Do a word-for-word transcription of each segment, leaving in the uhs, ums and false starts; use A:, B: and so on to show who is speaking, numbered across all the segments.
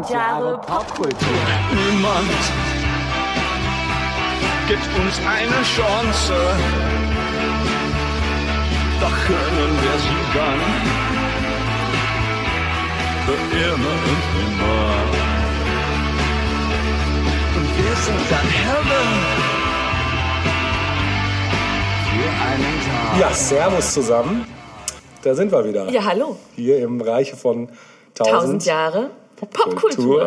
A: Jahre Popkultur.
B: Niemand gibt uns eine Chance, doch können wir sie dann für immer und immer. Und wir sind dann Helden für einen Tag.
C: Ja, servus zusammen. Da sind wir wieder.
A: Ja, hallo.
C: Hier im Reiche von tausend,
A: Tausend Jahre Popkultur.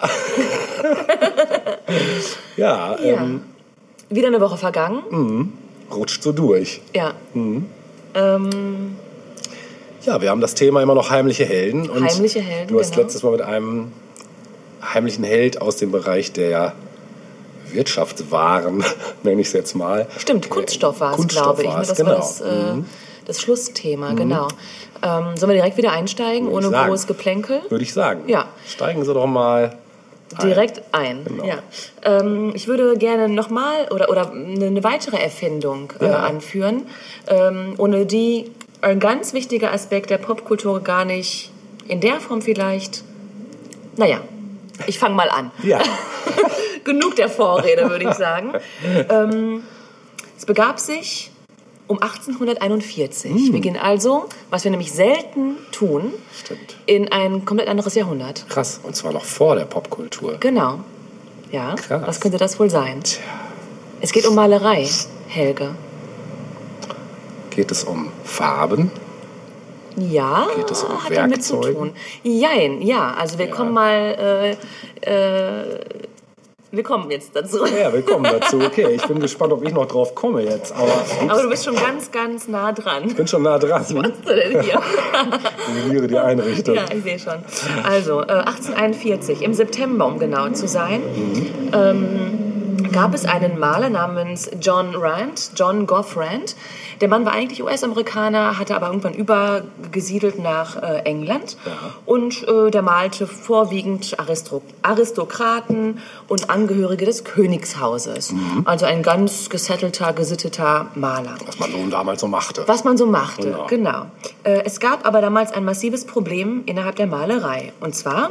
C: ja,
A: ja.
C: Ähm,
A: Wieder eine Woche vergangen.
C: Mhm. Rutscht so durch.
A: Ja.
C: Mhm.
A: Ähm,
C: Ja, wir haben das Thema immer noch heimliche Helden. Und
A: Heimliche Helden,
C: du hast
A: genau.
C: letztes Mal mit einem heimlichen Held aus dem Bereich der Wirtschaftswaren, nenne ich es jetzt mal.
A: Stimmt, Kunststoff war es,
C: Kunststoff
A: glaube ich.
C: war
A: Ne?
C: es,
A: Das
C: genau.
A: war das, äh,
C: Mhm.
A: das Schlussthema, genau. Ähm, sollen wir direkt wieder einsteigen,
C: Würde ich
A: ohne
C: sagen.
A: großes Geplänkel?
C: Würde ich sagen.
A: Ja.
C: Steigen Sie doch mal ein.
A: Direkt ein.
C: Genau.
A: Ja. Ähm, ich würde gerne nochmal oder, oder eine, eine weitere Erfindung äh,
C: Ja.
A: anführen, ähm, ohne die ein ganz wichtiger Aspekt der Popkultur gar nicht in der Form vielleicht. Naja, ich fange mal an.
C: Ja.
A: Genug der Vorrede, würde ich sagen. ähm, es begab sich um achtzehnhunderteinundvierzig. Wir gehen also, was wir nämlich selten tun,
C: Stimmt.
A: in ein komplett anderes Jahrhundert.
C: Krass. Und zwar noch vor der Popkultur.
A: Genau. Ja,
C: Krass.
A: was könnte das wohl sein?
C: Tja.
A: Es geht um Malerei, Helge.
C: Geht es um Farben?
A: Ja,
C: Geht es um
A: hat damit zu
C: Werkzeuge?
A: tun. Jein, ja. Also wir
C: Ja.
A: kommen mal... Äh, äh, wir kommen jetzt dazu.
C: Ja, willkommen dazu. Okay, ich bin gespannt, ob ich noch drauf komme jetzt. Aber, ups,
A: Aber du bist schon ganz, ganz nah dran.
C: ich bin schon nah dran.
A: Was machst du denn hier?
C: Die Viere, die Einrichtung.
A: Ja, ich sehe schon. Also, äh, achtzehnhunderteinundvierzig, im September, um genau zu sein, ähm, gab es einen Maler namens John Rand, John Gough Rand. Der Mann war eigentlich U S-Amerikaner, hatte aber irgendwann übergesiedelt nach äh, England.
C: Ja.
A: Und äh, der malte vorwiegend Aristo Aristokraten und Angehörige des Königshauses. Also ein ganz gesettelter, gesitteter Maler.
C: Was man nun damals so machte.
A: Was man so machte,
C: Genau.
A: genau. Äh, es gab aber damals ein massives Problem innerhalb der Malerei. Und zwar,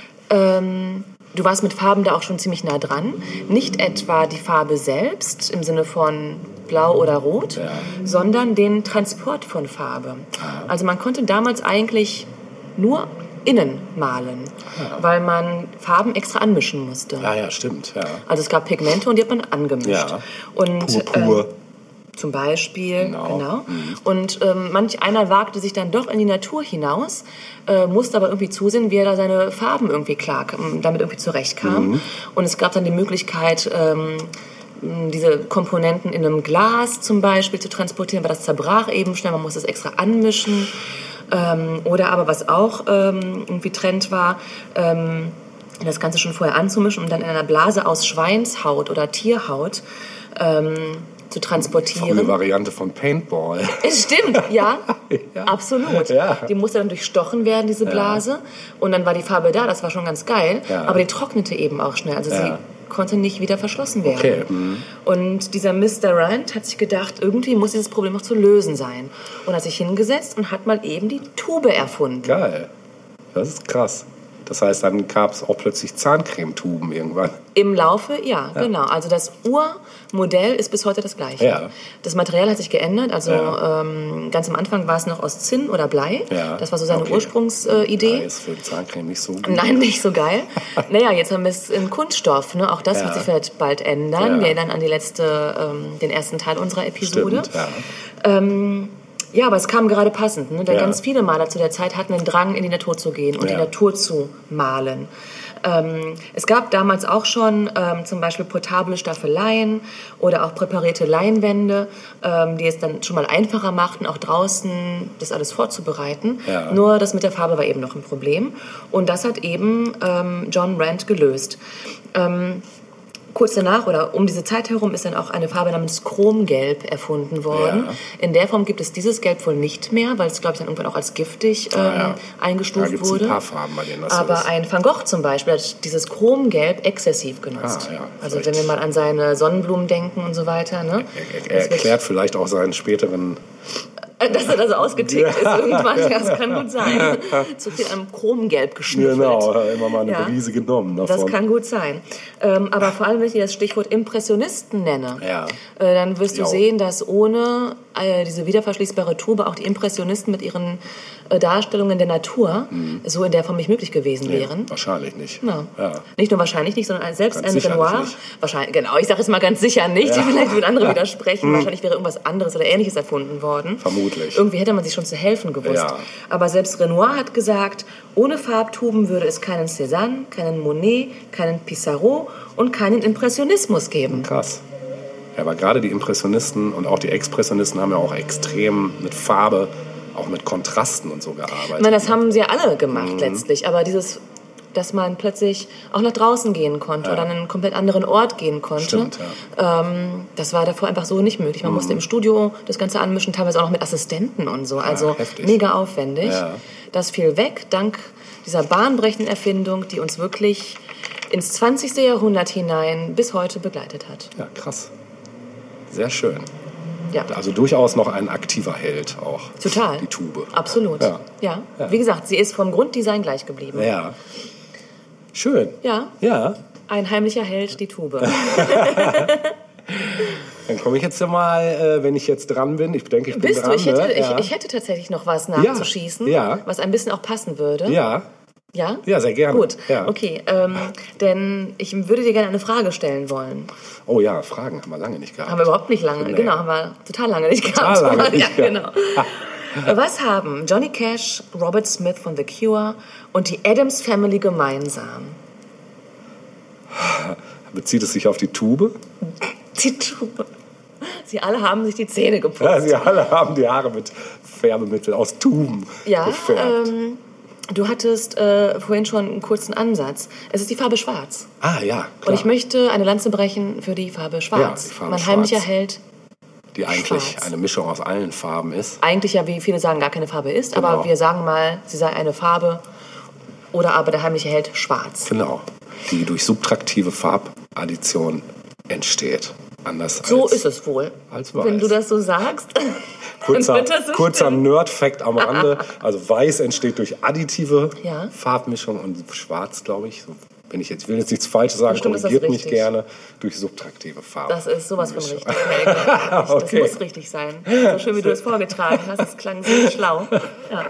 A: ähm, du warst mit Farben da auch schon ziemlich nah dran. Nicht etwa die Farbe selbst im Sinne von blau oder rot,
C: Ja.
A: sondern den Transport von Farbe. Also man konnte damals eigentlich nur innen malen, weil man Farben extra anmischen musste.
C: Ja, ja, stimmt. Ja.
A: Also es gab Pigmente und die hat man angemischt.
C: Ja.
A: Und,
C: Purpur.
A: ähm, zum Beispiel,
C: Genau.
A: genau. Und ähm, manch einer wagte sich dann doch in die Natur hinaus, äh, musste aber irgendwie zusehen, wie er da seine Farben irgendwie klar, damit irgendwie zurechtkam. Und es gab dann die Möglichkeit, ähm, diese Komponenten in einem Glas zum Beispiel zu transportieren, weil das zerbrach eben schnell, man musste es extra anmischen. Ähm, oder aber was auch ähm, irgendwie Trend war, ähm, das Ganze schon vorher anzumischen und dann in einer Blase aus Schweinshaut oder Tierhaut ähm, zu transportieren.
C: Frühe Variante von Paintball.
A: Es stimmt, ja,
C: Ja.
A: absolut.
C: Ja.
A: Die musste dann durchstochen werden, diese Blase. Und dann war die Farbe da, das war schon ganz geil.
C: Ja.
A: Aber die trocknete eben auch schnell. Also
C: Ja.
A: sie konnte nicht wieder verschlossen werden.
C: Okay. Mhm.
A: Und dieser Mister Rand hat sich gedacht, irgendwie muss dieses Problem noch zu lösen sein. Und hat sich hingesetzt und hat mal eben die Tube erfunden.
C: Geil. Das ist krass. Das heißt, dann gab es auch plötzlich Zahncremetuben irgendwann.
A: Im Laufe, ja, genau. Also das Urmodell ist bis heute das gleiche.
C: Ja.
A: Das Material hat sich geändert. Also
C: Ja.
A: ähm, ganz am Anfang war es noch aus Zinn oder Blei.
C: Ja.
A: Das war so seine
C: Okay.
A: Ursprungsidee.
C: Ja, ist für Zahncreme nicht so gut.
A: Nein, nicht so geil. Naja, jetzt haben wir es in Kunststoff. Ne? Auch das
C: Ja.
A: wird sich vielleicht bald ändern.
C: Ja.
A: Wir erinnern an die letzte, ähm, den ersten Teil unserer Episode.
C: Stimmt, ja.
A: Ähm, ja, aber es kam gerade passend. Ne? Denn
C: Ja.
A: ganz viele Maler zu der Zeit hatten den Drang, in die Natur zu gehen und
C: Ja.
A: die Natur zu malen. Ähm, es gab damals auch schon ähm, zum Beispiel portable Staffeleien oder auch präparierte Leinwände, ähm, die es dann schon mal einfacher machten, auch draußen das alles vorzubereiten.
C: Ja.
A: Nur das mit der Farbe war eben noch ein Problem. Und das hat eben ähm, John Rand gelöst. Ähm, Kurz danach oder um diese Zeit herum ist dann auch eine Farbe namens Chromgelb erfunden worden.
C: Ja.
A: In der Form gibt es dieses Gelb wohl nicht mehr, weil es, glaube ich, dann irgendwann auch als giftig ähm,
C: Ah, ja. Da
A: eingestuft
C: gibt es
A: wurde.
C: ein paar Farben, bei denen das so
A: Aber
C: ist.
A: ein Van Gogh zum Beispiel hat dieses Chromgelb exzessiv genutzt.
C: Ah, ja,
A: also
C: vielleicht.
A: wenn wir mal an seine Sonnenblumen denken und so weiter. Ne?
C: Er, er erklärt vielleicht auch seinen späteren
A: Äh, Dass er da so ausgetickt ist irgendwann, ja, das kann gut sein. Zu viel am Chromgelb geschnüffelt.
C: Genau, immer mal eine
A: Ja.
C: Brise genommen davon.
A: Das kann gut sein. Ähm, aber vor allem, wenn ich dir das Stichwort Impressionisten nenne,
C: Ja.
A: äh, dann wirst du
C: Jo.
A: sehen, dass ohne äh, diese wiederverschließbare Tube auch die Impressionisten mit ihren äh, Darstellungen der Natur so in der Form nicht möglich gewesen
C: Nee,
A: wären.
C: wahrscheinlich nicht.
A: Ja.
C: Ja.
A: Nicht nur wahrscheinlich nicht, sondern selbst
C: Ganz
A: ein
C: sicherlich
A: Renoir,
C: nicht.
A: wahrscheinlich, genau, ich sage es mal ganz sicher nicht, vielleicht würden andere widersprechen,
C: Hm.
A: wahrscheinlich wäre irgendwas anderes oder Ähnliches erfunden worden.
C: Vermutlich.
A: Irgendwie hätte man sich schon zu helfen gewusst.
C: Ja.
A: Aber selbst Renoir hat gesagt, ohne Farbtuben würde es keinen Cézanne, keinen Monet, keinen Pissarro und keinen Impressionismus geben.
C: Krass. Ja, aber gerade die Impressionisten und auch die Expressionisten haben ja auch extrem mit Farbe, auch mit Kontrasten und so gearbeitet.
A: Ich meine, das haben sie ja alle gemacht
C: Mhm.
A: letztlich, aber dieses, dass man plötzlich auch nach draußen gehen konnte oder an einen komplett anderen Ort gehen konnte,
C: Stimmt,
A: ähm, das war davor einfach so nicht möglich. Man musste im Studio das Ganze anmischen, teilweise auch noch mit Assistenten und so, also
C: heftig.
A: mega aufwendig.
C: Ja.
A: Das fiel weg, dank dieser bahnbrechenden Erfindung, die uns wirklich ins zwanzigste Jahrhundert hinein bis heute begleitet hat.
C: Ja, krass. Sehr schön.
A: Ja.
C: Also durchaus noch ein aktiver Held auch.
A: Total.
C: Die Tube.
A: Absolut.
C: Ja.
A: Ja.
C: Ja.
A: Wie gesagt, sie ist vom Grunddesign gleich geblieben.
C: Ja. Schön.
A: Ja.
C: Ja.
A: Ein heimlicher Held, die Tube.
C: Dann komme ich jetzt ja mal, äh, wenn ich jetzt dran bin. Ich denke, ich bin
A: Bist
C: dran.
A: du? Ich hätte,
C: ne?
A: ich,
C: ja.
A: ich hätte tatsächlich noch was nachzuschießen,
C: Ja.
A: was ein bisschen auch passen würde.
C: Ja.
A: Ja?
C: Ja, sehr gerne.
A: Gut,
C: Ja.
A: okay. Ähm, denn ich würde dir gerne eine Frage stellen wollen.
C: Oh ja, Fragen haben wir lange nicht gehabt.
A: Haben wir überhaupt nicht lange,
C: Nee.
A: genau, haben wir total lange nicht
C: Total
A: gehabt.
C: lange nicht
A: ja,
C: gehabt.
A: genau. Was haben Johnny Cash, Robert Smith von The Cure und die Addams Family gemeinsam?
C: Bezieht es sich auf die Tube?
A: Die Tube. Sie alle haben sich die Zähne geputzt.
C: Ja, sie alle haben die Haare mit Färbemittel aus Tuben
A: Ja,
C: gefärbt.
A: ähm, du hattest äh, vorhin schon einen kurzen Ansatz. Es ist die Farbe Schwarz.
C: ah ja, klar.
A: Und ich möchte eine Lanze brechen für die Farbe Schwarz.
C: Ja, die Farbe
A: mein
C: Schwarz.
A: heimlicher Held.
C: die eigentlich
A: schwarz.
C: eine Mischung aus allen Farben ist.
A: Eigentlich ja, wie viele sagen, gar keine Farbe ist.
C: Genau.
A: Aber wir sagen mal, sie sei eine Farbe oder aber der heimliche Held Schwarz.
C: Genau. Die durch subtraktive Farbaddition entsteht. Anders
A: So
C: als,
A: ist es wohl.
C: als weiß.
A: Wenn du das so sagst.
C: Kurzer,
A: dann wird das so
C: kurzer
A: stimmen.
C: Nerd-Fact am Rande. Also weiß entsteht durch additive
A: Ja.
C: Farbmischung und schwarz, glaube ich, so bin ich jetzt, ich will jetzt nichts Falsches sagen,
A: Bestimmt ist das
C: korrigiert mich
A: richtig.
C: gerne, durch subtraktive Farben.
A: Das ist sowas von richtig, Helge. Das
C: Okay.
A: muss richtig sein. So schön, wie du es vorgetragen hast. Das klang so schlau. Ja.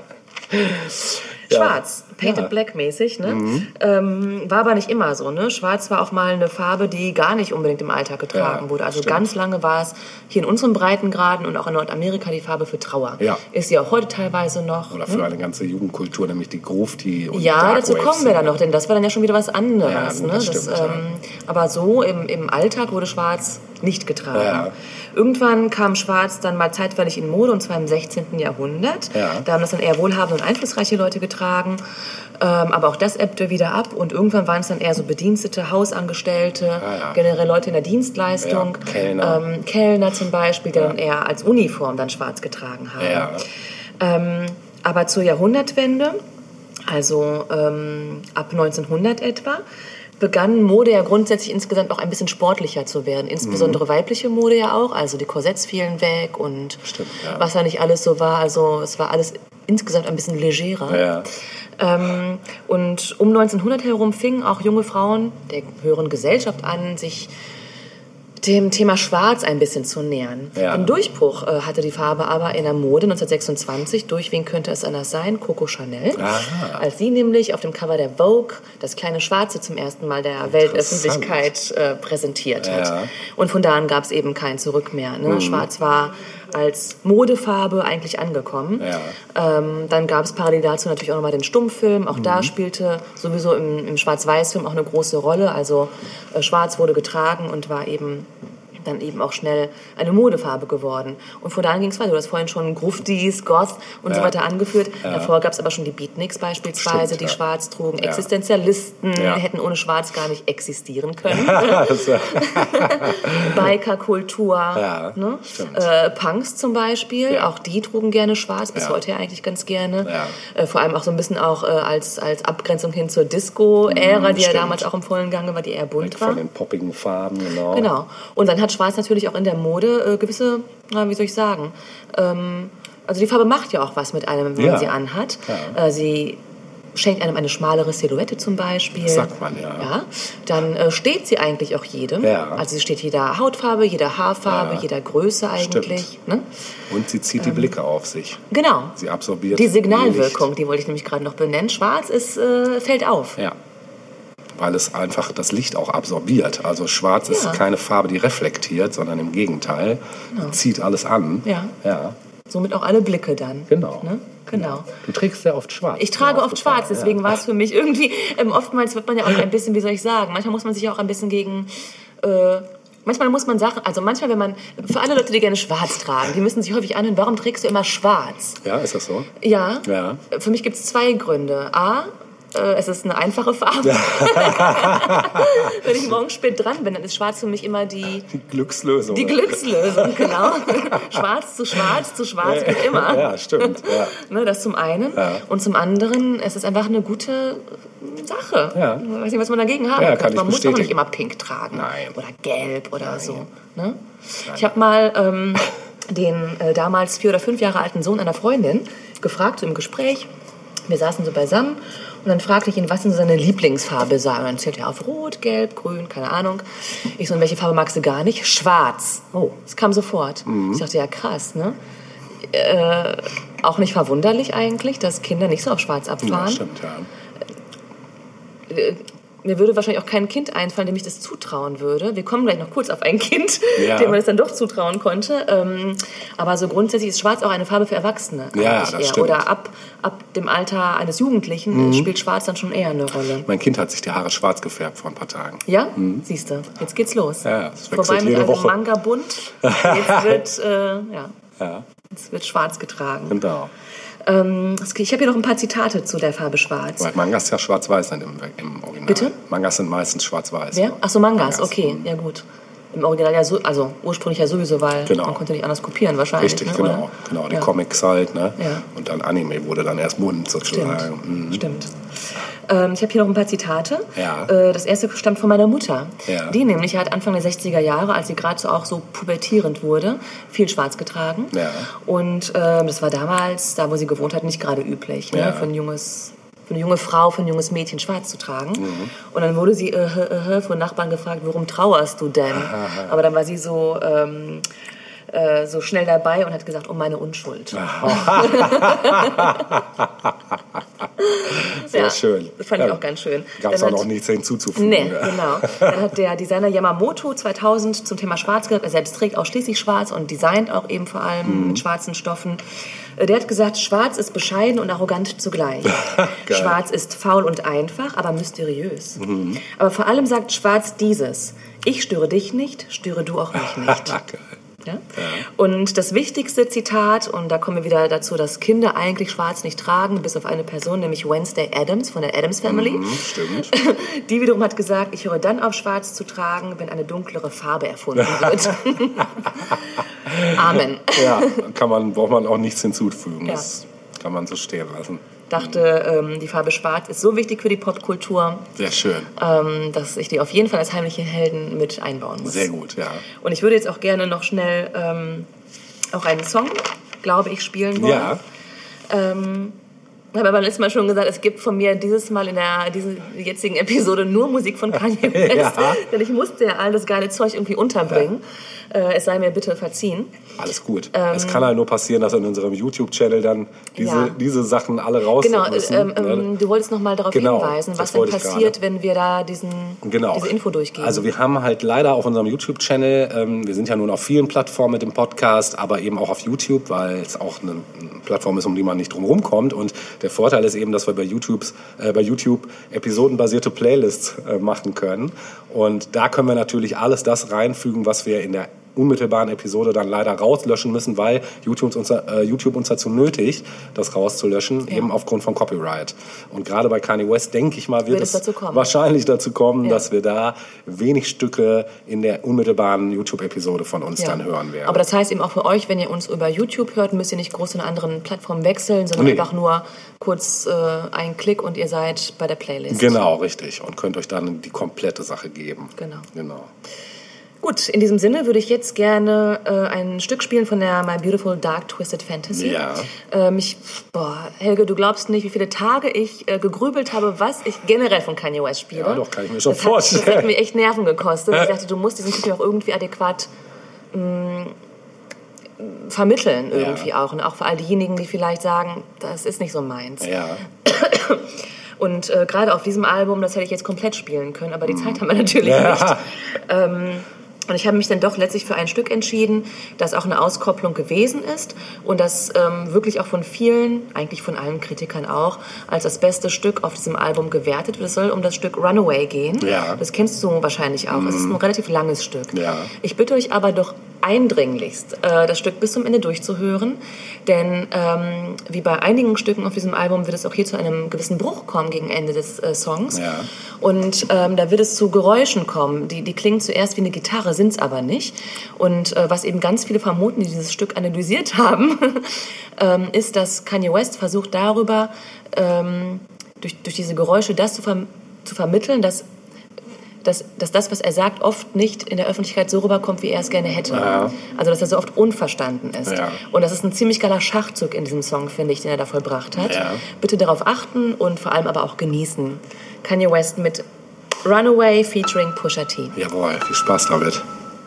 A: Schwarz, Painted
C: Ja. Mhm.
A: Black mäßig, ne? Ähm, war aber nicht immer so, ne? Schwarz war auch mal eine Farbe, die gar nicht unbedingt im Alltag getragen
C: Ja,
A: wurde. Also
C: stimmt.
A: ganz lange war es hier in unseren Breitengraden und auch in Nordamerika die Farbe für Trauer.
C: Ja.
A: Ist sie auch heute teilweise noch.
C: Oder für eine ganze Jugendkultur, nämlich die Grufti und
A: Ja,
C: Dark
A: dazu
C: Wave
A: kommen wir dann
C: Szene.
A: noch, denn das war dann ja schon wieder was anderes.
C: Ja, gut,
A: ne?
C: das stimmt, ja.
A: ähm, aber so im, im Alltag wurde Schwarz nicht getragen.
C: Ja.
A: Irgendwann kam Schwarz dann mal zeitweilig in Mode, und zwar im sechzehnten Jahrhundert.
C: Ja.
A: Da haben das dann eher wohlhabende und einflussreiche Leute getragen. Ähm, aber auch das ebbte wieder ab, und irgendwann waren es dann eher so Bedienstete, Hausangestellte,
C: Ja, ja.
A: generell Leute in der Dienstleistung.
C: Ja, Kellner.
A: Ähm, Kellner zum Beispiel, die dann eher als Uniform dann schwarz getragen haben.
C: Ja.
A: Ähm, aber zur Jahrhundertwende, also ähm, ab neunzehnhundert etwa, begann Mode ja grundsätzlich insgesamt auch ein bisschen sportlicher zu werden. Insbesondere weibliche Mode ja auch. Also die Korsetts fielen weg und
C: Stimmt, ja.
A: was da nicht alles so war. Also es war alles insgesamt ein bisschen legerer.
C: Ja.
A: Ähm, und um neunzehnhundert herum fingen auch junge Frauen der höheren Gesellschaft an, sich dem Thema Schwarz ein bisschen zu nähern.
C: Ja.
A: Den Durchbruch äh, hatte die Farbe aber in der Mode neunzehnhundertsechsundzwanzig durch, wen könnte es anders sein, Coco Chanel.
C: Aha.
A: Als sie nämlich auf dem Cover der Vogue das kleine Schwarze zum ersten Mal der Weltöffentlichkeit äh, präsentiert hat.
C: Ja.
A: Und von da an gab es eben kein Zurück mehr. Ne? Schwarz war als Modefarbe eigentlich angekommen.
C: Ja.
A: Ähm, dann gab es parallel dazu natürlich auch nochmal den Stummfilm. Auch da spielte sowieso im, im Schwarz-Weiß-Film auch eine große Rolle. Also äh, Schwarz wurde getragen und war eben dann eben auch schnell eine Modefarbe geworden. Und von da an ging es weiter. Du hast vorhin schon Gruftis, Goth und so
C: Ja.
A: weiter angeführt. Davor gab es aber schon die Beatniks beispielsweise,
C: Stimmt,
A: die
C: ja.
A: schwarz trugen.
C: Ja.
A: Existenzialisten
C: Ja.
A: hätten ohne Schwarz gar nicht existieren können.
C: Das, äh,
A: Bikerkultur,
C: Ja,
A: ne?
C: stimmt.
A: äh, Punks zum Beispiel,
C: Ja.
A: auch die trugen gerne schwarz, bis
C: Ja.
A: heute ja eigentlich ganz gerne.
C: Ja.
A: Äh, vor allem auch so ein bisschen auch äh, als, als Abgrenzung hin zur Disco-Ära, die ja
C: stimmt.
A: damals auch im vollen Gange war, die eher bunt war.
C: von den poppigen Farben, genau.
A: Genau. Und dann hat Schwarz natürlich auch in der Mode äh, gewisse, na, wie soll ich sagen, ähm, Also die Farbe macht ja auch was mit einem, wenn
C: Ja.
A: man sie anhat.
C: Ja.
A: Äh, sie schenkt einem eine schmalere Silhouette zum Beispiel.
C: Das sagt man, ja.
A: Ja, dann äh, steht sie eigentlich auch jedem.
C: Ja.
A: Also sie steht jeder Hautfarbe, jeder Haarfarbe,
C: Ja.
A: jeder Größe eigentlich. Ne?
C: Und sie zieht die Blicke auf sich.
A: Genau.
C: Sie absorbiert
A: Die Signalwirkung,
C: Licht.
A: die wollte ich nämlich gerade noch benennen. Schwarz ist, äh, fällt auf.
C: Ja. Weil es einfach das Licht auch absorbiert. Also schwarz ist
A: Ja.
C: keine Farbe, die reflektiert, sondern im Gegenteil.
A: Genau.
C: Zieht alles an.
A: Ja.
C: Ja.
A: Somit auch alle Blicke dann.
C: Genau.
A: Ne? Genau.
C: Du trägst sehr oft schwarz.
A: Ich trage
C: Mir
A: oft schwarz,
C: aufgefallen,
A: deswegen
C: ja.
A: war es für mich irgendwie, ähm, oftmals wird man ja auch ein bisschen, wie soll ich sagen, manchmal muss man sich ja auch ein bisschen gegen, äh, manchmal muss man Sachen, also manchmal, wenn man, für alle Leute, die gerne schwarz tragen, die müssen sich häufig anhören, warum trägst du immer schwarz?
C: Ja, ist das so?
A: Ja,
C: Ja.
A: für mich gibt es zwei Gründe. A, äh, es ist eine einfache Farbe. Wenn ich morgens spät dran bin, dann ist schwarz für mich immer die,
C: Die Glückslösung.
A: die Glückslösung, genau. Schwarz zu schwarz zu schwarz geht immer.
C: Ja, stimmt. Ja.
A: Ne, das zum einen.
C: Ja.
A: Und zum anderen, es ist einfach eine gute Sache.
C: Ja.
A: Ich weiß nicht, was man dagegen haben
C: Ja,
A: kann.
C: kann ich
A: Man muss doch
C: bestätigen.
A: nicht immer pink tragen.
C: Nein.
A: Oder gelb oder
C: Nein.
A: so. Ne? Ich habe mal ähm, den äh, damals vier oder fünf Jahre alten Sohn einer Freundin gefragt, so im Gespräch. Wir saßen so beisammen und dann fragte ich ihn, was denn so seine Lieblingsfarbe sei. Und dann zählte er auf Rot, Gelb, Grün, keine Ahnung. Ich so, und welche Farbe magst du gar nicht? Schwarz.
C: Oh.
A: Das kam sofort. Ich dachte, ja krass, ne? Äh, auch nicht verwunderlich eigentlich, dass Kinder nicht so auf Schwarz
C: Ja,
A: abfahren.
C: stimmt, ja.
A: Äh, Mir würde wahrscheinlich auch kein Kind einfallen, dem ich das zutrauen würde. Wir kommen gleich noch kurz auf ein Kind,
C: Ja.
A: dem man das dann doch zutrauen konnte. Ähm, aber so grundsätzlich ist Schwarz auch eine Farbe für Erwachsene.
C: Ja,
A: eigentlich
C: das
A: eher.
C: stimmt.
A: Oder ab, ab dem Alter eines Jugendlichen spielt Schwarz dann schon eher eine Rolle.
C: Mein Kind hat sich die Haare schwarz gefärbt vor ein paar Tagen.
A: Ja? Siehst du, jetzt geht's los.
C: Ja, es wechselt
A: Vorbei mit
C: jede
A: einem
C: Woche.
A: Manga-Bund. Jetzt wird, äh, ja,
C: Ja,
A: jetzt wird schwarz getragen.
C: genau.
A: Ähm, ich habe hier noch ein paar Zitate zu der Farbe Schwarz.
C: Weil Mangas ja schwarz-weiß sind im, im Original.
A: Bitte?
C: Mangas sind meistens schwarz-weiß.
A: Wer? Ach so, Mangas,
C: Mangas,
A: okay,
C: mhm.
A: ja gut. Im Original ja so, also ursprünglich ja sowieso, weil
C: Genau.
A: man konnte nicht anders kopieren wahrscheinlich.
C: Richtig,
A: ne,
C: genau.
A: oder?
C: genau. Die
A: Ja.
C: Comics halt, ne?
A: Ja.
C: Und dann Anime wurde dann erst bunt
A: Stimmt,
C: sozusagen. Mhm.
A: stimmt. Ähm, ich habe hier noch ein paar Zitate.
C: Ja.
A: Äh, das erste stammt von meiner Mutter.
C: Ja.
A: Die nämlich hat Anfang der sechziger Jahre, als sie gerade so auch so pubertierend wurde, viel schwarz getragen.
C: Ja.
A: Und ähm, das war damals, da wo sie gewohnt hat, nicht gerade üblich, ne?
C: Ja.
A: für, ein junges, für eine junge Frau, für ein junges Mädchen schwarz zu tragen.
C: Mhm.
A: Und dann wurde sie äh, äh, äh, von Nachbarn gefragt, warum trauerst du denn? Aber dann war sie so... Ähm, äh, so schnell dabei und hat gesagt, um meine Unschuld.
C: Sehr
A: Ja,
C: schön.
A: Das fand ich
C: Ja.
A: auch ganz schön.
C: Gab es
A: Dann
C: auch noch
A: hat-
C: nichts hinzuzufügen.
A: Nee, genau. Dann hat der Designer Yamamoto zweitausend zum Thema Schwarz gesagt, er selbst trägt ausschließlich Schwarz und designt auch eben vor allem
C: Mhm.
A: mit schwarzen Stoffen. Äh, Der hat gesagt, Schwarz ist bescheiden und arrogant zugleich.
C: Geil.
A: Schwarz ist faul und einfach, aber mysteriös.
C: Mhm.
A: Aber vor allem sagt Schwarz dieses, ich störe dich nicht, störe du auch mich nicht.
C: Geil.
A: Ja? Und das wichtigste Zitat, und da kommen wir wieder dazu, dass Kinder eigentlich schwarz nicht tragen, bis auf eine Person, nämlich Wednesday Addams von der Addams Family.
C: Mhm, stimmt.
A: Die wiederum hat gesagt, ich höre dann auf, schwarz zu tragen, wenn eine dunklere Farbe erfunden wird. Amen.
C: Ja, kann man, braucht man auch nichts hinzufügen.
A: Ja.
C: Das kann man so stehen lassen.
A: Dachte, ähm, die Farbe schwarz ist so wichtig für die Popkultur,
C: Sehr schön.
A: ähm, dass ich die auf jeden Fall als heimlichen Helden mit einbauen muss.
C: Sehr gut, ja.
A: Und ich würde jetzt auch gerne noch schnell ähm, auch einen Song, glaube ich, spielen wollen.
C: Ja,
A: Ähm, ich habe aber letztes Mal schon gesagt, es gibt von mir dieses Mal in der dieser jetzigen Episode nur Musik von Kanye West,
C: Ja.
A: denn ich musste ja all das geile Zeug irgendwie unterbringen. Äh, es sei mir bitte verziehen.
C: alles gut. es kann halt nur passieren, dass in unserem YouTube-Channel dann diese,
A: Ja.
C: diese Sachen alle raus
A: Genau,
C: müssen.
A: ähm,
C: ne?
A: ähm, du wolltest noch mal darauf
C: Genau,
A: hinweisen,
C: das
A: was denn
C: wollte ich
A: passiert,
C: gerade.
A: wenn wir da diesen,
C: Genau.
A: diese Info durchgeben.
C: Also wir haben halt leider auf unserem YouTube-Channel, ähm, wir sind ja nun auf vielen Plattformen mit dem Podcast, aber eben auch auf YouTube, weil es auch eine, eine Plattform ist, um die man nicht drum rumkommt. Und der Vorteil ist eben, dass wir bei, YouTubes, äh, bei YouTube episodenbasierte Playlists äh, machen können. Und da können wir natürlich alles das reinfügen, was wir in der unmittelbaren Episode dann leider rauslöschen müssen, weil YouTube uns, äh, YouTube uns dazu nötigt, das rauszulöschen,
A: Ja.
C: eben aufgrund von Copyright. Und gerade bei Kanye West, denke ich mal, wird,
A: Wird es
C: es
A: dazu kommen.
C: wahrscheinlich dazu kommen,
A: Ja.
C: dass wir da wenig Stücke in der unmittelbaren YouTube-Episode von uns
A: Ja.
C: dann hören werden.
A: Aber das heißt eben auch für euch, wenn ihr uns über YouTube hört, müsst ihr nicht groß zu einer anderen Plattform wechseln, sondern
C: Nee.
A: einfach nur kurz äh, einen Klick und ihr seid bei der Playlist.
C: Genau, richtig. Und könnt euch dann die komplette Sache geben.
A: Genau.
C: Genau.
A: Gut, in diesem Sinne würde ich jetzt gerne äh, ein Stück spielen von der My Beautiful Dark Twisted Fantasy.
C: Ja.
A: Ähm, ich, boah, Helge, du glaubst nicht, wie viele Tage ich äh, gegrübelt habe, was ich generell von Kanye West spiele.
C: Ja, doch, kann ich mir schon
A: das
C: vorstellen.
A: Hat, das hat mir echt Nerven gekostet. Ich dachte, du musst diesen Titel auch irgendwie adäquat mh, vermitteln, irgendwie ja. auch. Und auch für all diejenigen, die vielleicht sagen, das ist nicht so meins.
C: Ja.
A: Und äh, gerade auf diesem Album, das hätte ich jetzt komplett spielen können, aber die Zeit haben wir natürlich
C: ja.
A: nicht. Ähm, und ich habe mich dann doch letztlich für ein Stück entschieden, das auch eine Auskopplung gewesen ist und das ähm, wirklich auch von vielen, eigentlich von allen Kritikern auch, als das beste Stück auf diesem Album gewertet wird. Es soll um das Stück Runaway gehen.
C: Ja.
A: Das kennst du wahrscheinlich auch. Mm. Es ist ein relativ langes Stück.
C: Ja.
A: Ich bitte euch aber doch eindringlichst, äh, das Stück bis zum Ende durchzuhören, denn ähm, wie bei einigen Stücken auf diesem Album wird es auch hier zu einem gewissen Bruch kommen gegen Ende des äh, Songs.
C: Ja.
A: Und ähm, da wird es zu Geräuschen kommen. Die, die klingen zuerst wie eine Gitarre, sind es aber nicht. Und äh, was eben ganz viele vermuten, die dieses Stück analysiert haben, ähm, ist, dass Kanye West versucht darüber, ähm, durch, durch diese Geräusche das zu, ver- zu vermitteln, dass Dass, dass das, was er sagt, oft nicht in der Öffentlichkeit so rüberkommt, wie er es gerne hätte. Ja. Also, dass er so oft unverstanden ist. Ja. Und das ist ein ziemlich geiler Schachzug in diesem Song, finde ich, den er da vollbracht hat. Ja. Bitte darauf achten und vor allem aber auch genießen. Kanye West mit Runaway featuring Pusha T.
C: Jawohl, viel Spaß damit.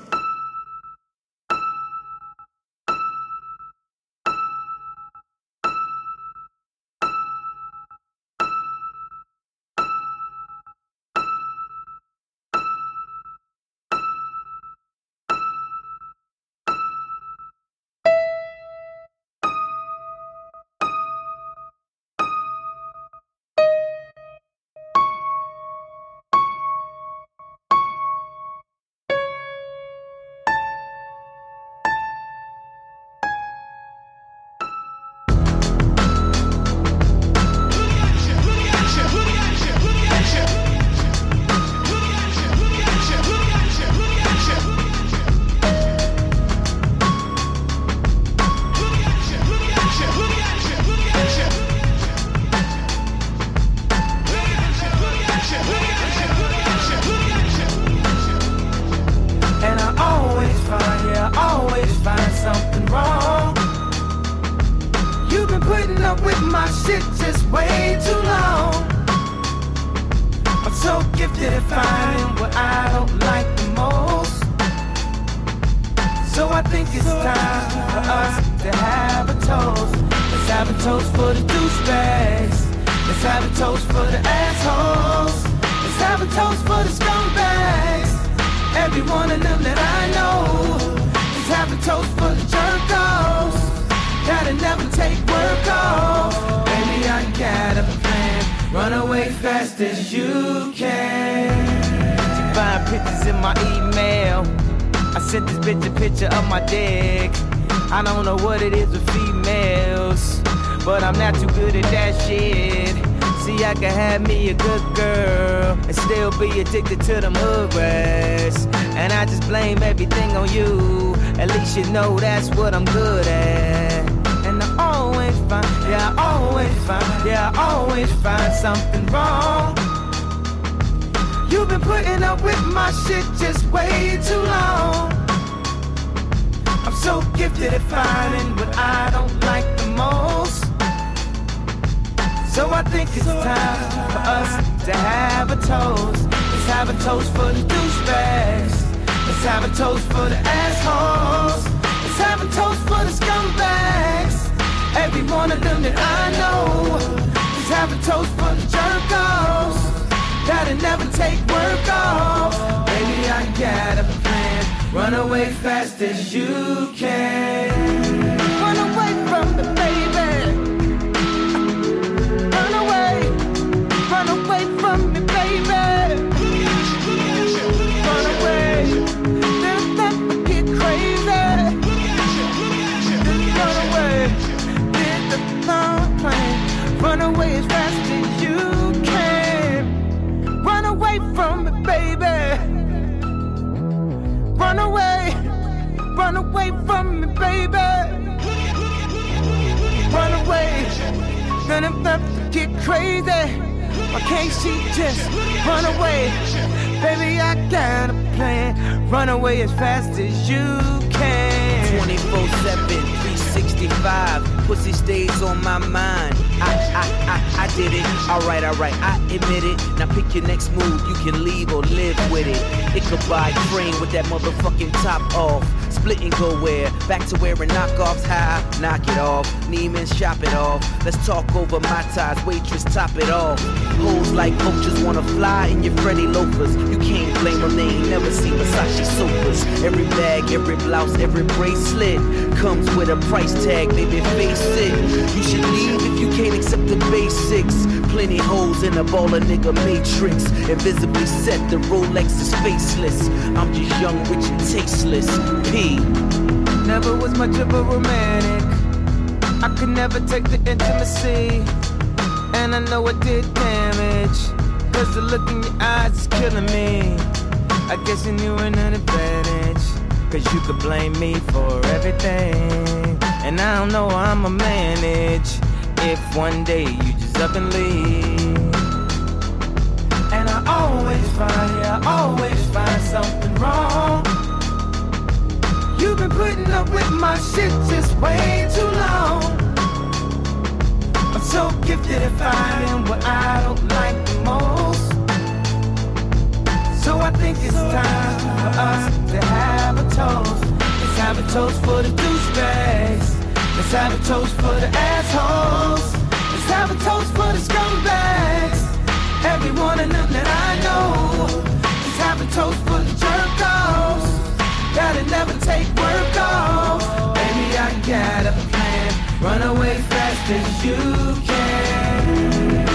D: I don't know what it is with females, but I'm not too good at that shit. See, I can have me a good girl and still be addicted to them hood rats. And I just blame everything on you. At least you know that's what I'm good at. And I always find, yeah, I always find, yeah, I always find something wrong. You've been putting up with my shit just way too long. I'm so gifted at finding what I don't like the most. So I think it's time for us to have a toast. Let's have a toast for the douchebags. Let's have a toast for the assholes. Let's have a toast for the scumbags. Every one of them that I know. Let's have a toast for the jerk-offs that'll never take work off. Baby, I got a plan. Run away fast as you can. Run away from me, baby. Run away. Run away from me, baby. Run away. Then let me get crazy. Run away. Get the long plan. Run away as fast as you can. Run away from me, baby. Run away, run away from me, baby. Run away, then I'm about to get crazy. Why can't she just run away? Baby, I got a plan. Run away as fast as you can. twenty-four seven, three sixty-five. Pussy stays on my mind. I, I, I, I did it. Alright, alright, I admit it. Now pick your next move. You can leave or live with it. Ichabod Crane with that motherfucking top off. Split and go where? Back to wearing knockoffs. High, knock it off. Neiman's shop it off. Let's talk over my ties. Waitress, top it off. Hoes like vultures wanna fly in your Freddy loafers. You can't blame them, they ain't never seen Versace sofas. Every bag, every blouse, every bracelet comes with a price tag, baby, face it. You should leave if you can't accept the basics. Plenty holes in a baller nigga matrix. Invisibly set, the Rolex is faceless. I'm just young, rich and tasteless. P. Never was much of a romantic. I could never take the intimacy. And I know it did damage. Cause the look in your eyes is killing me. I guess you knew an advantage. Cause you could blame me for everything. And I don't know how I'ma manage if one day you just up and leave. And I always find, yeah, I always find something wrong. You've been putting up with my shit just way too long. I'm so gifted at finding what I don't like the most. So I think it's time for us to have a toast. Let's have a toast for the douchebags. Let's have a toast for the assholes. Let's have a toast for the scumbags. Every one of them that I know. Let's have a toast for the jerk-offs. Gotta never take work off. Baby, I got a plan. Run away fast as you can.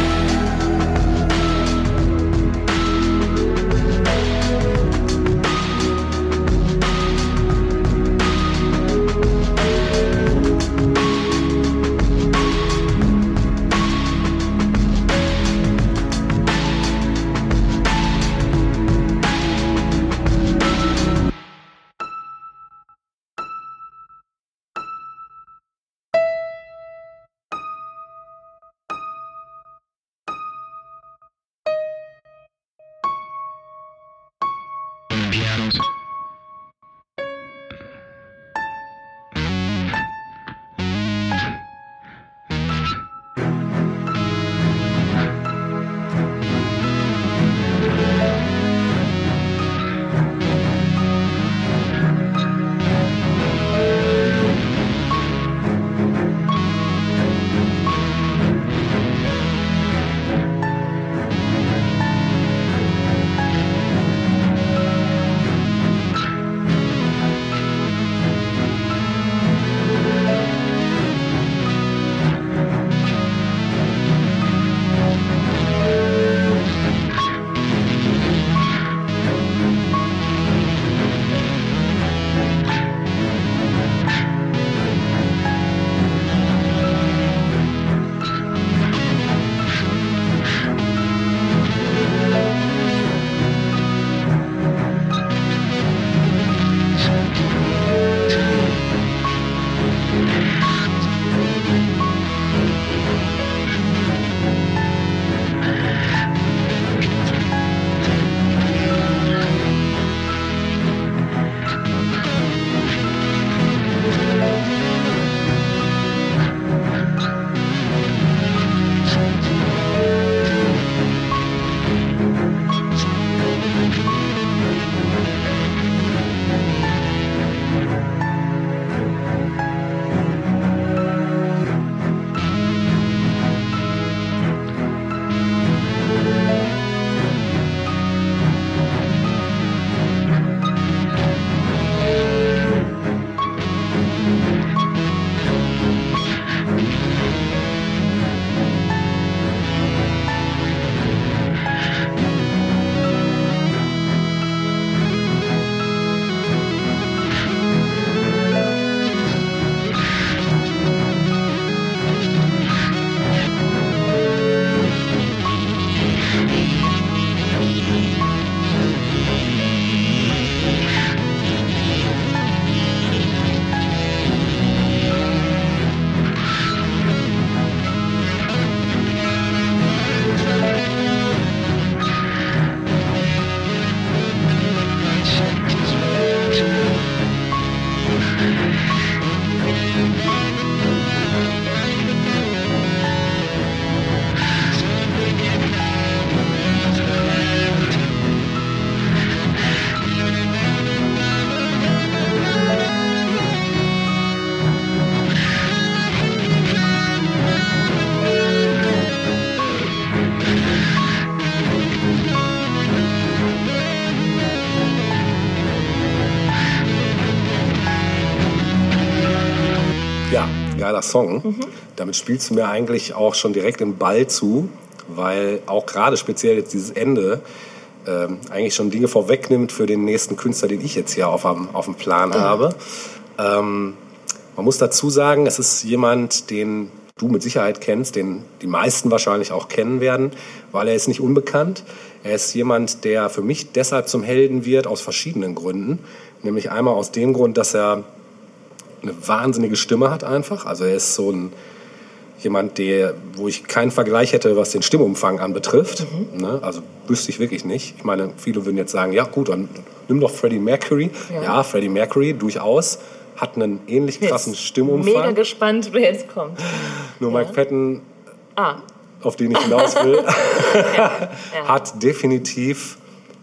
C: geiler Song.
A: Mhm.
C: Damit spielst du mir eigentlich auch schon direkt den Ball zu, weil auch gerade speziell jetzt dieses Ende ähm, eigentlich schon Dinge vorwegnimmt für den nächsten Künstler, den ich jetzt hier auf dem, auf dem Plan mhm. habe. Ähm, man muss dazu sagen, es ist jemand, den du mit Sicherheit kennst, den die meisten wahrscheinlich auch kennen werden, weil er ist nicht unbekannt. Er ist jemand, der für mich deshalb zum Helden wird, aus verschiedenen Gründen. Nämlich einmal aus dem Grund, dass er eine wahnsinnige Stimme hat einfach. Also er ist so ein jemand, der, wo ich keinen Vergleich hätte, was den Stimmumfang anbetrifft. Mhm. Ne? Also wüsste ich wirklich nicht. Ich meine, viele würden jetzt sagen, ja gut, dann nimm doch Freddie Mercury. Ja, ja Freddie Mercury durchaus. Hat einen ähnlich krassen jetzt Stimmumfang.
A: Mega gespannt, wer jetzt kommt.
C: Nur
A: ja.
C: Mike Patton,
A: ah.
C: auf den ich hinaus will, ja. Ja. hat definitiv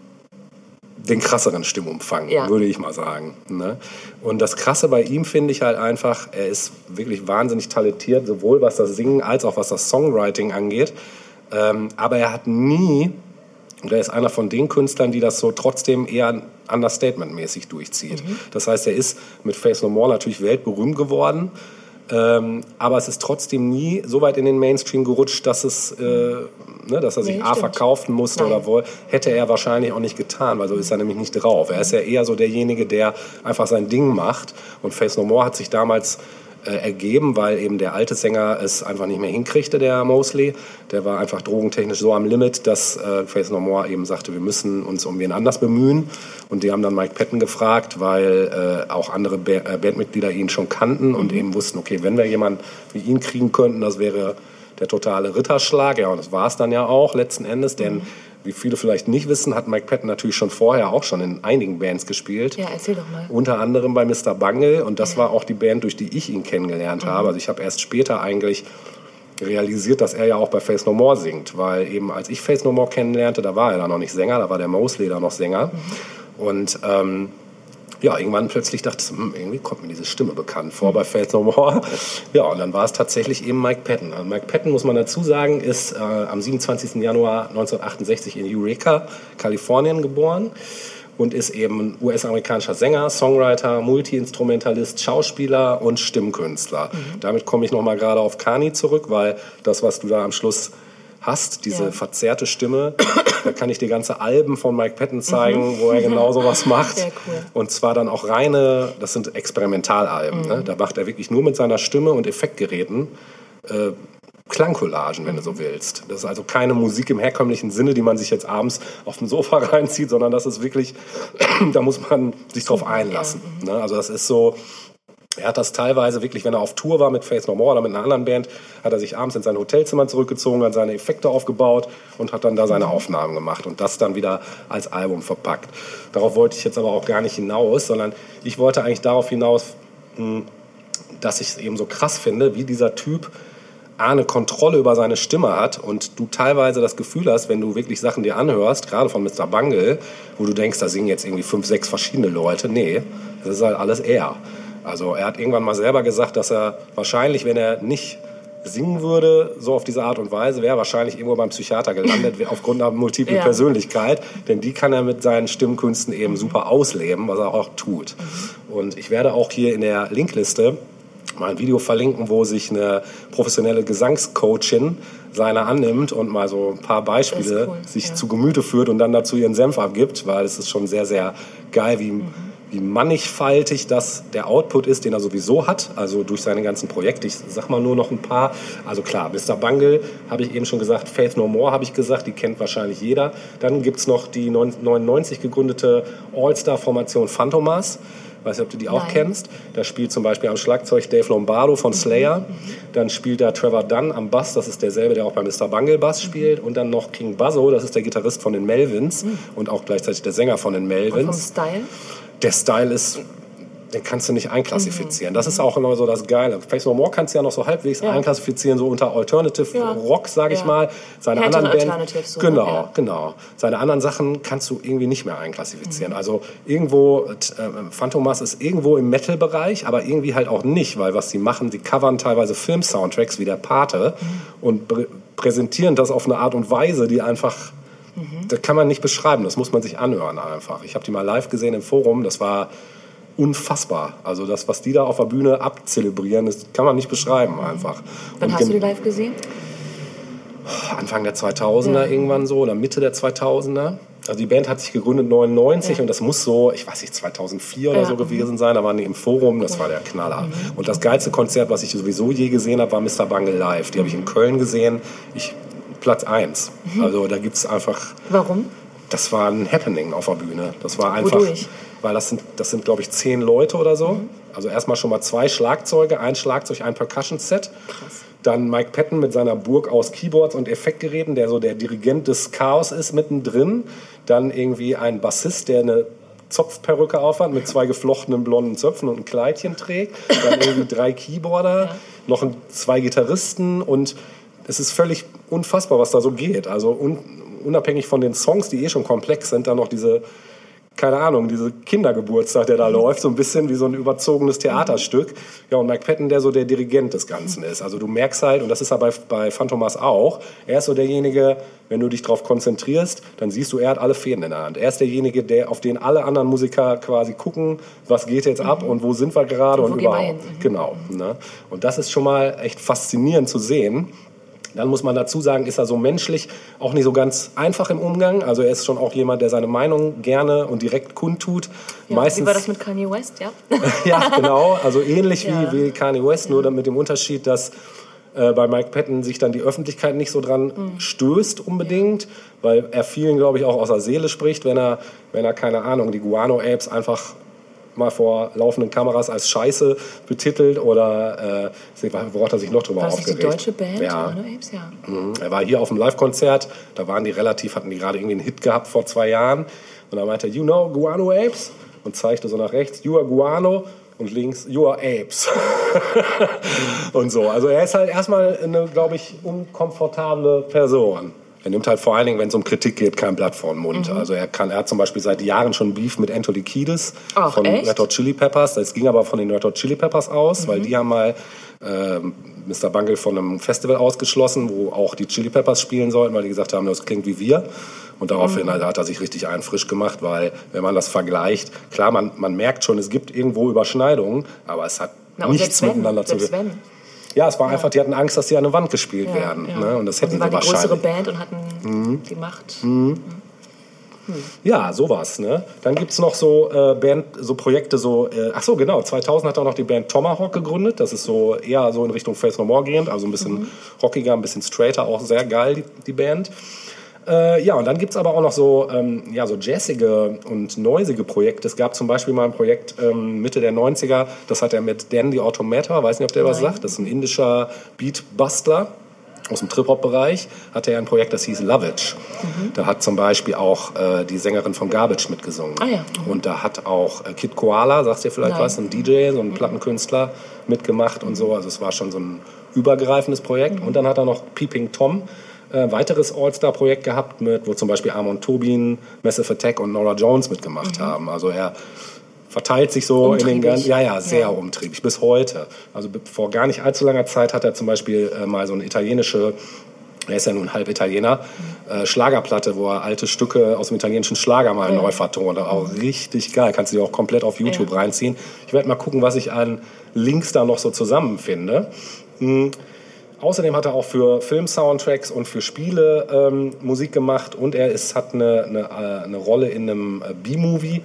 C: den krasseren Stimmumfang, ja. würde ich mal sagen. Ne? Und das Krasse bei ihm finde ich halt einfach, er ist wirklich wahnsinnig talentiert, sowohl was das Singen als auch was das Songwriting angeht. Ähm, aber er hat nie, und er ist einer von den Künstlern, die das so trotzdem eher understatement-mäßig durchzieht. Mhm. Das heißt, er ist mit Faith No More natürlich weltberühmt geworden, ähm, aber es ist trotzdem nie so weit in den Mainstream gerutscht, dass, es, äh, ne, dass er sich nee, A verkaufen musste Nein. oder wohl. Hätte er wahrscheinlich auch nicht getan, weil so ist er nämlich nicht drauf. Er ist ja eher so derjenige, der einfach sein Ding macht. Und Faith No More hat sich damals äh, ergeben, weil eben der alte Sänger es einfach nicht mehr hinkriegte, der Mosley. Der war einfach drogentechnisch so am Limit, dass äh, Faith No More eben sagte, wir müssen uns um wen anders bemühen. Und die haben dann Mike Patton gefragt, weil äh, auch andere ba- äh, Bandmitglieder ihn schon kannten und eben wussten, okay, wenn wir jemanden wie ihn kriegen könnten, das wäre der totale Ritterschlag. Ja, und das war es dann ja auch letzten Endes, denn mhm. wie viele vielleicht nicht wissen, hat Mike Patton natürlich schon vorher auch schon in einigen Bands gespielt.
A: Ja, erzähl doch mal.
C: Unter anderem bei Mister Bungle und das ja. war auch die Band, durch die ich ihn kennengelernt mhm. habe. Also ich habe erst später eigentlich realisiert, dass er ja auch bei Faith No More singt, weil eben als ich Faith No More kennenlernte, da war er da noch nicht Sänger, da war der Mosley da noch Sänger. Mhm. Und ähm, ja, irgendwann plötzlich dachte ich, hm, irgendwie kommt mir diese Stimme bekannt vor bei Faith No More. Ja, und dann war es tatsächlich eben Mike Patton. Also Mike Patton, muss man dazu sagen, ist äh, am siebenundzwanzigsten Januar neunzehnhundertachtundsechzig in Eureka, Kalifornien geboren und ist eben ein U S-amerikanischer Sänger, Songwriter, Multi-Instrumentalist, Schauspieler und Stimmkünstler. Mhm. Damit komme ich nochmal gerade auf Kani zurück, weil das, was du da am Schluss hast, diese ja. verzerrte Stimme, da kann ich dir ganze Alben von Mike Patton zeigen, mhm. wo er genau sowas macht.
A: Sehr cool.
C: Und zwar dann auch reine, das sind Experimentalalben. Mhm. Ne? Da macht er wirklich nur mit seiner Stimme und Effektgeräten äh, Klangcollagen, wenn du so willst. Das ist also keine Musik im herkömmlichen Sinne, die man sich jetzt abends auf dem Sofa reinzieht, sondern das ist wirklich, da muss man sich drauf einlassen. Ja. Ne? Also das ist so, er hat das teilweise wirklich, wenn er auf Tour war mit Faith No More oder mit einer anderen Band, hat er sich abends in sein Hotelzimmer zurückgezogen, hat seine Effekte aufgebaut und hat dann da seine Aufnahmen gemacht und das dann wieder als Album verpackt. Darauf wollte ich jetzt aber auch gar nicht hinaus, sondern ich wollte eigentlich darauf hinaus, dass ich es eben so krass finde, wie dieser Typ eine Kontrolle über seine Stimme hat und du teilweise das Gefühl hast, wenn du wirklich Sachen dir anhörst, gerade von Mister Bungle, wo du denkst, da singen jetzt irgendwie fünf, sechs verschiedene Leute. Nee, das ist halt alles er. Also er hat irgendwann mal selber gesagt, dass er wahrscheinlich, wenn er nicht singen würde, so auf diese Art und Weise, wäre er wahrscheinlich irgendwo beim Psychiater gelandet, aufgrund einer multiplen ja. Persönlichkeit. Denn die kann er mit seinen Stimmkünsten eben super ausleben, was er auch tut. Mhm. Und ich werde auch hier in der Linkliste mal ein Video verlinken, wo sich eine professionelle Gesangscoachin seiner annimmt und mal so ein paar Beispiele cool, sich ja. zu Gemüte führt und dann dazu ihren Senf abgibt, weil es ist schon sehr, sehr geil, wie, mhm. wie mannigfaltig das der Output ist, den er sowieso hat, also durch seine ganzen Projekte. Ich sag mal nur noch ein paar. Also klar, Mister Bungle habe ich eben schon gesagt, Faith No More habe ich gesagt, die kennt wahrscheinlich jeder. Dann gibt es noch die neunzehnhundertneunundneunzig gegründete All-Star-Formation Phantomas. Ich weiß nicht, ob du die auch Nein. kennst. Da spielt zum Beispiel am Schlagzeug Dave Lombardo von Slayer. Mhm. Dann spielt da Trevor Dunn am Bass. Das ist derselbe, der auch bei Mister Bungle Bass spielt. Und dann noch King Buzzo. Das ist der Gitarrist von den Melvins. Mhm. Und auch gleichzeitig der Sänger von den Melvins. Und vom Style? Der Style ist, den kannst du nicht einklassifizieren. Mhm. Das ist auch immer so das Geile. Faith No More kannst du ja noch so halbwegs ja. einklassifizieren, so unter Alternative ja. Rock, sage ich ja. mal. Seine
A: Härtere
C: anderen Band,
A: Alternative so,
C: genau,
A: ja.
C: genau. Seine anderen Sachen kannst du irgendwie nicht mehr einklassifizieren. Mhm. Also irgendwo, äh, Phantomas ist irgendwo im Metal-Bereich, aber irgendwie halt auch nicht, weil was sie machen, sie covern teilweise Film-Soundtracks wie der Pate mhm. und prä- präsentieren das auf eine Art und Weise, die einfach, mhm. das kann man nicht beschreiben, das muss man sich anhören einfach. Ich habe die mal live gesehen im Forum, das war unfassbar. Also das, was die da auf der Bühne abzelebrieren, das kann man nicht beschreiben einfach.
A: Wann
C: Und
A: hast du die live gesehen?
C: Anfang der zweitausender ja. irgendwann so, oder Mitte der zweitausender. Also die Band hat sich gegründet neunundneunzig ja. und das muss so, ich weiß nicht, zweitausendvier oder ja. so gewesen sein. Da waren die im Forum, das war der Knaller. Mhm. Und das geilste Konzert, was ich sowieso je gesehen habe, war Mister Bungle live. Die habe ich in Köln gesehen. Ich, Platz eins. Mhm. Also da gibt es einfach...
A: Warum?
C: Das war ein Happening auf der Bühne. Das war einfach...
A: Wodurch?
C: Weil das sind, das sind glaube ich, zehn Leute oder so.
A: Mhm.
C: Also erstmal schon mal zwei Schlagzeuge, ein Schlagzeug, ein Percussion-Set.
A: Krass.
C: Dann Mike Patton mit seiner Burg aus Keyboards und Effektgeräten, der so der Dirigent des Chaos ist mittendrin. Dann irgendwie ein Bassist, der eine Zopfperücke aufhat mit zwei geflochtenen blonden Zöpfen und ein Kleidchen trägt. Dann irgendwie drei Keyboarder, ja. noch ein, zwei Gitarristen. Und es ist völlig unfassbar, was da so geht. Also un, unabhängig von den Songs, die eh schon komplex sind, dann noch diese... keine Ahnung, diese Kindergeburtstag, der da läuft, so ein bisschen wie so ein überzogenes Theaterstück. Ja, und Mike Patton, der so der Dirigent des Ganzen ist. Also du merkst halt, und das ist ja bei, bei Phantomas auch, er ist so derjenige, wenn du dich darauf konzentrierst, dann siehst du, er hat alle Fäden in der Hand. Er ist derjenige, der, auf den alle anderen Musiker quasi gucken, was geht jetzt ab und wo sind wir gerade und, und überhaupt. Mhm. Genau. Ne? Und das ist schon mal echt faszinierend zu sehen. Dann muss man dazu sagen, ist er so menschlich auch nicht so ganz einfach im Umgang. Also er ist schon auch jemand, der seine Meinung gerne und direkt kundtut.
A: Ja,
C: Meistens,
A: wie war das mit Kanye West, ja?
C: Ja, genau. Also ähnlich
A: ja.
C: wie, wie Kanye West,
A: ja.
C: nur dann mit dem Unterschied, dass äh, bei Mike Patton sich dann die Öffentlichkeit nicht so dran mhm. stößt unbedingt, weil er vielen, glaube ich, auch aus der Seele spricht, wenn er, wenn er keine Ahnung, die Guano Apes einfach mal vor laufenden Kameras als Scheiße betitelt oder äh, wo hat er sich noch drüber
A: war das
C: aufgeregt?
A: War das die deutsche Band?
C: Ja.
A: Guano Apes, ja.
C: Mhm. Er war hier auf dem Live-Konzert, da waren die relativ, hatten die gerade irgendwie einen Hit gehabt vor zwei Jahren und da meinte er, you know Guano Apes? Und zeigte so nach rechts, you are Guano und links, you are Apes. Und so, also er ist halt erstmal eine, glaube ich, unkomfortable Person. Er nimmt halt vor allen Dingen, wenn es um Kritik geht, kein Blatt vor den Mund. Mhm. Also er kann, er hat zum Beispiel seit Jahren schon Beef mit Anthony Kiedis
A: Ach,
C: von
A: echt?
C: Red Hot Chili Peppers. Das ging aber von den Red Hot Chili Peppers aus, mhm. weil die haben mal äh, Mister Bungle von einem Festival ausgeschlossen, wo auch die Chili Peppers spielen sollten, weil die gesagt haben, das klingt wie wir. Und daraufhin mhm. hat er sich richtig einen frisch gemacht, weil wenn man das vergleicht, klar, man, man merkt schon, es gibt irgendwo Überschneidungen, aber es hat
A: Na,
C: nichts miteinander zu tun. Ja, es war ja. einfach, die hatten Angst, dass sie an eine Wand gespielt ja, werden. Ja. Ne? Und das hätten
A: und sie
C: sie wahrscheinlich.
A: Die größere Band und hatten mhm. die Macht.
C: Mhm. Mhm. Ja, sowas. Ne? Dann gibt es noch so äh, Band, so Projekte, so, äh, ach so, genau, zweitausend hat er auch noch die Band Tomahawk gegründet. Das ist so eher so in Richtung Faith No More gehend, also ein bisschen mhm. rockiger, ein bisschen straighter, auch sehr geil, die, die Band. Äh, ja, und dann gibt es aber auch noch so, ähm, ja, so jazzige und noisige Projekte. Es gab zum Beispiel mal ein Projekt ähm, Mitte der neunziger, das hat er mit Dan the Automator, weiß nicht, ob der Nein. was sagt, das ist ein indischer Beatbustler aus dem Trip-Hop-Bereich, hatte er ein Projekt, das hieß Lovage. Mhm. Da hat zum Beispiel auch äh, die Sängerin von Garbage mitgesungen.
A: Ah, ja. mhm.
C: Und da hat auch äh, Kid Koala, sagst du vielleicht Nein. was, ein D J, so ein mhm. Plattenkünstler mitgemacht und so. Also es war schon so ein übergreifendes Projekt. Mhm. Und dann hat er noch Peeping Tom, Äh, weiteres All-Star-Projekt gehabt, mit, wo zum Beispiel Amon Tobin, Massive Attack und Nora Jones mitgemacht mhm. haben. Also er verteilt sich so umtriebig. in den ganzen... Ja, ja, sehr ja. umtriebig, bis heute. Also vor gar nicht allzu langer Zeit hat er zum Beispiel äh, mal so eine italienische, er ist ja nun halb Italiener, mhm. äh, Schlagerplatte, wo er alte Stücke aus dem italienischen Schlager mal ja. neu vertont. Auch richtig geil, kannst du dir auch komplett auf YouTube ja. reinziehen. Ich werde mal gucken, was ich an Links da noch so zusammenfinde. Mhm. Außerdem hat er auch für Film-Soundtracks und für Spiele ähm, Musik gemacht und er ist, hat eine, eine, eine Rolle in einem B-Movie,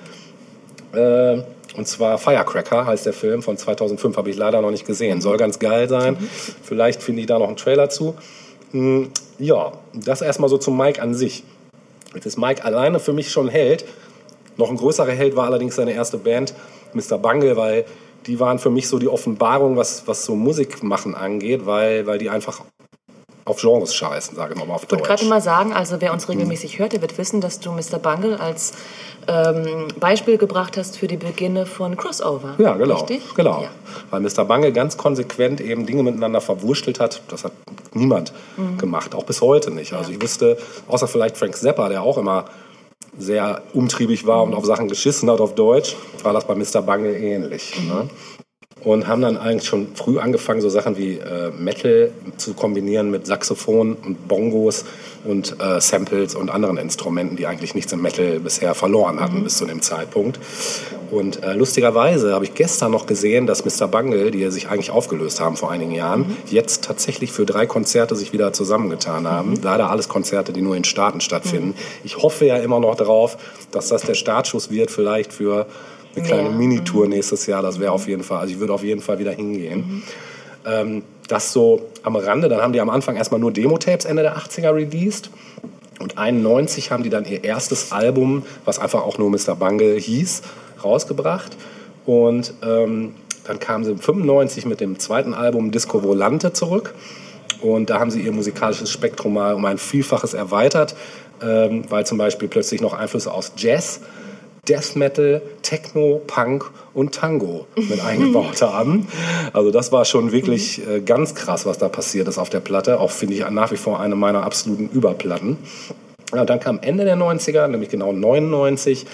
C: äh, und zwar Firecracker heißt der Film von zweitausendfünf, habe ich leider noch nicht gesehen. Soll ganz geil sein, mhm. vielleicht finde ich da noch einen Trailer zu. Mhm, ja, das erstmal so zum Mike an sich. Jetzt ist Mike alleine für mich schon ein Held. Noch ein größerer Held war allerdings seine erste Band, Mister Bungle, weil die waren für mich so die Offenbarung, was, was so Musik machen angeht, weil, weil die einfach auf Genres scheißen, sage ich mal auf Deutsch.
A: Ich wollte gerade mal sagen, also wer uns regelmäßig hm. hört, der wird wissen, dass du Mister Bungle als ähm, Beispiel gebracht hast für die Beginne von Crossover.
C: Ja, genau.
A: Richtig?
C: genau.
A: Ja.
C: Weil Mister Bungle ganz konsequent eben Dinge miteinander verwurstelt hat. Das hat niemand mhm. gemacht, auch bis heute nicht. Also ja. ich wüsste, außer vielleicht Frank Zappa, der auch immer sehr umtriebig war und auf Sachen geschissen hat auf Deutsch, war das bei Mister Bungle ähnlich. Mhm. Ne? und haben dann eigentlich schon früh angefangen, so Sachen wie äh, Metal zu kombinieren mit Saxophon und Bongos und äh, Samples und anderen Instrumenten, die eigentlich nichts im Metal bisher verloren hatten mhm. bis zu dem Zeitpunkt. Und äh, lustigerweise habe ich gestern noch gesehen, dass Mister Bungle, die sich eigentlich aufgelöst haben vor einigen Jahren, mhm. jetzt tatsächlich für drei Konzerte sich wieder zusammengetan haben. Mhm. Leider alles Konzerte, die nur in Staaten stattfinden. Mhm. Ich hoffe ja immer noch darauf, dass das der Startschuss wird, vielleicht für eine kleine ja. Minitour nächstes Jahr. Das wäre auf jeden Fall, also ich würde auf jeden Fall wieder hingehen. Mhm. Ähm, das so am Rande. Dann haben die am Anfang erstmal nur Demo-Tapes Ende der achtziger released. Und einundneunzig haben die dann ihr erstes Album, was einfach auch nur Mister Bungle hieß, rausgebracht. Und ähm, dann kamen sie fünfundneunzig mit dem zweiten Album Disco Volante zurück. Und da haben sie ihr musikalisches Spektrum mal um ein Vielfaches erweitert, ähm, weil zum Beispiel plötzlich noch Einflüsse aus Jazz, Death Metal, Techno, Punk und Tango mit eingebaut haben. Also das war schon wirklich äh, ganz krass, was da passiert ist auf der Platte. Auch finde ich nach wie vor eine meiner absoluten Überplatten. Ja, dann kam Ende der neunziger, nämlich genau neunundneunzig,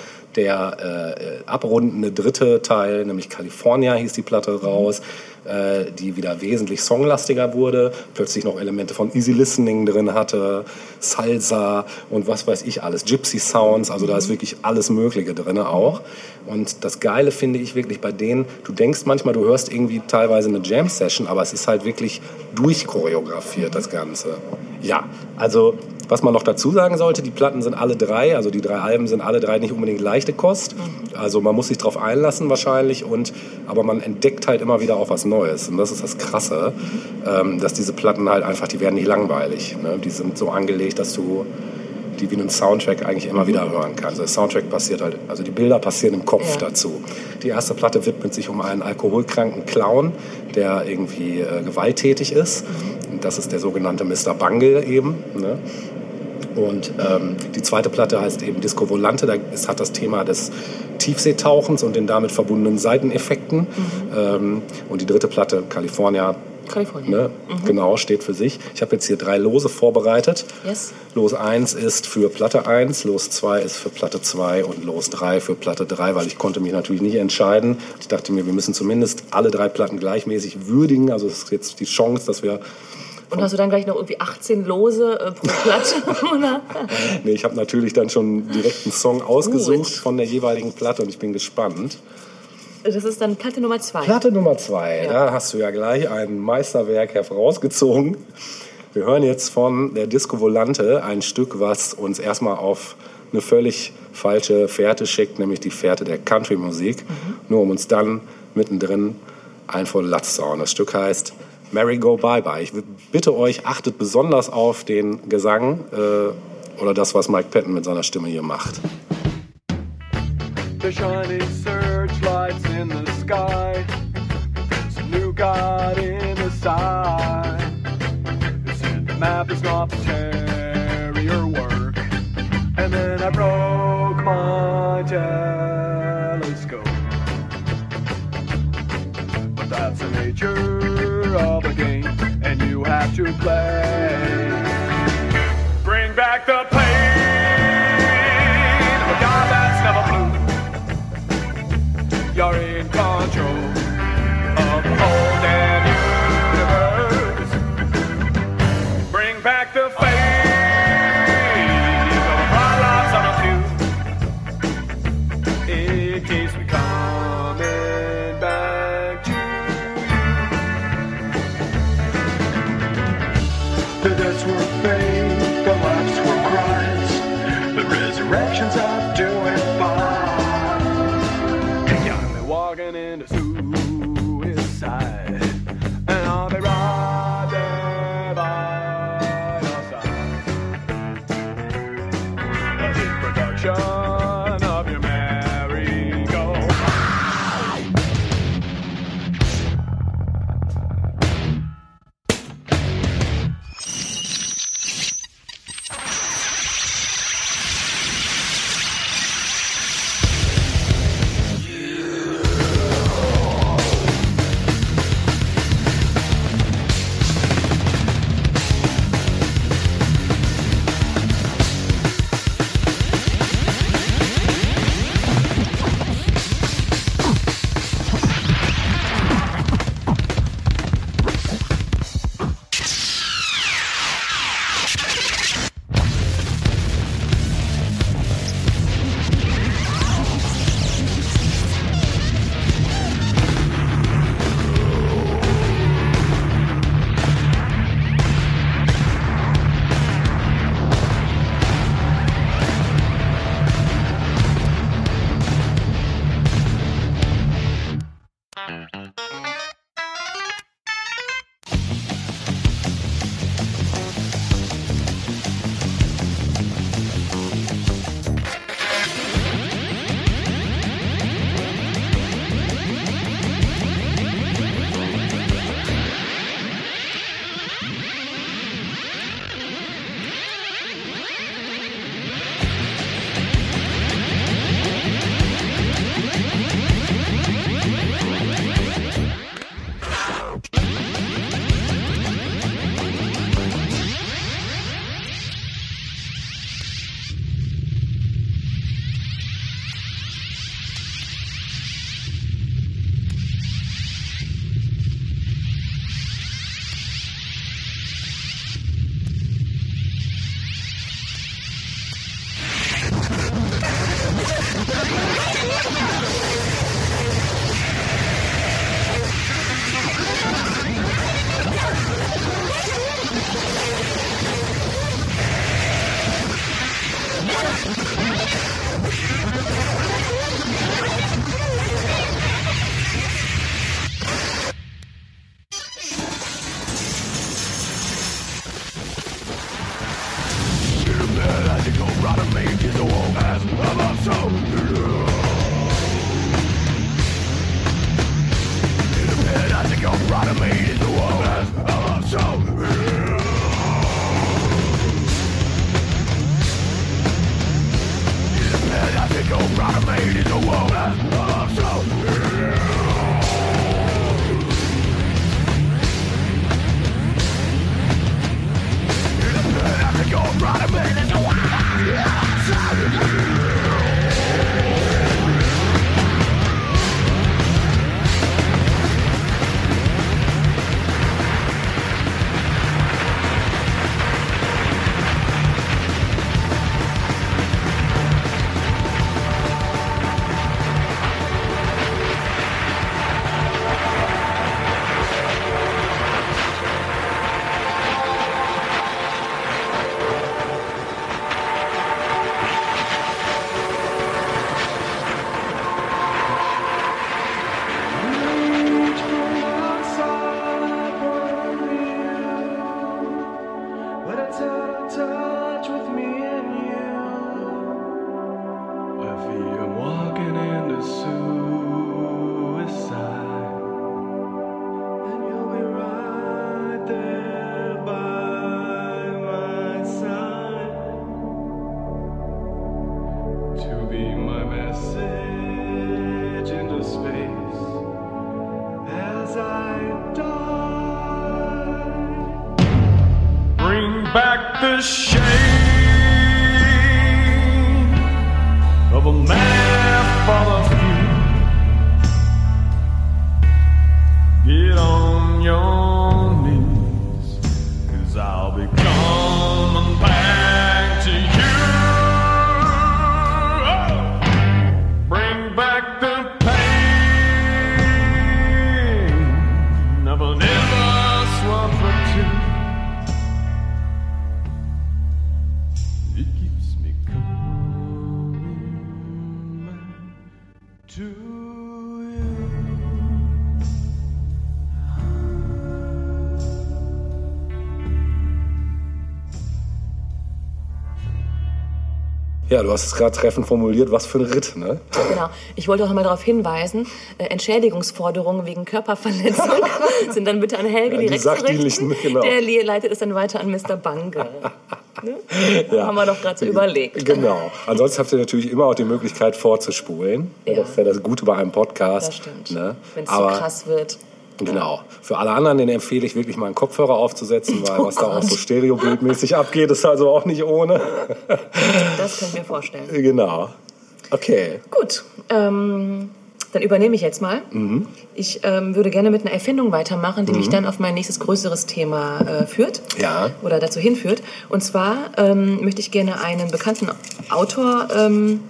C: der äh, abrundende dritte Teil, nämlich California hieß die Platte raus, äh, die wieder wesentlich songlastiger wurde, plötzlich noch Elemente von Easy Listening drin hatte, Salsa und was weiß ich alles, Gypsy Sounds, also da ist wirklich alles Mögliche drin auch. Und das Geile finde ich wirklich bei denen, du denkst manchmal, du hörst irgendwie teilweise eine Jam-Session, aber es ist halt wirklich durchchoreografiert, das Ganze. Ja, also was man noch dazu sagen sollte, die Platten sind alle drei, also die drei Alben sind alle drei nicht unbedingt leichte Kost. Also man muss sich drauf einlassen wahrscheinlich, und, aber man entdeckt halt immer wieder auch was Neues. Und das ist das Krasse, ähm, dass diese Platten halt einfach, die werden nicht langweilig. Ne? Die sind so angelegt, dass du die wie einen Soundtrack eigentlich immer wieder hören kannst. Der Soundtrack passiert halt, also die Bilder passieren im Kopf ja. dazu. Die erste Platte widmet sich um einen alkoholkranken Clown, der irgendwie äh, gewalttätig ist. Und das ist der sogenannte Mister Bungle eben. Ne? Und ähm, die zweite Platte heißt eben Disco Volante. Da ist, hat das Thema des Tiefseetauchens und den damit verbundenen Seiteneffekten. Mhm. Ähm, und die dritte Platte, California,
A: California.
C: Ne, mhm. genau, steht für sich. Ich habe jetzt hier drei Lose vorbereitet.
A: Yes.
C: Los eins ist für Platte eins, Los zwei ist für Platte zwei und Los drei für Platte drei, weil ich konnte mich natürlich nicht entscheiden. Ich dachte mir, wir müssen zumindest alle drei Platten gleichmäßig würdigen. Also es ist jetzt die Chance, dass wir...
A: Und hast du dann gleich noch irgendwie achtzehn Lose äh, pro Platte, oder?
C: Nee, ich habe natürlich dann schon direkt einen Song ausgesucht Gut. von der jeweiligen Platte und ich bin gespannt.
A: Das ist dann Platte Nummer zwei.
C: Platte Nummer zwei, ja. Da hast du ja gleich ein Meisterwerk herausgezogen. Wir hören jetzt von der Disco Volante ein Stück, was uns erstmal auf eine völlig falsche Fährte schickt, nämlich die Fährte der Country-Musik, mhm. nur um uns dann mittendrin ein voll Latz zu hauen. Das Stück heißt Merry Go Bye Bye. Ich bitte euch, achtet besonders auf den Gesang äh, oder das, was Mike Patton mit seiner Stimme hier macht.
B: The shining searchlights in the sky. There's a new god in the side. They said the map is not the terrier work. And then I broke my telescope. But that's the nature of a game, and you have to play. Bring back the pain of a god that's never blue. You're in control of the whole damn universe. Bring back the faith of a bright light son of you. In case we coming back to you. The deaths were fake, the laughs were cries, the resurrections of doing fine. Walking into suicide, and I'll be right there by your side. Bring back the shame of a man for the few. Get on your knees, 'cause I'll be coming back to you. Oh! Bring back the pain of an endless one for two. It keeps me coming back to you.
C: Ja, du hast es gerade treffend formuliert, was für ein Ritt, ne?
A: Genau. Ich wollte auch noch mal darauf hinweisen, äh, Entschädigungsforderungen wegen Körperverletzung sind dann bitte an Helge
C: Ja, die
A: direkt zu richten.
C: Sachdienlichen, genau.
A: Der le- leitet es dann weiter an Mister Bange. Ne?
C: Ja.
A: Haben wir doch gerade so überlegt.
C: Genau. Ansonsten habt ihr natürlich immer auch die Möglichkeit vorzuspulen.
A: Ja.
C: Das ist ja das Gute bei einem Podcast.
A: Das stimmt.
C: Ne?
A: Wenn es zu
C: Aber
A: krass wird.
C: genau. Für alle anderen, denen empfehle ich wirklich mal einen Kopfhörer aufzusetzen, weil
A: Oh
C: was da auch
A: Gott.
C: so stereobildmäßig abgeht, ist also auch nicht ohne.
A: Das kann ich mir vorstellen.
C: Genau. Okay.
A: Gut, ähm, dann übernehme ich jetzt mal.
C: Mhm.
A: Ich ähm, würde gerne mit einer Erfindung weitermachen, die mich dann auf mein nächstes größeres Thema äh, führt.
C: Ja.
A: Oder dazu hinführt. Und zwar ähm, möchte ich gerne einen bekannten Autor ähm,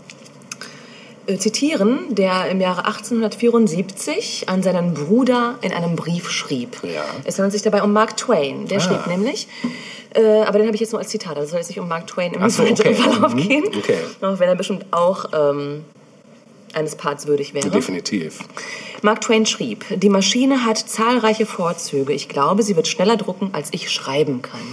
A: äh, zitieren, der im Jahre achtzehnhundertvierundsiebzig an seinen Bruder in einem Brief schrieb.
C: Ja.
A: Es handelt sich dabei um Mark Twain. Der
C: Ah.
A: schrieb nämlich, äh, aber den habe ich jetzt nur als Zitat, also soll es sich um Mark Twain im
C: Ach so,
A: weiteren
C: okay.
A: Verlauf
C: Mhm.
A: gehen.
C: Okay.
A: Auch wenn er bestimmt auch ähm, eines Parts würdig wäre.
C: Definitiv.
A: Mark Twain schrieb, die Maschine hat zahlreiche Vorzüge. Ich glaube, sie wird schneller drucken, als ich schreiben kann.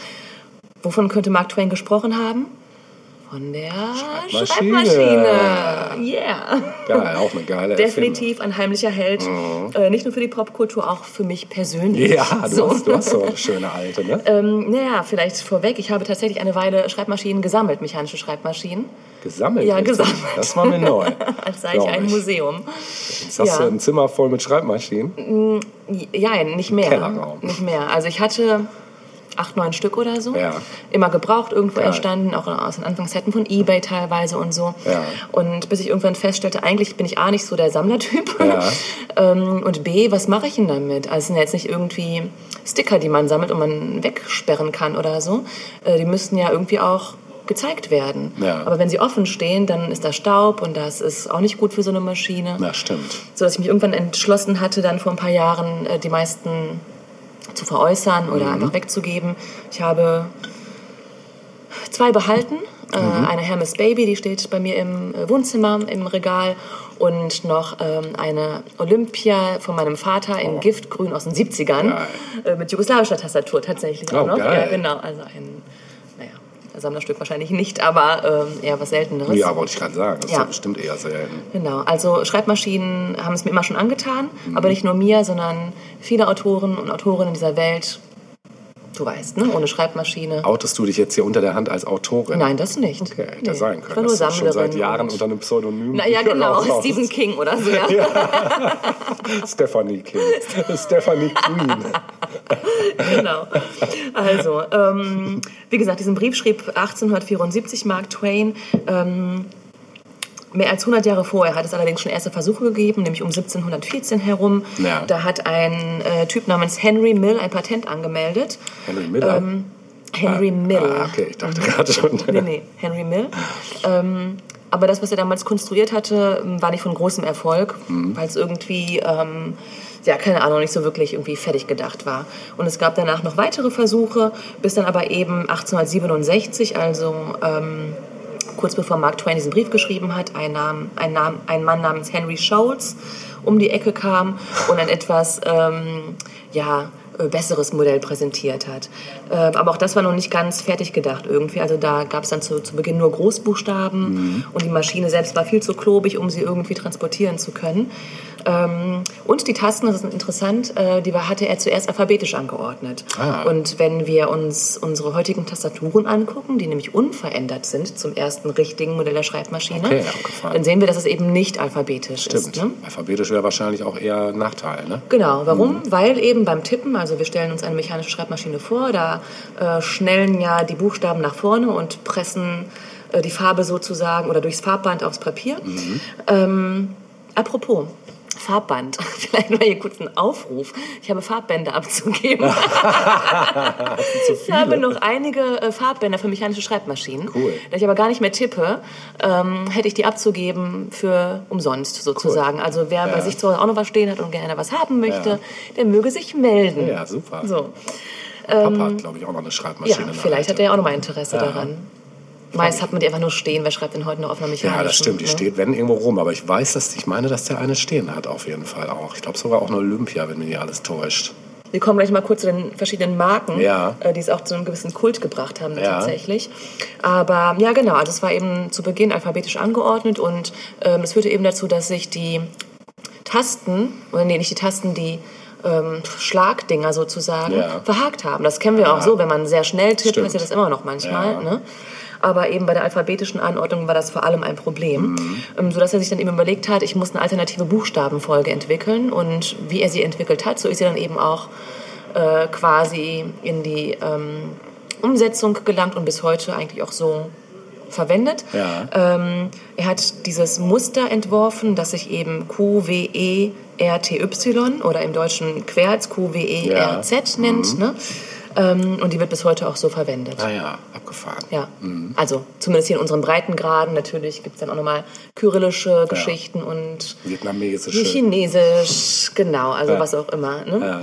A: Wovon könnte Mark Twain gesprochen haben? Von der
C: Schreibmaschine.
A: Schreibmaschine. Yeah.
C: Geil, auch eine geile
A: Definitiv ein heimlicher Held. Äh, nicht nur für die Popkultur, auch für mich persönlich.
C: Erfindung. Ja, du,
A: So.
C: hast, du hast so eine schöne alte, ne?
A: Ähm, naja, vielleicht vorweg. Ich habe tatsächlich eine Weile Schreibmaschinen gesammelt, mechanische Schreibmaschinen.
C: Gesammelt?
A: Ja,
C: richtig?
A: gesammelt.
C: Das war mir neu.
A: Als sei ich
C: Glaub
A: ein
C: ich.
A: Museum.
C: Jetzt hast
A: Ja.
C: du ein Zimmer voll mit Schreibmaschinen.
A: Ja, nicht mehr.
C: Kellerraum.
A: Nicht mehr. Also ich hatte acht, neun Stück oder so.
C: Ja.
A: Immer gebraucht, irgendwo
C: Geil.
A: entstanden, auch aus den Anfangszeiten von eBay teilweise und so.
C: Ja.
A: Und bis ich irgendwann feststellte, eigentlich bin ich A, nicht so der Sammlertyp.
C: Ja.
A: ähm, und B, was mache ich denn damit? Also es sind ja jetzt nicht irgendwie Sticker, die man sammelt und man wegsperren kann oder so. Äh, die müssten ja irgendwie auch gezeigt werden.
C: Ja.
A: Aber wenn sie offen stehen, dann ist da Staub und das ist auch nicht gut für so eine Maschine.
C: Na, stimmt.
A: So dass ich mich irgendwann entschlossen hatte, dann vor ein paar Jahren äh, die meisten zu veräußern oder
C: Mhm.
A: einfach wegzugeben. Ich habe zwei behalten. Äh,
C: Mhm.
A: eine Hermes Baby, die steht bei mir im äh, Wohnzimmer im Regal. Und noch ähm, eine Olympia von meinem Vater in Giftgrün aus den siebzigern.
C: Geil.
A: Äh, mit jugoslawischer Tastatur tatsächlich auch
C: Oh,
A: noch.
C: geil.
A: Ja, genau. Also ein, naja, ein Sammlerstück wahrscheinlich nicht, aber ähm, eher was Selteneres.
C: Ja, wollte ich gerade sagen. Das ist
A: Ja.
C: ja bestimmt eher selten.
A: Genau, also Schreibmaschinen haben es mir immer schon angetan,
C: Mhm.
A: aber nicht nur mir, sondern viele Autoren und Autorinnen dieser Welt. Du weißt, ne? Ohne Schreibmaschine.
C: Outest du dich jetzt hier unter der Hand als Autorin?
A: Nein, das nicht.
C: Okay, hätte
A: Nee.
C: sein
A: Ich
C: können.
A: war nur
C: dass du schon
A: Sammlerin.
C: seit Jahren
A: und-
C: unter einem Pseudonym
A: Na ja,
C: Bücher
A: genau,
C: raushaust.
A: Stephen King oder so. Ja.
C: Stephanie King. Stephanie Queen.
A: Genau. Also, ähm, wie gesagt, diesen Brief schrieb achtzehnhundertvierundsiebzig Mark Twain. Ähm, mehr als hundert Jahre vorher hat es allerdings schon erste Versuche gegeben, nämlich um siebzehnhundertvierzehn herum.
C: Ja.
A: Da hat ein äh, Typ namens Henry Mill ein Patent angemeldet.
C: Henry Miller.
A: Ähm, Henry Mill.
C: Ah, okay, ich dachte gerade schon.
A: Nee, nee, Henry Mill. Ähm, aber das, was er damals konstruiert hatte, war nicht von großem Erfolg,
C: Mhm.
A: weil es irgendwie, ähm, ja, keine Ahnung, nicht so wirklich irgendwie fertig gedacht war. Und es gab danach noch weitere Versuche, bis dann aber eben achtzehnhundertsiebenundsechzig, also ähm, kurz bevor Mark Twain diesen Brief geschrieben hat, ein, Nam, ein, Nam, ein Mann namens Henry Sholes um die Ecke kam und ein etwas, ähm, ja, besseres Modell präsentiert hat. Ähm, aber auch das war noch nicht ganz fertig gedacht irgendwie. Also da gab es dann zu, zu Beginn nur Großbuchstaben
C: Mhm.
A: und die Maschine selbst war viel zu klobig, um sie irgendwie transportieren zu können. Ähm, und die Tasten, das ist interessant, äh, die hatte er zuerst alphabetisch angeordnet.
C: Ah.
A: Und wenn wir uns unsere heutigen Tastaturen angucken, die nämlich unverändert sind zum ersten richtigen Modell der Schreibmaschine,
C: Okay, abgefahren.
A: dann sehen wir, dass es eben nicht alphabetisch
C: Stimmt.
A: ist. Ne?
C: Alphabetisch wäre wahrscheinlich auch eher ein Nachteil, ne?
A: Genau, warum? Weil eben beim Tippen, also wir stellen uns eine mechanische Schreibmaschine vor, da äh, schnellen ja die Buchstaben nach vorne und pressen äh, die Farbe sozusagen oder durchs Farbband aufs Papier.
C: Mhm.
A: Ähm, apropos Farbband, vielleicht mal hier kurz einen Aufruf. Ich habe Farbbänder abzugeben. Ich habe noch einige äh, Farbbänder für mechanische Schreibmaschinen.
C: Cool.
A: Da ich aber gar nicht mehr tippe, ähm, hätte ich die abzugeben für umsonst sozusagen.
C: Cool.
A: Also wer
C: Ja.
A: bei sich zu Hause auch noch was stehen hat und gerne was haben möchte,
C: Ja.
A: der möge sich melden.
C: Ja, super.
A: So.
C: Papa hat, glaube ich, auch noch eine
A: Ja,
C: Schreibmaschine. in der
A: vielleicht
C: Alte.
A: hat er ja auch noch mal Interesse
C: Ja.
A: daran. Meist hat man die einfach nur stehen. Wer schreibt denn heute noch auf einer mechanischen?
C: Ja, das stimmt. Die
A: ne?
C: steht, wenn, irgendwo rum. Aber ich weiß, dass ich meine, dass der eine stehen hat, auf jeden Fall auch. Ich glaube sogar auch eine Olympia, wenn mich nicht alles täuscht.
A: Wir kommen gleich mal kurz zu den verschiedenen Marken,
C: Ja.
A: äh, die es auch zu einem gewissen Kult gebracht haben
C: Ja.
A: tatsächlich. Aber ja, genau, also es war eben zu Beginn alphabetisch angeordnet und ähm, es führte eben dazu, dass sich die Tasten, oder nee, nicht die Tasten, die ähm, Schlagdinger sozusagen,
C: Ja.
A: verhakt haben. Das kennen wir
C: Ja.
A: auch so, wenn man sehr schnell tippt,
C: Stimmt.
A: passiert das immer noch manchmal.
C: Ja.
A: Ne? Aber eben bei der alphabetischen Anordnung war das vor allem ein Problem, ähm, sodass er sich dann eben überlegt hat, ich muss eine alternative Buchstabenfolge entwickeln und wie er sie entwickelt hat, so ist sie dann eben auch äh, quasi in die ähm, Umsetzung gelangt und bis heute eigentlich auch so verwendet.
C: Ja.
A: Ähm, er hat dieses Muster entworfen, das sich eben Q W E R T Y oder im Deutschen Querz Q W E R Z nennt. Ne? Ähm, und die wird bis heute auch so verwendet.
C: Ah ja, abgefahren.
A: Ja, also zumindest hier in unseren Breitengraden. Natürlich gibt es dann auch nochmal kyrillische Geschichten und
C: Vietnamesische.
A: Chinesisch, genau, also
C: Ja.
A: was auch immer. Ne?
C: Ja.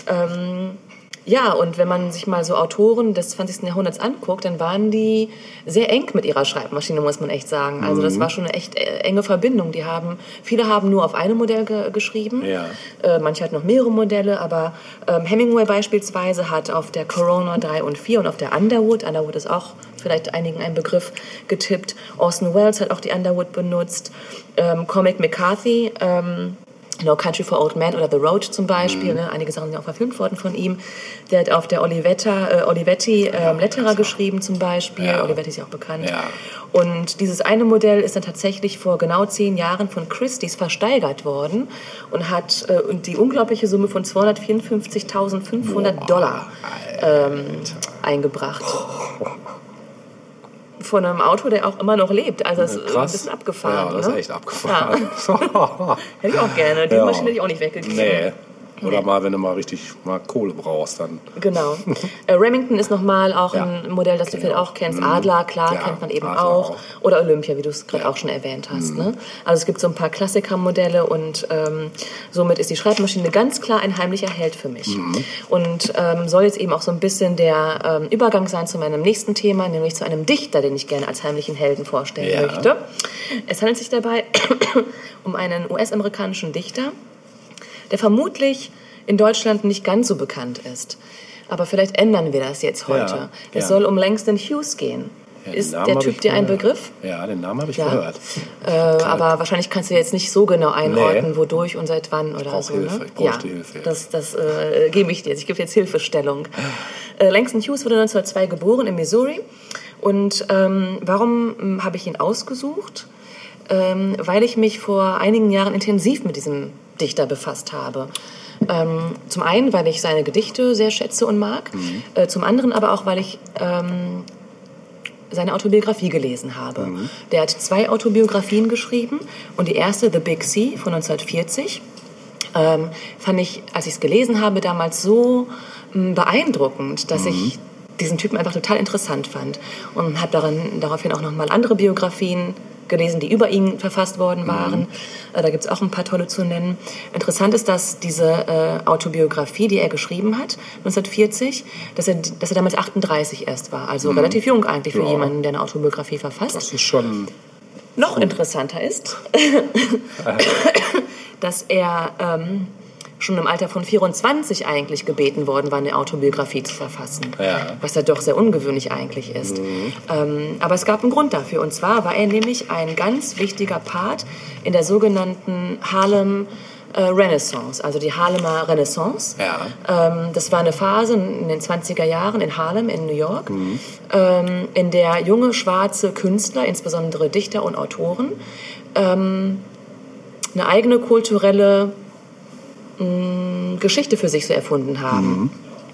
A: Ähm, ja, und wenn man sich mal so Autoren des zwanzigsten Jahrhunderts anguckt, dann waren die sehr eng mit ihrer Schreibmaschine, muss man echt sagen. Also das war schon eine echt äh, enge Verbindung. Die haben, viele haben nur auf einem Modell ge geschrieben,
C: Ja.
A: äh, manche hatten noch mehrere Modelle, aber ähm, Hemingway beispielsweise hat auf der Corona drei und vier und auf der Underwood, Underwood ist auch vielleicht einigen ein Begriff, getippt. Orson Welles hat auch die Underwood benutzt. Ähm, Cormac McCarthy, ähm, No Country for Old Men oder The Road zum Beispiel,
C: Mhm.
A: ne? Einige Sachen sind auch verfilmt worden von ihm. Der hat auf der Olivetta, äh, Olivetti ähm, Letterer geschrieben zum Beispiel.
C: Ja.
A: Olivetti ist ja auch bekannt.
C: Ja.
A: Und dieses eine Modell ist dann tatsächlich vor genau zehn Jahren von Christie's versteigert worden und hat äh, und die unglaubliche Summe von zweihundertvierundfünfzigtausendfünfhundert Dollar ähm, eingebracht. Von einem Autor, der auch immer noch lebt. Also das ist
C: Krass.
A: ein bisschen abgefahren.
C: Ja, das
A: ne?
C: ist echt abgefahren.
A: Hätte ich auch gerne. Die
C: Ja.
A: Maschine hätte ich auch nicht weggegeben.
C: Nee. Oder
A: Nee.
C: mal, wenn du mal richtig mal Kohle brauchst, dann.
A: Genau. äh, Remington ist nochmal auch
C: Ja.
A: ein Modell, das du
C: Genau.
A: vielleicht auch kennst.
C: Mhm.
A: Adler, klar,
C: Ja,
A: kennt man eben
C: Adler
A: auch.
C: auch.
A: Oder Olympia, wie du es gerade
C: Ja.
A: auch schon erwähnt hast. Ne? Also es gibt so ein paar Klassikermodelle und ähm, somit ist die Schreibmaschine ganz klar ein heimlicher Held für mich.
C: Mhm.
A: Und ähm, soll jetzt eben auch so ein bisschen der ähm, Übergang sein zu meinem nächsten Thema, nämlich zu einem Dichter, den ich gerne als heimlichen Helden vorstellen
C: Ja.
A: möchte. Es handelt sich dabei um einen U S-amerikanischen Dichter, der vermutlich in Deutschland nicht ganz so bekannt ist. Aber vielleicht ändern wir das jetzt heute.
C: Ja,
A: es
C: ja.
A: soll um Langston Hughes gehen.
C: Ja, den
A: ist
C: Namen
A: der
C: hab
A: Typ
C: ich
A: dir ein
C: gehört.
A: Begriff?
C: Ja, den Namen habe ich
A: Ja.
C: gehört.
A: Äh, aber wahrscheinlich kannst du jetzt nicht so genau einordnen,
C: Nee.
A: wodurch und seit wann oder
C: brauch
A: so.
C: Hilfe,
A: Ne?
C: ich brauch
A: ja,
C: die Hilfe jetzt.
A: das, das äh, gebe ich dir jetzt. Ich gebe jetzt Hilfestellung. Äh, Langston Hughes wurde neunzehnhundertzwei geboren in Missouri. Und ähm, warum ähm, habe ich ihn ausgesucht? Ähm, weil ich mich vor einigen Jahren intensiv mit diesem Dichter befasst habe. Ähm, zum einen, weil ich seine Gedichte sehr schätze und mag.
C: Mhm.
A: Äh, zum anderen aber auch, weil ich ähm, seine Autobiografie gelesen habe.
C: Mhm.
A: Der hat zwei Autobiografien geschrieben und die erste, The Big Sea von neunzehnhundertvierzig, ähm, fand ich, als ich es gelesen habe, damals so ähm, beeindruckend, dass
C: Mhm.
A: ich diesen Typen einfach total interessant fand und habe daran, daraufhin auch nochmal andere Biografien gelesen, die über ihn verfasst worden waren. Äh, da gibt es auch ein paar tolle zu nennen. Interessant ist, dass diese äh, Autobiografie, die er geschrieben hat, neunzehnhundertvierzig, dass er, dass er damals achtunddreißig erst war. Also relativ jung eigentlich für
C: Ja.
A: jemanden, der eine Autobiografie verfasst.
C: Das ist schon.
A: Noch interessanter ist, dass er ähm, schon im Alter von vierundzwanzig eigentlich gebeten worden war, eine Autobiografie zu verfassen.
C: Ja.
A: Was ja doch sehr ungewöhnlich eigentlich ist. Ähm, aber es gab einen Grund dafür. Und zwar war er nämlich ein ganz wichtiger Part in der sogenannten Harlem äh, Renaissance, also die Harlemer Renaissance.
C: Ja.
A: Ähm, das war eine Phase in den zwanziger Jahren in Harlem in New York, mhm. ähm, in der junge schwarze Künstler, insbesondere Dichter und Autoren, ähm, eine eigene kulturelle mh, Geschichte für sich so erfunden haben. Mhm.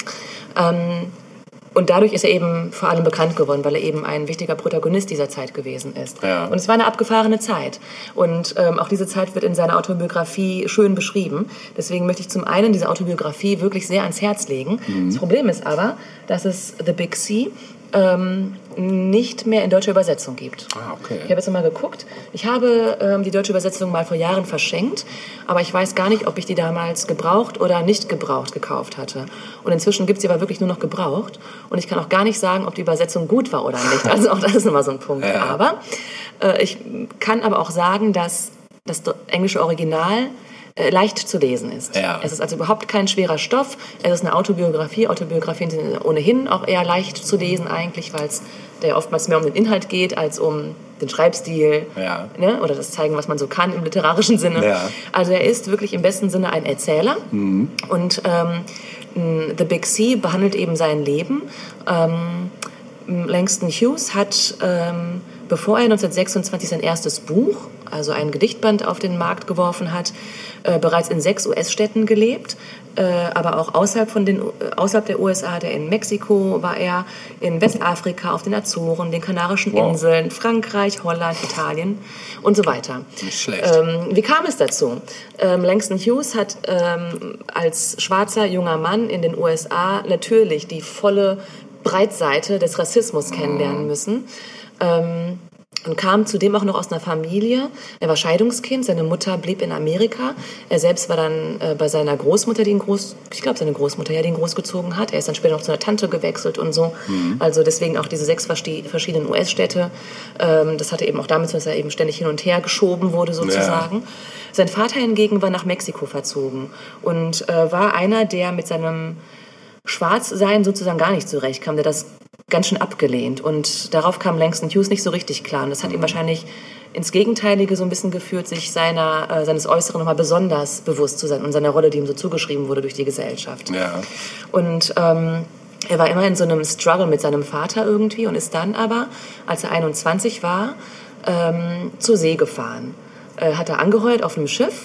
A: Ähm, Und dadurch ist er eben vor allem bekannt geworden, weil er eben ein wichtiger Protagonist dieser Zeit gewesen ist. Ja. Und es war eine abgefahrene Zeit. Und ähm, auch diese Zeit wird in seiner Autobiografie schön beschrieben. Deswegen möchte ich zum einen diese Autobiografie wirklich sehr ans Herz legen. Mhm. Das Problem ist aber, dass es The Big Sea ähm, nicht mehr in deutscher Übersetzung gibt.
C: Ah, okay.
A: Ich habe jetzt nochmal geguckt. Ich habe ähm, die deutsche Übersetzung mal vor Jahren verschenkt, aber ich weiß gar nicht, ob ich die damals gebraucht oder nicht gebraucht gekauft hatte. Und inzwischen gibt es sie aber wirklich nur noch gebraucht. Und ich kann auch gar nicht sagen, ob die Übersetzung gut war oder nicht. Also auch das ist immer so ein Punkt. Ja. Aber äh, ich kann aber auch sagen, dass das englische Original äh, leicht zu lesen ist.
C: Ja.
A: Es ist also überhaupt kein schwerer Stoff. Es ist eine Autobiografie. Autobiografien sind ohnehin auch eher leicht zu lesen eigentlich, weil es der oftmals mehr um den Inhalt geht als um den Schreibstil,
C: ja.
A: ne? Oder das Zeigen, was man so kann im literarischen Sinne.
C: Ja.
A: Also er ist wirklich im besten Sinne ein Erzähler.
C: Mhm.
A: Und ähm, The Big Sea behandelt eben sein Leben. Ähm, Langston Hughes hat, ähm, bevor er neunzehnhundertsechsundzwanzig sein erstes Buch, also ein Gedichtband, auf den Markt geworfen hat, äh, bereits in sechs U S-Städten gelebt, äh, aber auch außerhalb, von den, außerhalb der U S A, der in Mexiko war er, in Westafrika, auf den Azoren, den Kanarischen wow. Inseln, Frankreich, Holland, Italien und so weiter.
C: Nicht schlecht.
A: Ähm, wie kam es dazu? Ähm, Langston Hughes hat ähm, als schwarzer junger Mann in den U S A natürlich die volle Breitseite des Rassismus kennenlernen müssen. Ähm, und kam zudem auch noch aus einer Familie. Er war Scheidungskind, seine Mutter blieb in Amerika. Er selbst war dann äh, bei seiner Großmutter, die ihn groß, ich glaube seine Großmutter, ja, die ihn großgezogen hat. Er ist dann später noch zu einer Tante gewechselt und so. Mhm. Also deswegen auch diese sechs verschiedenen U S-Städte. Ähm, das hatte eben auch damit, dass er eben ständig hin und her geschoben wurde sozusagen. Ja. Sein Vater hingegen war nach Mexiko verzogen und äh, war einer, der mit seinem Schwarzsein sozusagen gar nicht zurechtkam, der das ganz schön abgelehnt. Und darauf kam Langston Hughes nicht so richtig klar. Und das hat ihm wahrscheinlich ins Gegenteilige so ein bisschen geführt, sich seiner, äh, seines Äußeren nochmal besonders bewusst zu sein und seiner Rolle, die ihm so zugeschrieben wurde durch die Gesellschaft.
C: Ja.
A: Und ähm, er war immer in so einem Struggle mit seinem Vater irgendwie und ist dann aber, als er einundzwanzig war, ähm, zur See gefahren. Äh, hat er angeheuert auf einem Schiff.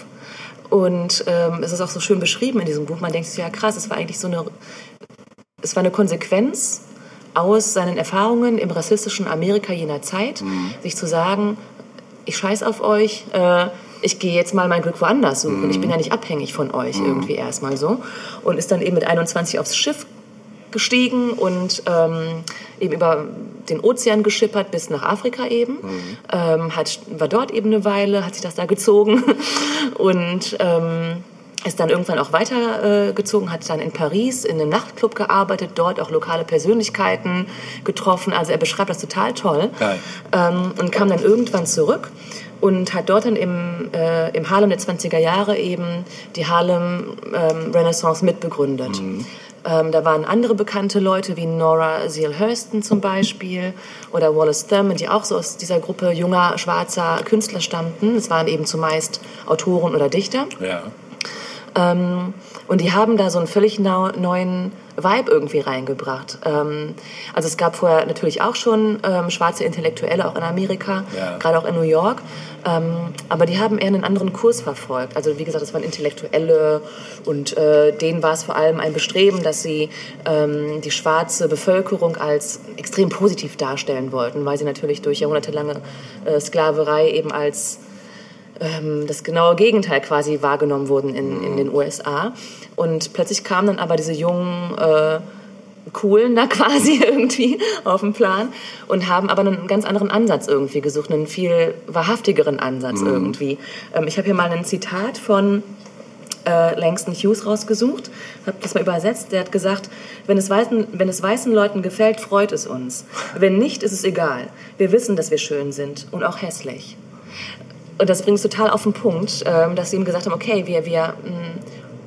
A: Und ähm, es ist auch so schön beschrieben in diesem Buch. Man denkt sich, ja krass, es war eigentlich so eine, es war eine Konsequenz aus seinen Erfahrungen im rassistischen Amerika jener Zeit, mhm. sich zu sagen, ich scheiß auf euch, äh, ich gehe jetzt mal mein Glück woanders suchen. Mhm. Ich bin ja nicht abhängig von euch, mhm. irgendwie erstmal so. Und ist dann eben mit einundzwanzig aufs Schiff gestiegen und ähm, eben über den Ozean geschippert bis nach Afrika eben. Mhm. Ähm, hat, war dort eben eine Weile, hat sich das da gezogen und ähm, ist dann irgendwann auch weitergezogen, äh, hat dann in Paris in einem Nachtclub gearbeitet, dort auch lokale Persönlichkeiten getroffen. Also er beschreibt das total toll. Ähm, und kam dann irgendwann zurück und hat dort dann im, äh, im Harlem der zwanziger Jahre eben die Harlem ähm, Renaissance mitbegründet. Mhm. Ähm, da waren andere bekannte Leute wie Nora Seal Hurston zum Beispiel oder Wallace Thurman, die auch so aus dieser Gruppe junger, schwarzer Künstler stammten. Es waren eben zumeist Autoren oder Dichter.
C: Ja.
A: Ähm, und die haben da so einen völlig neu, neuen Vibe irgendwie reingebracht. Ähm, also es gab vorher natürlich auch schon ähm, schwarze Intellektuelle, auch in Amerika, ja. gerade auch in New York. Ähm, aber die haben eher einen anderen Kurs verfolgt. Also wie gesagt, es waren Intellektuelle und äh, denen war es vor allem ein Bestreben, dass sie ähm, die schwarze Bevölkerung als extrem positiv darstellen wollten, weil sie natürlich durch jahrhundertelange äh, Sklaverei eben als das genaue Gegenteil quasi wahrgenommen wurden in, in den U S A. Und plötzlich kamen dann aber diese jungen äh, Coolen da quasi irgendwie auf den Plan und haben aber einen ganz anderen Ansatz irgendwie gesucht, einen viel wahrhaftigeren Ansatz mhm. irgendwie. Ähm, ich habe hier mal ein Zitat von äh, Langston Hughes rausgesucht, habe das mal übersetzt. Der hat gesagt, wenn es, weißen, wenn es weißen Leuten gefällt, freut es uns. Wenn nicht, ist es egal. Wir wissen, dass wir schön sind und auch hässlich. Und das bringt es total auf den Punkt, dass sie ihm gesagt haben, okay, wir, wir,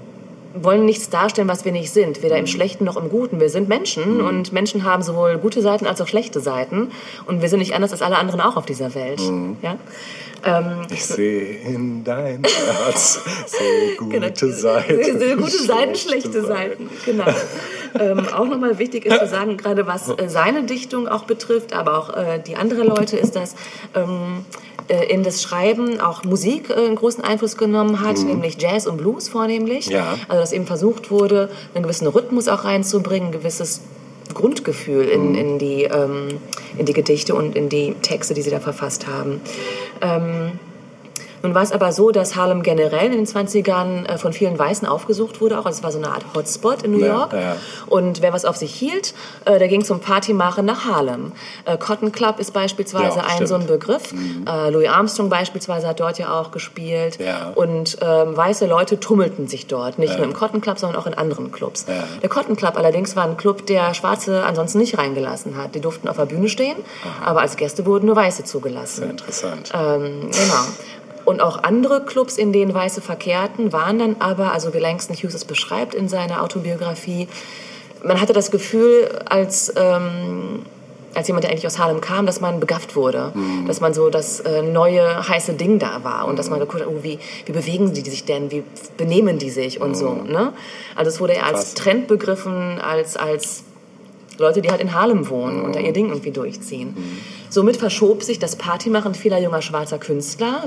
A: wollen nichts darstellen, was wir nicht sind, weder im Schlechten noch im Guten. Wir sind Menschen mhm. und Menschen haben sowohl gute Seiten als auch schlechte Seiten und wir sind nicht anders als alle anderen auch auf dieser Welt. Mhm. Ja? Ähm,
C: ich sehe in dein Herz sehr gute genau, Seiten.
A: Sehr, sehr gute Seiten, schlechte Seiten. Seiten. Genau. ähm, auch nochmal wichtig ist zu sagen, gerade was äh, seine Dichtung auch betrifft, aber auch äh, die anderen Leute, ist, dass ähm, äh, in das Schreiben auch Musik äh, einen großen Einfluss genommen hat, mhm. nämlich Jazz und Blues vornehmlich. Ja. Also dass eben versucht wurde, einen gewissen Rhythmus auch reinzubringen, ein gewisses Grundgefühl in, in, die, ähm, in die Gedichte und in die Texte, die sie da verfasst haben. Ähm, nun war es aber so, dass Harlem generell in den zwanzigern äh, von vielen Weißen aufgesucht wurde. Auch also es war so eine Art Hotspot in New York. Ja, ja. Und wer was auf sich hielt, äh, der ging zum Partymachen nach Harlem. Äh, Cotton Club ist beispielsweise ja, ein stimmt. so ein Begriff. Mhm. Äh, Louis Armstrong beispielsweise hat dort ja auch gespielt. Ja. Und ähm, weiße Leute tummelten sich dort. Nicht ja. nur im Cotton Club, sondern auch in anderen Clubs. Ja. Der Cotton Club allerdings war ein Club, der Schwarze ansonsten nicht reingelassen hat. Die durften auf der Bühne stehen, Aha. aber als Gäste wurden nur Weiße zugelassen.
C: Sehr interessant.
A: Ähm, genau. Und auch andere Clubs, in denen Weiße verkehrten, waren dann aber, also wie Langston Hughes es beschreibt in seiner Autobiografie, man hatte das Gefühl, als, ähm, als jemand, der eigentlich aus Harlem kam, dass man begafft wurde. Mhm. Dass man so das äh, neue, heiße Ding da war. Und mhm. dass man geguckt hat, oh, wie, wie bewegen die sich denn, wie benehmen die sich und mhm. so. Ne? Also es wurde eher als Trend begriffen, als, als Leute, die halt in Harlem wohnen mhm. und da ihr Ding irgendwie durchziehen. Mhm. Somit verschob sich das Partymachen vieler junger schwarzer Künstler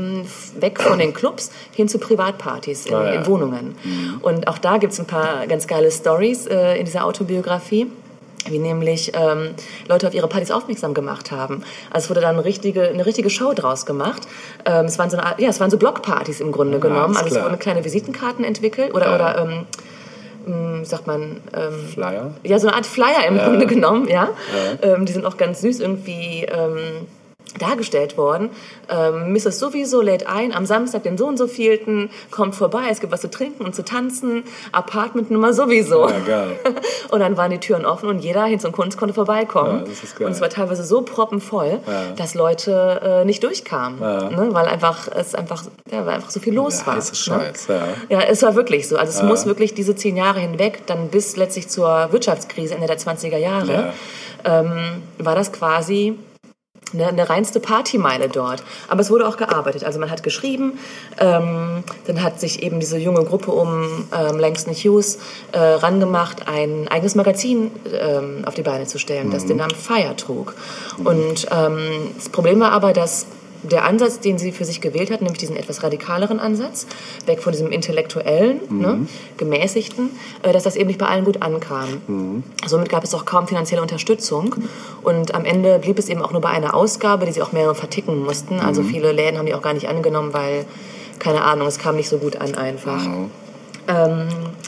A: weg von den Clubs hin zu Privatpartys in, ah, ja. in Wohnungen. Mhm. Und auch da gibt es ein paar ganz geile Storys äh, in dieser Autobiografie, wie nämlich ähm, Leute auf ihre Partys aufmerksam gemacht haben. Also es wurde dann eine richtige, eine richtige Show draus gemacht. Ähm, es waren so eine, ja, es waren so Blockpartys im Grunde ja, genommen. Also es wurden kleine Visitenkarten entwickelt oder, ja. oder ähm, sagt man... Ähm,
C: Flyer?
A: Ja, so eine Art Flyer im ja. Grunde genommen, ja. ja. Ähm, die sind auch ganz süß irgendwie ähm, dargestellt worden. Ähm, Misses sowieso lädt ein, am Samstag, den so und so vielten, kommt vorbei, es gibt was zu trinken und zu tanzen, Apartment-Nummer sowieso.
C: Ja, geil.
A: Und dann waren die Türen offen und jeder Hinz und Kunst konnte vorbeikommen. Ja, das ist geil. Und es war teilweise so proppenvoll, ja. dass Leute äh, nicht durchkamen, ja. ne? weil einfach es einfach, ja, weil einfach so viel los
C: ja,
A: war.
C: Heiße Scheiß, ne?
A: ja. ja, es war wirklich so. Also es ja. muss wirklich diese zehn Jahre hinweg, dann bis letztlich zur Wirtschaftskrise Ende der zwanziger Jahre, ja. ähm, war das quasi Eine, eine reinste Partymeile dort. Aber es wurde auch gearbeitet. Also man hat geschrieben, ähm, dann hat sich eben diese junge Gruppe um ähm, Langston Hughes äh, rangemacht, ein eigenes Magazin ähm, auf die Beine zu stellen, mhm. das den Namen Fire trug. Mhm. Und ähm, das Problem war aber, dass der Ansatz, den sie für sich gewählt hat, nämlich diesen etwas radikaleren Ansatz, weg von diesem intellektuellen, mhm. ne, gemäßigten, äh, dass das eben nicht bei allen gut ankam. Mhm. Somit gab es auch kaum finanzielle Unterstützung und am Ende blieb es eben auch nur bei einer Ausgabe, die sie auch mehrere verticken mussten. Mhm. Also viele Läden haben die auch gar nicht angenommen, weil, keine Ahnung, es kam nicht so gut an einfach. Mhm. Ähm,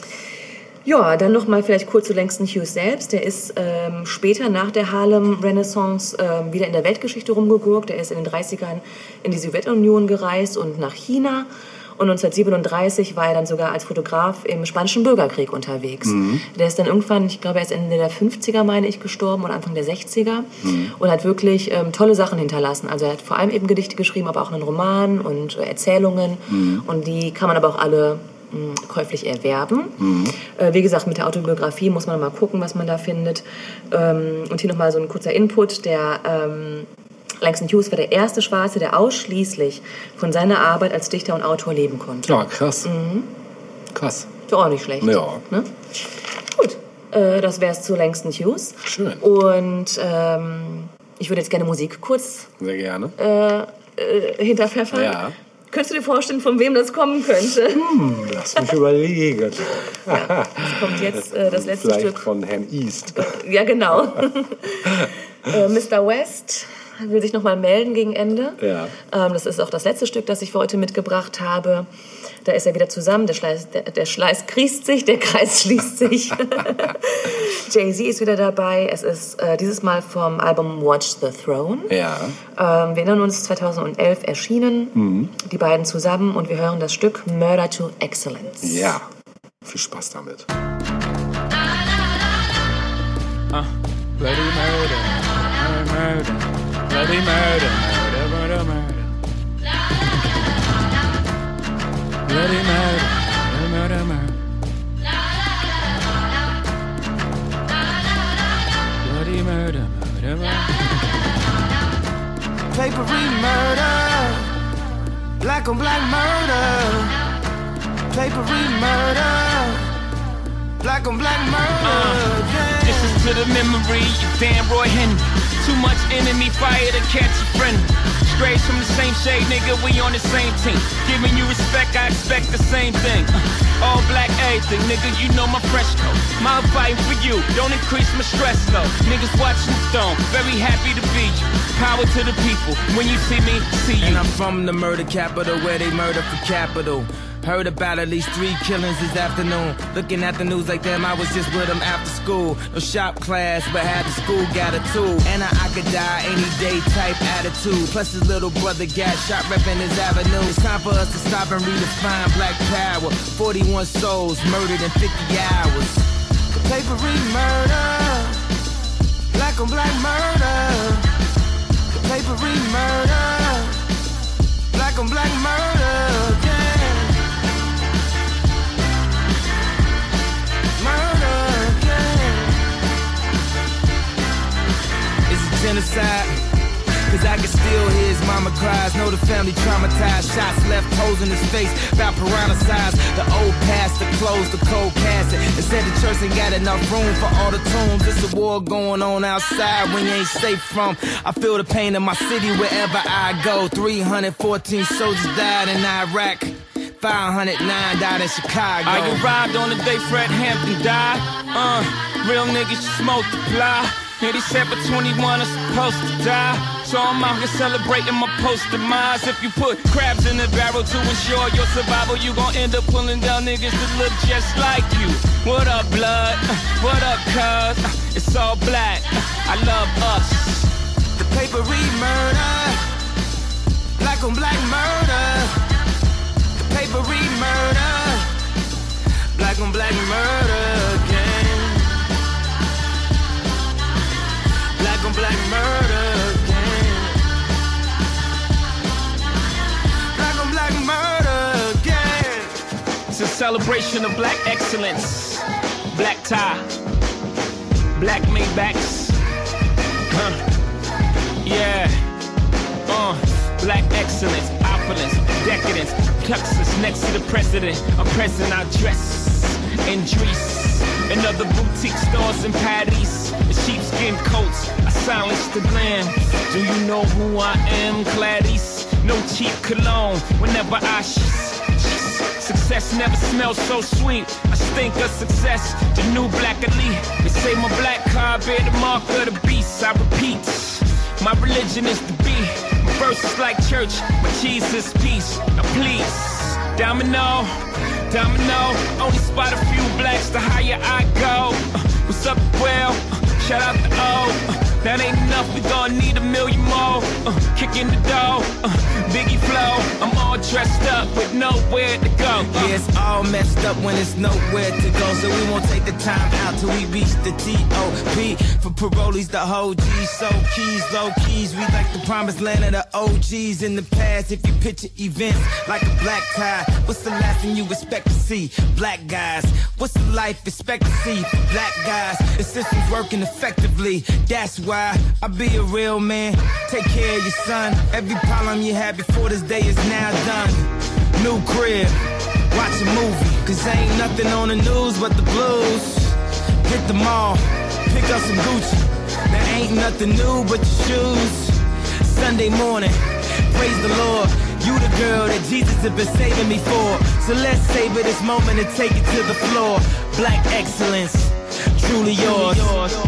A: Ja, dann noch mal vielleicht kurz zu Langston Hughes selbst. Der ist ähm, später nach der Harlem Renaissance ähm, wieder in der Weltgeschichte rumgegurkt. Er ist in den dreißigern in die Sowjetunion gereist und nach China. Und neunzehnhundertsiebenunddreißig war er dann sogar als Fotograf im Spanischen Bürgerkrieg unterwegs. Mhm. Der ist dann irgendwann, ich glaube, er ist Ende der fünfziger, meine ich, gestorben oder Anfang der sechziger. Mhm. Und hat wirklich ähm, tolle Sachen hinterlassen. Also er hat vor allem eben Gedichte geschrieben, aber auch einen Roman und äh, Erzählungen. Mhm. Und die kann man aber auch alle käuflich erwerben. Mhm. Äh, wie gesagt, mit der Autobiografie muss man mal gucken, was man da findet. Ähm, und hier nochmal so ein kurzer Input. Der ähm, Langston Hughes war der erste Schwarze, der ausschließlich von seiner Arbeit als Dichter und Autor leben konnte.
C: Ja, krass. Mhm. Krass.
A: Ist doch auch nicht schlecht.
C: Ja.
A: Ne? Gut, äh, das wäre es zu Langston Hughes.
C: Schön.
A: Und ähm, ich würde jetzt gerne Musik kurz
C: Sehr gerne.
A: Äh, äh, hinterpfeffern.
C: Ja.
A: Könntest du dir vorstellen, von wem das kommen könnte?
C: Hm, lass mich überlegen.
A: Ja, das kommt jetzt äh, das letzte
C: Vielleicht
A: Stück.
C: von Herrn East.
A: Ja, genau. äh, Mister West will sich nochmal melden gegen Ende.
C: Ja.
A: Ähm, das ist auch das letzte Stück, das ich für heute mitgebracht habe. Da ist er wieder zusammen, der Schleiß, der, der Schleiß kriecht sich, der Kreis schließt sich. Jay-Z ist wieder dabei. Es ist äh, dieses Mal vom Album Watch the Throne.
C: Ja.
A: Ähm, wir erinnern uns, zweitausendelf erschienen, mhm. die beiden zusammen, und wir hören das Stück Murder to Excellence.
C: Ja, viel Spaß damit.
D: Uh, bloody murder, murder, bloody murder, murder, murder, murder. Bloody murder, murder, murder. papery murder, black on black murder, papery murder, black on black murder. Uh, yeah.
E: This is to the memory of damn Roy Henry. Too much enemy fire to catch a friend. Strays from the same shade, nigga, we on the same team. Giving you respect, I expect the same thing. Uh, all black everything, nigga, you know my fresh coat. My fighting for you, don't increase my stress though. Niggas watching the throne, very happy to be you. Power to the people, when you see me, see you.
D: And I'm from the murder capital where they murder for capital. Heard about at least three killings this afternoon. Looking at the news like them, I was just with them after school. No shop class, but had the school got a tool. And a I could die any day type attitude. Plus his little brother got shot repping his avenue. It's time for us to stop and redefine black power. forty-one souls murdered in fifty hours. The papery murder, black on black murder. The papery murder, black on black murder. Yeah. Genocide, cause I can still hear his mama cries. Know the family traumatized, shots left holes in his face, about piranha size. The old pastor closed the cold casket and said the church ain't got enough room for all the tombs. It's a war going on outside when you ain't safe from. I feel the pain in my city wherever I go. three hundred fourteen soldiers died in Iraq, five hundred nine died in Chicago.
E: I arrived on the day Fred Hampton died. Uh, real niggas just multiply. eighty-seven twenty-one is supposed to die, so I'm out here celebrating my post-demise. If you put crabs in the barrel to ensure your survival, you gon' end up pulling down niggas that look just like you. What up, blood? What up, cuz? It's all black. I love us.
D: The papery murder, black on black murder. The papery murder, black on black murder again. Black on black murder again. Black on black murder again.
E: It's a celebration of black excellence. Black tie, black Maybachs. Huh. Yeah. Uh, black excellence, opulence, decadence. Plexus next to the president. A president I dress in Drees. And other boutique stores in Paris. The sheepskin coats, I silence the glam. Do you know who I am, Clarice? No cheap cologne whenever I sh- Success never smells so sweet. I stink of success, the new black elite. They say my black card bear the mark of the beast. I repeat, my religion is the beat. My verse is like church, my cheese is peace. Now please, domino, domino. Only spot a few blacks, the higher I go. Uh, what's up, well? Uh, shout out to O. Uh, that ain't enough, we gon' need a million more. Uh, kicking the door, uh, Biggie flow. I'm all dressed up with nowhere to go. Uh.
D: Yeah, it's all messed up when it's nowhere to go. So we won't take the time out till we reach the T O P. For parolees, the whole G. So keys, low keys. We like the promised land of the O Gs in the past. If you picture events like a black tie, what's the last thing you expect to see? Black guys. What's the life expectancy for black guys? The system's working effectively. That's why I be a real man. Take care of your son. Every problem you had before this day is now done. New crib, watch a movie, cause ain't nothing on the news but the blues. Hit the mall, pick up some Gucci. There ain't nothing new but your shoes. Sunday morning, praise the Lord. You the girl that Jesus has been saving me for. So let's savor this moment and take it to the floor. Black excellence, truly yours. Truly yours.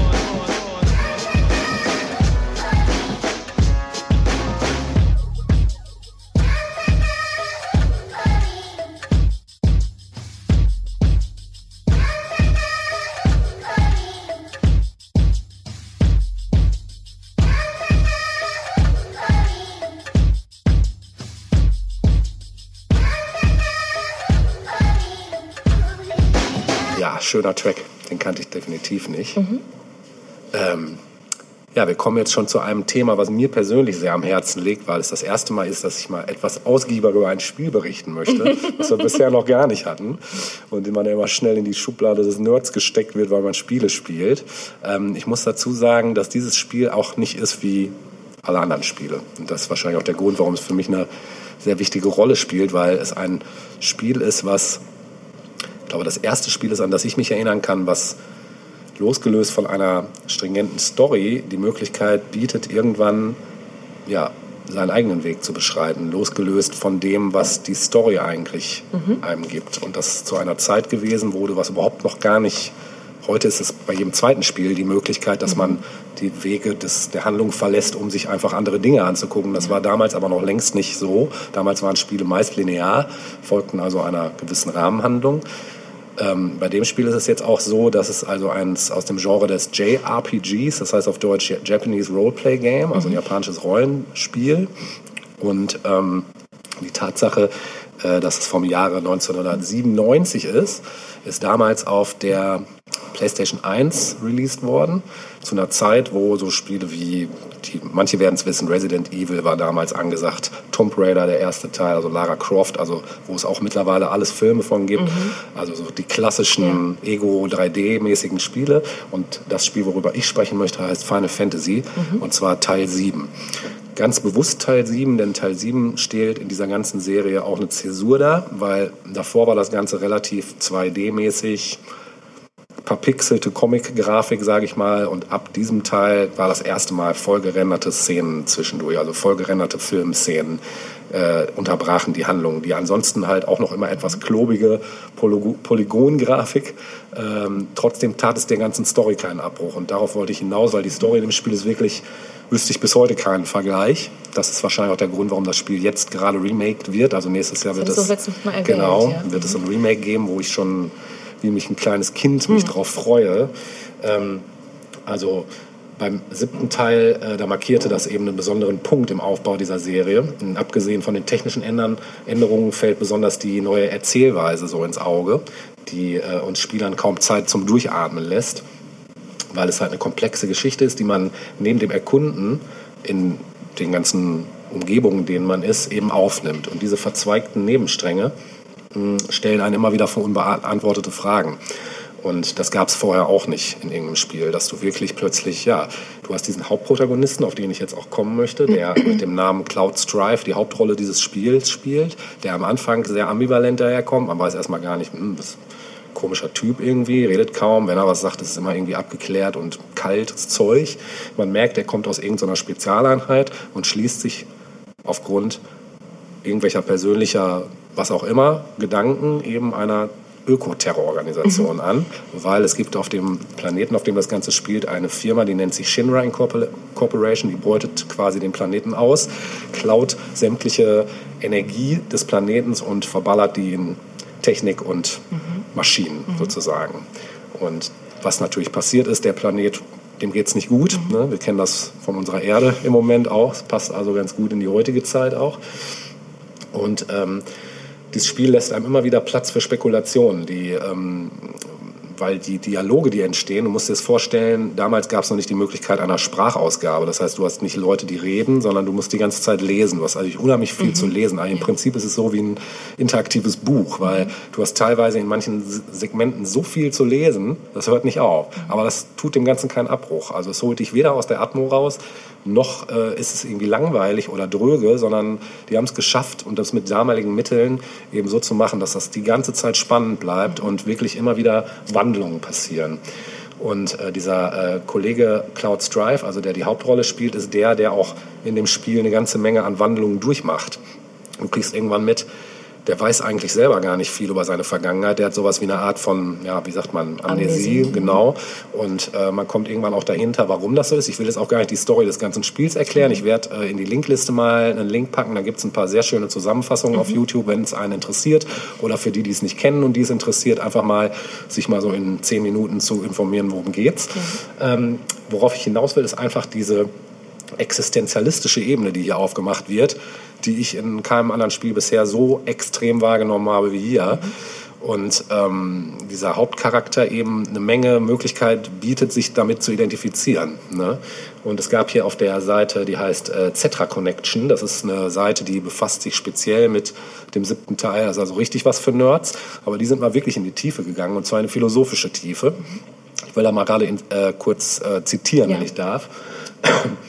C: Schöner Track, den kannte ich definitiv nicht. Mhm. Ähm, ja, wir kommen jetzt schon zu einem Thema, was mir persönlich sehr am Herzen liegt, weil es das erste Mal ist, dass ich mal etwas ausgiebiger über ein Spiel berichten möchte, was wir bisher noch gar nicht hatten und man ja immer schnell in die Schublade des Nerds gesteckt wird, weil man Spiele spielt. Ähm, ich muss dazu sagen, dass dieses Spiel auch nicht ist wie alle anderen Spiele. Und das ist wahrscheinlich auch der Grund, warum es für mich eine sehr wichtige Rolle spielt, weil es ein Spiel ist, was, ich glaube, das erste Spiel ist, an das ich mich erinnern kann, was losgelöst von einer stringenten Story die Möglichkeit bietet, irgendwann ja, seinen eigenen Weg zu beschreiten, losgelöst von dem, was die Story eigentlich mhm. einem gibt. Und das zu einer Zeit gewesen wurde, was überhaupt noch gar nicht, heute ist es bei jedem zweiten Spiel die Möglichkeit, dass mhm. man die Wege des, der Handlung verlässt, um sich einfach andere Dinge anzugucken. Das ja. war damals aber noch längst nicht so. Damals waren Spiele meist linear, folgten also einer gewissen Rahmenhandlung. Ähm, bei dem Spiel ist es jetzt auch so, dass es also eins aus dem Genre des J R P Gs, das heißt auf Deutsch Japanese Roleplay Game, also ein mhm. japanisches Rollenspiel. Und ähm, die Tatsache, äh, dass es vom Jahre neunzehnhundertsiebenundneunzig ist, ist damals auf der PlayStation eins released worden, zu einer Zeit, wo so Spiele wie, die, manche werden es wissen, Resident Evil war damals angesagt, Tomb Raider, der erste Teil, also Lara Croft, also wo es auch mittlerweile alles Filme von gibt, mhm. also so die klassischen ja. Ego drei D-mäßigen Spiele. Und das Spiel, worüber ich sprechen möchte, heißt Final Fantasy, mhm. und zwar Teil sieben. Ganz bewusst Teil sieben, denn Teil sieben stellt in dieser ganzen Serie auch eine Zäsur dar, weil davor war das Ganze relativ zwei D-mäßig, verpixelte Comic-Grafik, sage ich mal, und ab diesem Teil war das erste Mal vollgerenderte Szenen zwischendurch, also vollgerenderte Filmszenen äh, unterbrachen die Handlung, die ansonsten halt auch noch immer etwas klobige Polyg- Polygon-Grafik, ähm, trotzdem tat es der ganzen Story keinen Abbruch und darauf wollte ich hinaus, weil die Story in dem Spiel ist wirklich, wüsste ich bis heute keinen Vergleich. Das ist wahrscheinlich auch der Grund, warum das Spiel jetzt gerade remaked wird, also nächstes Jahr wird es, mal erwähnt, genau, ja. wird es ein Remake geben, wo ich schon wie mich ein kleines Kind mich hm. drauf freue. Ähm, also beim siebten Teil, äh, da markierte das eben einen besonderen Punkt im Aufbau dieser Serie. Und abgesehen von den technischen Ändern, Änderungen fällt besonders die neue Erzählweise so ins Auge, die äh, uns Spielern kaum Zeit zum Durchatmen lässt, weil es halt eine komplexe Geschichte ist, die man neben dem Erkunden in den ganzen Umgebungen, in denen man ist, eben aufnimmt. Und diese verzweigten Nebenstränge stellen einen immer wieder vor unbeantwortete Fragen. Und das gab es vorher auch nicht in irgendeinem Spiel, dass du wirklich plötzlich, ja, du hast diesen Hauptprotagonisten, auf den ich jetzt auch kommen möchte, der mit dem Namen Cloud Strife die Hauptrolle dieses Spiels spielt, der am Anfang sehr ambivalent daherkommt, man weiß erstmal gar nicht, hm, das ist ein komischer Typ irgendwie, redet kaum, wenn er was sagt, ist es immer irgendwie abgeklärt und kaltes Zeug. Man merkt, er kommt aus irgendeiner Spezialeinheit und schließt sich aufgrund irgendwelcher persönlicher, was auch immer, Gedanken eben einer Ökoterrororganisation mhm. an, weil es gibt auf dem Planeten, auf dem das Ganze spielt, eine Firma, die nennt sich Shinra Incorporation, die beutet quasi den Planeten aus, klaut sämtliche Energie des Planetens und verballert die in Technik und mhm. Maschinen mhm. sozusagen. Und was natürlich passiert ist, der Planet, dem geht es nicht gut. Mhm. Ne? Wir kennen das von unserer Erde im Moment auch, es passt also ganz gut in die heutige Zeit auch. Und ähm, dieses Spiel lässt einem immer wieder Platz für Spekulationen, die, ähm, weil die Dialoge, die entstehen, du musst dir das vorstellen, damals gab es noch nicht die Möglichkeit einer Sprachausgabe. Das heißt, du hast nicht Leute, die reden, sondern du musst die ganze Zeit lesen. Du hast eigentlich unheimlich viel mhm. zu lesen. Also im Prinzip ist es so wie ein interaktives Buch, weil du hast teilweise in manchen Segmenten so viel zu lesen, das hört nicht auf. Aber das tut dem Ganzen keinen Abbruch. Also es holt dich weder aus der Atmo raus, noch äh, ist es irgendwie langweilig oder dröge, sondern die haben es geschafft, und das mit damaligen Mitteln eben so zu machen, dass das die ganze Zeit spannend bleibt und wirklich immer wieder Wandlungen passieren. Und äh, dieser äh, Kollege Cloud Strife, also der die Hauptrolle spielt, ist der, der auch in dem Spiel eine ganze Menge an Wandlungen durchmacht. Du kriegst irgendwann mit, der weiß eigentlich selber gar nicht viel über seine Vergangenheit. Der hat sowas wie eine Art von, ja, wie sagt man, Amnesie, Amnesie. genau. Und äh, man kommt irgendwann auch dahinter, warum das so ist. Ich will jetzt auch gar nicht die Story des ganzen Spiels erklären. Ich werde äh, in die Linkliste mal einen Link packen. Da gibt es ein paar sehr schöne Zusammenfassungen mhm. auf YouTube, wenn es einen interessiert. Oder für die, die es nicht kennen und die es interessiert, einfach mal sich mal so in zehn Minuten zu informieren, worum geht's. Mhm. Ähm, worauf ich hinaus will, ist einfach diese existenzialistische Ebene, die hier aufgemacht wird, die ich in keinem anderen Spiel bisher so extrem wahrgenommen habe wie hier. Mhm. Und ähm, dieser Hauptcharakter eben eine Menge Möglichkeit bietet, sich damit zu identifizieren. Ne? Und es gab hier auf der Seite, die heißt äh, Cetra Connection, das ist eine Seite, die befasst sich speziell mit dem siebten Teil, das ist also richtig was für Nerds, aber die sind mal wirklich in die Tiefe gegangen, und zwar eine philosophische Tiefe. Ich will da mal gerade in, äh, kurz äh, zitieren, ja. wenn ich darf.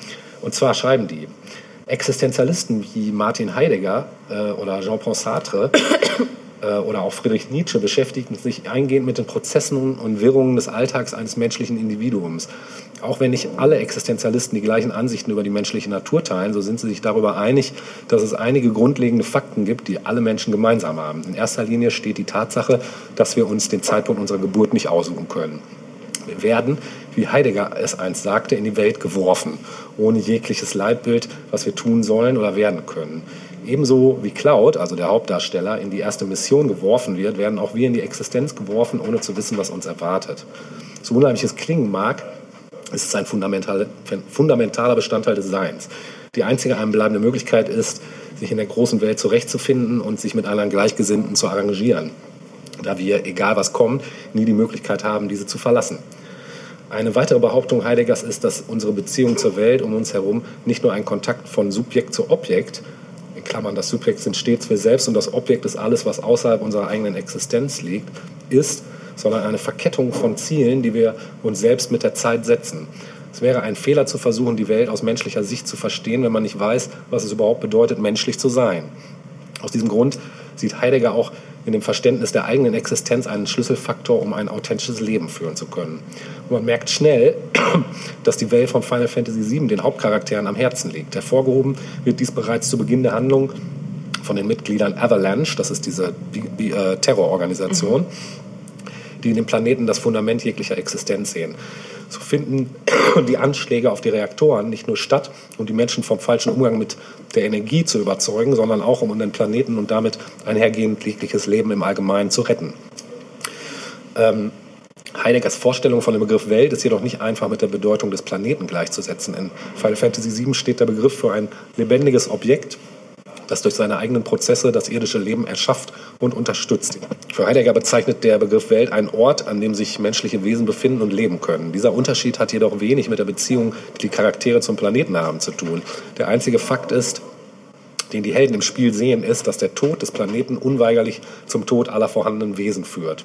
C: Und zwar schreiben die, Existenzialisten wie Martin Heidegger äh, oder Jean-Paul Sartre äh, oder auch Friedrich Nietzsche beschäftigen sich eingehend mit den Prozessen und Wirrungen des Alltags eines menschlichen Individuums. Auch wenn nicht alle Existenzialisten die gleichen Ansichten über die menschliche Natur teilen, so sind sie sich darüber einig, dass es einige grundlegende Fakten gibt, die alle Menschen gemeinsam haben. In erster Linie steht die Tatsache, dass wir uns den Zeitpunkt unserer Geburt nicht aussuchen können. Wir werden, wie Heidegger es einst sagte, in die Welt geworfen, ohne jegliches Leitbild, was wir tun sollen oder werden können. Ebenso wie Cloud, also der Hauptdarsteller, in die erste Mission geworfen wird, werden auch wir in die Existenz geworfen, ohne zu wissen, was uns erwartet. So unheimlich es klingen mag, ist es ein fundamental, fundamentaler Bestandteil des Seins. Die einzige einem bleibende Möglichkeit ist, sich in der großen Welt zurechtzufinden und sich mit anderen Gleichgesinnten zu arrangieren, da wir, egal was kommt, nie die Möglichkeit haben, diese zu verlassen. Eine weitere Behauptung Heideggers ist, dass unsere Beziehung zur Welt um uns herum nicht nur ein Kontakt von Subjekt zu Objekt, in Klammern, das Subjekt sind stets wir selbst und das Objekt ist alles, was außerhalb unserer eigenen Existenz liegt, ist, sondern eine Verkettung von Zielen, die wir uns selbst mit der Zeit setzen. Es wäre ein Fehler zu versuchen, die Welt aus menschlicher Sicht zu verstehen, wenn man nicht weiß, was es überhaupt bedeutet, menschlich zu sein. Aus diesem Grund sieht Heidegger auch in dem Verständnis der eigenen Existenz einen Schlüsselfaktor, um ein authentisches Leben führen zu können. Und man merkt schnell, dass die Welt von Final Fantasy sieben den Hauptcharakteren am Herzen liegt. Hervorgehoben wird dies bereits zu Beginn der Handlung von den Mitgliedern Avalanche, das ist diese äh, Terrororganisation, mhm. die in dem Planeten das Fundament jeglicher Existenz sehen. So finden die Anschläge auf die Reaktoren nicht nur statt, um die Menschen vom falschen Umgang mit der Energie zu überzeugen, sondern auch um den Planeten und damit einhergehend jegliches Leben im Allgemeinen zu retten. Ähm, Heideggers Vorstellung von dem Begriff Welt ist jedoch nicht einfach mit der Bedeutung des Planeten gleichzusetzen. In Final Fantasy sieben steht der Begriff für ein lebendiges Objekt, das durch seine eigenen Prozesse das irdische Leben erschafft und unterstützt. Für Heidegger bezeichnet der Begriff Welt einen Ort, an dem sich menschliche Wesen befinden und leben können. Dieser Unterschied hat jedoch wenig mit der Beziehung, die die Charaktere zum Planeten haben, zu tun. Der einzige Fakt ist, den die Helden im Spiel sehen, ist, dass der Tod des Planeten unweigerlich zum Tod aller vorhandenen Wesen führt.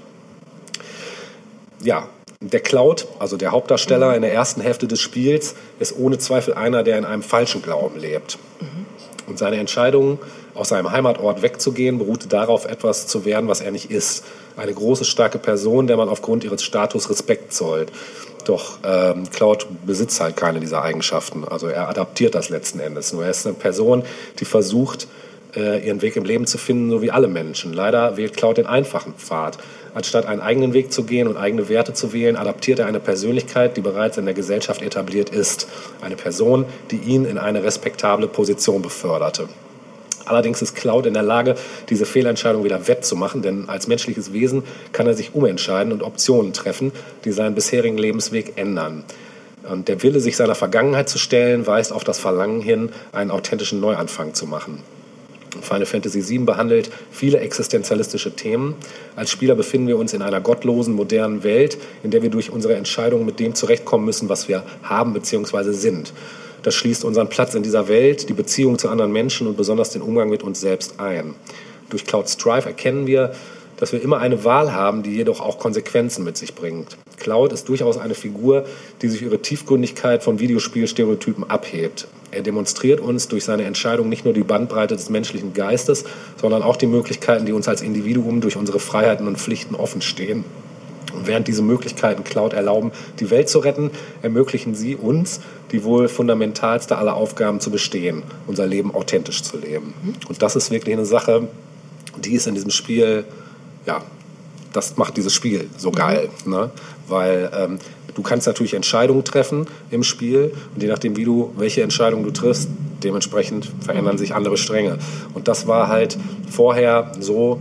C: Ja, der Cloud, also der Hauptdarsteller in der ersten Hälfte des Spiels, ist ohne Zweifel einer, der in einem falschen Glauben lebt. Mhm. Und seine Entscheidung, aus seinem Heimatort wegzugehen, beruhte darauf, etwas zu werden, was er nicht ist. Eine große, starke Person, der man aufgrund ihres Status Respekt zollt. Doch ähm, Cloud besitzt halt keine dieser Eigenschaften. Also er adaptiert das letzten Endes. Nur er ist eine Person, die versucht, äh, ihren Weg im Leben zu finden, so wie alle Menschen. Leider wählt Cloud den einfachen Pfad. Anstatt einen eigenen Weg zu gehen und eigene Werte zu wählen, adaptiert er eine Persönlichkeit, die bereits in der Gesellschaft etabliert ist. Eine Person, die ihn in eine respektable Position beförderte. Allerdings ist Cloud in der Lage, diese Fehlentscheidung wieder wettzumachen, denn als menschliches Wesen kann er sich umentscheiden und Optionen treffen, die seinen bisherigen Lebensweg ändern. Und der Wille, sich seiner Vergangenheit zu stellen, weist auf das Verlangen hin, einen authentischen Neuanfang zu machen. Final Fantasy sieben behandelt viele existenzialistische Themen. Als Spieler befinden wir uns in einer gottlosen, modernen Welt, in der wir durch unsere Entscheidungen mit dem zurechtkommen müssen, was wir haben bzw. sind. Das schließt unseren Platz in dieser Welt, die Beziehung zu anderen Menschen und besonders den Umgang mit uns selbst ein. Durch Cloud Strife erkennen wir, dass wir immer eine Wahl haben, die jedoch auch Konsequenzen mit sich bringt. Cloud ist durchaus eine Figur, die sich ihre Tiefgründigkeit von Videospielstereotypen abhebt. Er demonstriert uns durch seine Entscheidung nicht nur die Bandbreite des menschlichen Geistes, sondern auch die Möglichkeiten, die uns als Individuum durch unsere Freiheiten und Pflichten offenstehen. Und während diese Möglichkeiten Cloud erlauben, die Welt zu retten, ermöglichen sie uns, die wohl fundamentalste aller Aufgaben zu bestehen, unser Leben authentisch zu leben. Und das ist wirklich eine Sache, die ist in diesem Spiel, ja, das macht dieses Spiel so geil, ne? Weil ähm, du kannst natürlich Entscheidungen treffen im Spiel und je nachdem, wie du, welche Entscheidung du triffst, dementsprechend verändern sich andere Stränge. Und das war halt vorher so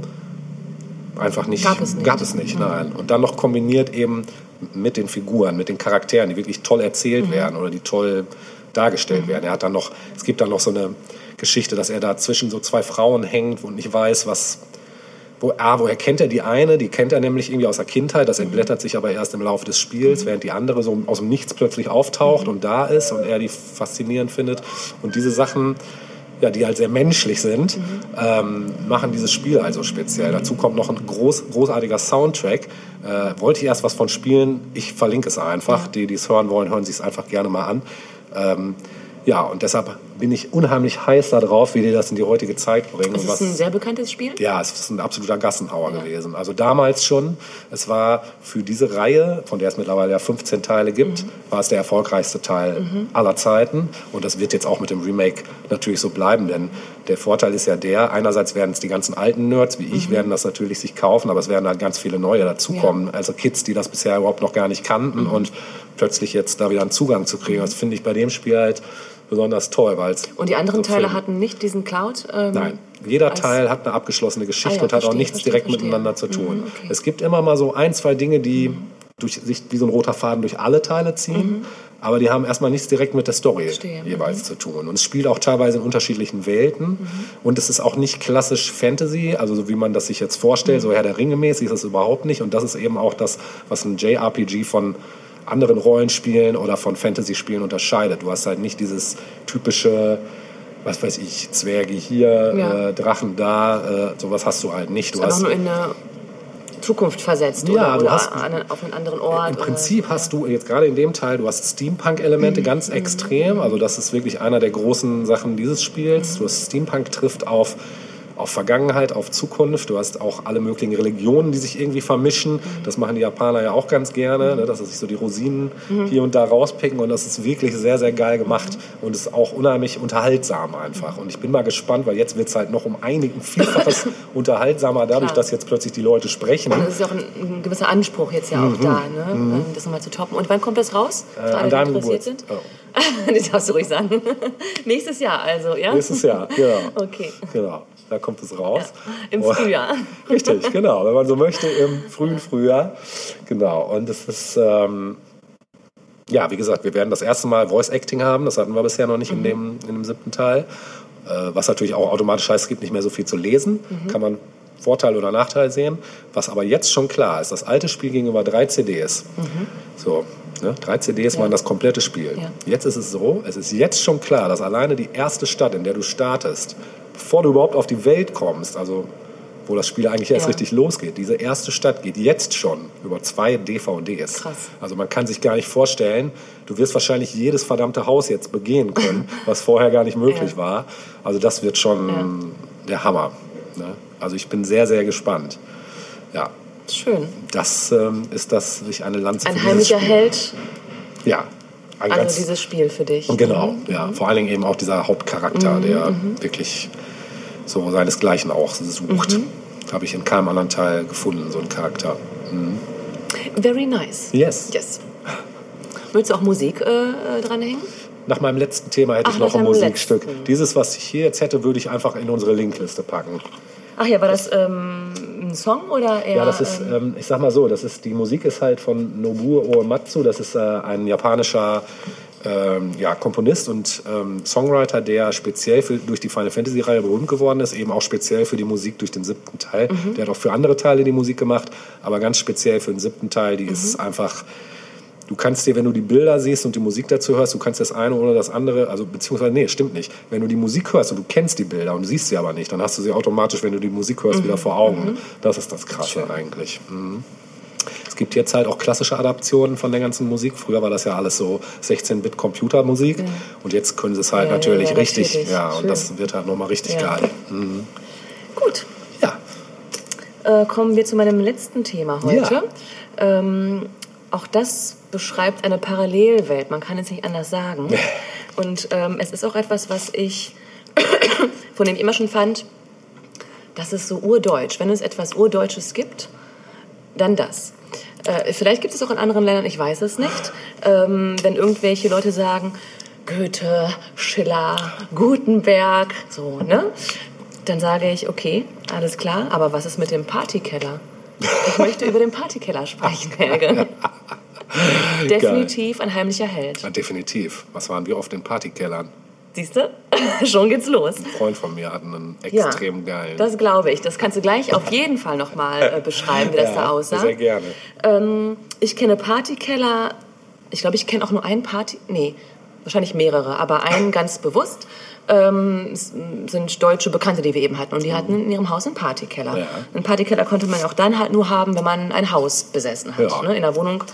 C: einfach nicht,
A: gab es nicht,
C: gab es nicht, nein. Und dann noch kombiniert eben mit den Figuren, mit den Charakteren, die wirklich toll erzählt mhm. werden oder die toll dargestellt mhm. werden. Er hat dann noch, es gibt dann noch so eine Geschichte, dass er da zwischen so zwei Frauen hängt und nicht weiß, was, wo, ah, woher kennt er die eine? Die kennt er nämlich irgendwie aus der Kindheit, das entblättert sich aber erst im Laufe des Spiels, mhm. während die andere so aus dem Nichts plötzlich auftaucht mhm. und da ist und er die faszinierend findet. Und diese Sachen, ja, die halt sehr menschlich sind, mhm. ähm, machen dieses Spiel also speziell. Dazu kommt noch ein groß, großartiger Soundtrack. Äh, wollte ich erst was von spielen, ich verlinke es einfach. Ja. Die, die es hören wollen, hören sich es einfach gerne mal an. Ähm, Ja, und deshalb bin ich unheimlich heiß darauf, wie die das in die heutige Zeit bringen.
A: Das ist
C: was,
A: ein sehr bekanntes Spiel?
C: Ja, es ist ein absoluter Gassenhauer
A: Ja.
C: gewesen. Also damals schon, es war für diese Reihe, von der es mittlerweile ja fünfzehn Teile gibt, mhm. war es der erfolgreichste Teil mhm. aller Zeiten. Und das wird jetzt auch mit dem Remake natürlich so bleiben, denn der Vorteil ist ja der, einerseits werden es die ganzen alten Nerds wie ich, mhm. werden das natürlich sich kaufen, aber es werden halt ganz viele neue dazukommen. Ja. Also Kids, die das bisher überhaupt noch gar nicht kannten mhm. und plötzlich jetzt da wieder einen Zugang zu kriegen. Das finde ich bei dem Spiel halt besonders toll. Weil's
A: und die anderen
C: so
A: Teile
C: Film.
A: hatten nicht diesen Cloud? Ähm,
C: Jeder
A: Jeder
C: Teil hat eine abgeschlossene Geschichte
A: ah, ja,
C: und hat
A: verstehe,
C: auch nichts
A: verstehe,
C: direkt
A: verstehe.
C: miteinander zu tun.
A: Mhm, okay.
C: Es gibt immer mal so ein, zwei Dinge, die mhm. durch, sich wie so ein roter Faden durch alle Teile ziehen, mhm. aber die haben erstmal nichts direkt mit der Story
A: verstehe.
C: jeweils
A: mhm.
C: zu tun. Und es spielt auch teilweise in unterschiedlichen Welten mhm. und es ist auch nicht klassisch Fantasy, also so wie man das sich jetzt vorstellt, mhm. so Herr der Ringe mäßig ist es überhaupt nicht. Und das ist eben auch das, was ein J R P G von anderen Rollenspielen oder von Fantasy-Spielen unterscheidet. Du hast halt nicht dieses typische, was weiß ich, Zwerge hier,
A: ja.
C: äh, Drachen da, äh, sowas hast du halt nicht. Du
A: ist
C: hast
A: einfach nur in eine Zukunft versetzt
C: ja,
A: oder,
C: du
A: oder
C: hast,
A: an, auf einen anderen Ort.
C: Im Prinzip
A: oder,
C: hast du jetzt gerade in dem Teil, du hast Steampunk-Elemente
A: mhm.
C: ganz extrem. Also das ist wirklich einer der großen Sachen dieses Spiels. Mhm. Du hast Steampunk trifft auf auf Vergangenheit, auf Zukunft. Du hast auch alle möglichen Religionen, die sich irgendwie vermischen. Mhm. Das machen die Japaner ja auch ganz gerne, mhm. ne, dass sie sich so die Rosinen mhm. hier und da rauspicken. Und das ist wirklich sehr, sehr geil gemacht. Mhm. Und es ist auch unheimlich unterhaltsam einfach. Und ich bin mal gespannt, weil jetzt wird es halt noch um einigen Vielfaches unterhaltsamer, dadurch, Klar. dass jetzt plötzlich die Leute sprechen.
A: Und das ist ja auch ein, ein gewisser Anspruch jetzt ja auch
C: mhm.
A: da, ne?
C: Mhm.
A: das nochmal zu toppen. Und wann kommt das raus?
C: Äh, an deinem Geburtstag.
A: Sind? Oh. Das darfst du ruhig sagen. Nächstes Jahr also, ja?
C: Nächstes Jahr, genau.
A: Okay.
C: Genau. Da kommt es raus.
A: Ja, im Frühjahr.
C: Oh, richtig, genau. Wenn man so möchte, im frühen Frühjahr. Genau. Und es ist, ähm, ja, wie gesagt, wir werden das erste Mal Voice Acting haben. Das hatten wir bisher noch nicht mhm. in, dem, in dem siebten Teil. Äh, was natürlich auch automatisch heißt, es gibt nicht mehr so viel zu lesen. Mhm. Kann man Vorteil oder Nachteil sehen. Was aber jetzt schon klar ist, das alte Spiel ging über drei C Ds. Mhm. So. Ne? Drei C Ds ja. waren das komplette Spiel. Ja. Jetzt ist es so, es ist jetzt schon klar, dass alleine die erste Stadt, in der du startest, bevor du überhaupt auf die Welt kommst, also wo das Spiel eigentlich erst ja. richtig losgeht, diese erste Stadt geht jetzt schon über zwei D V Ds.
A: Krass.
C: Also man kann sich gar nicht vorstellen, du wirst wahrscheinlich jedes verdammte Haus jetzt begehen können, was vorher gar nicht möglich ja. war. Also das wird schon ja. der Hammer. Ne? Also ich bin sehr, sehr gespannt. Ja.
A: Schön.
C: Das ähm, ist das, sich eine Lanze
A: Ein heimlicher Held.
C: Ja.
A: Also ganz, dieses Spiel für dich.
C: Genau,
A: mhm.
C: ja. Vor allen Dingen eben auch dieser Hauptcharakter,
A: mhm.
C: der
A: mhm.
C: wirklich so seinesgleichen auch sucht. Mhm. Habe ich in keinem anderen Teil gefunden, so einen Charakter. Mhm.
A: Very nice.
C: Yes.
A: Yes. Willst du auch Musik äh, dranhängen?
C: Nach meinem letzten Thema hätte
A: Ach,
C: ich noch ein Musikstück.
A: letzten.
C: Dieses, was ich hier jetzt hätte, würde ich einfach in unsere Linkliste packen.
A: Ach ja, war das ähm, ein Song oder eher...
C: Ja, das ist, ähm, ich sag mal so, das ist, die Musik ist halt von Nobuo Uematsu. Das ist äh, ein japanischer ähm, ja, Komponist und ähm, Songwriter, der speziell für, durch die Final Fantasy-Reihe berühmt geworden ist, eben auch speziell für die Musik durch den siebten Teil. Mhm. Der hat auch für andere Teile die Musik gemacht, aber ganz speziell für den siebten Teil, die mhm. ist einfach... Du kannst dir, wenn du die Bilder siehst und die Musik dazu hörst, du kannst das eine oder das andere, also beziehungsweise, nee, stimmt nicht. Wenn du die Musik hörst und du kennst die Bilder und du siehst sie aber nicht, dann hast du sie automatisch, wenn du die Musik hörst, mhm. wieder vor Augen. Mhm. Das ist das Krasse Schön. eigentlich. Mhm. Es gibt jetzt halt auch klassische Adaptionen von der ganzen Musik. Früher war das ja alles so sechzehn-Bit-Computermusik mhm. und jetzt können sie es halt ja, natürlich ja, richtig. richtig. Ja, und das wird halt nochmal richtig ja. geil. Mhm.
A: Gut.
C: Ja.
A: Äh, kommen wir zu meinem letzten Thema heute. Ja. Ähm, auch das beschreibt eine Parallelwelt. Man kann es nicht anders sagen. Und ähm, es ist auch etwas, was ich, von dem ich immer schon fand, das ist so urdeutsch. Wenn es etwas Urdeutsches gibt, dann das. Äh, vielleicht gibt es auch in anderen Ländern, ich weiß es nicht. Ähm, wenn irgendwelche Leute sagen, Goethe, Schiller, Gutenberg, so, ne? Dann sage ich, okay, alles klar, aber was ist mit dem Partykeller? Ich möchte über den Partykeller sprechen, Helge. Definitiv Geil. Ein heimlicher Held.
C: Ja, definitiv. Was waren wir oft in Partykellern?
A: Siehst du? Schon geht's los.
C: Ein Freund von mir hat einen extrem
A: ja,
C: geilen.
A: Das glaube ich. Das kannst du gleich auf jeden Fall nochmal äh, beschreiben, wie das
C: ja,
A: da aussah.
C: Sehr gerne.
A: Ähm, ich kenne Partykeller. Ich glaube, ich kenne auch nur einen Party... Nee, wahrscheinlich mehrere, aber einen ganz bewusst. Ähm, sind deutsche Bekannte, die wir eben hatten. Und die hatten in ihrem Haus einen Partykeller. Ja. Einen Partykeller konnte man auch dann halt nur haben, wenn man ein Haus besessen hat. Ja. Ne? In der Wohnung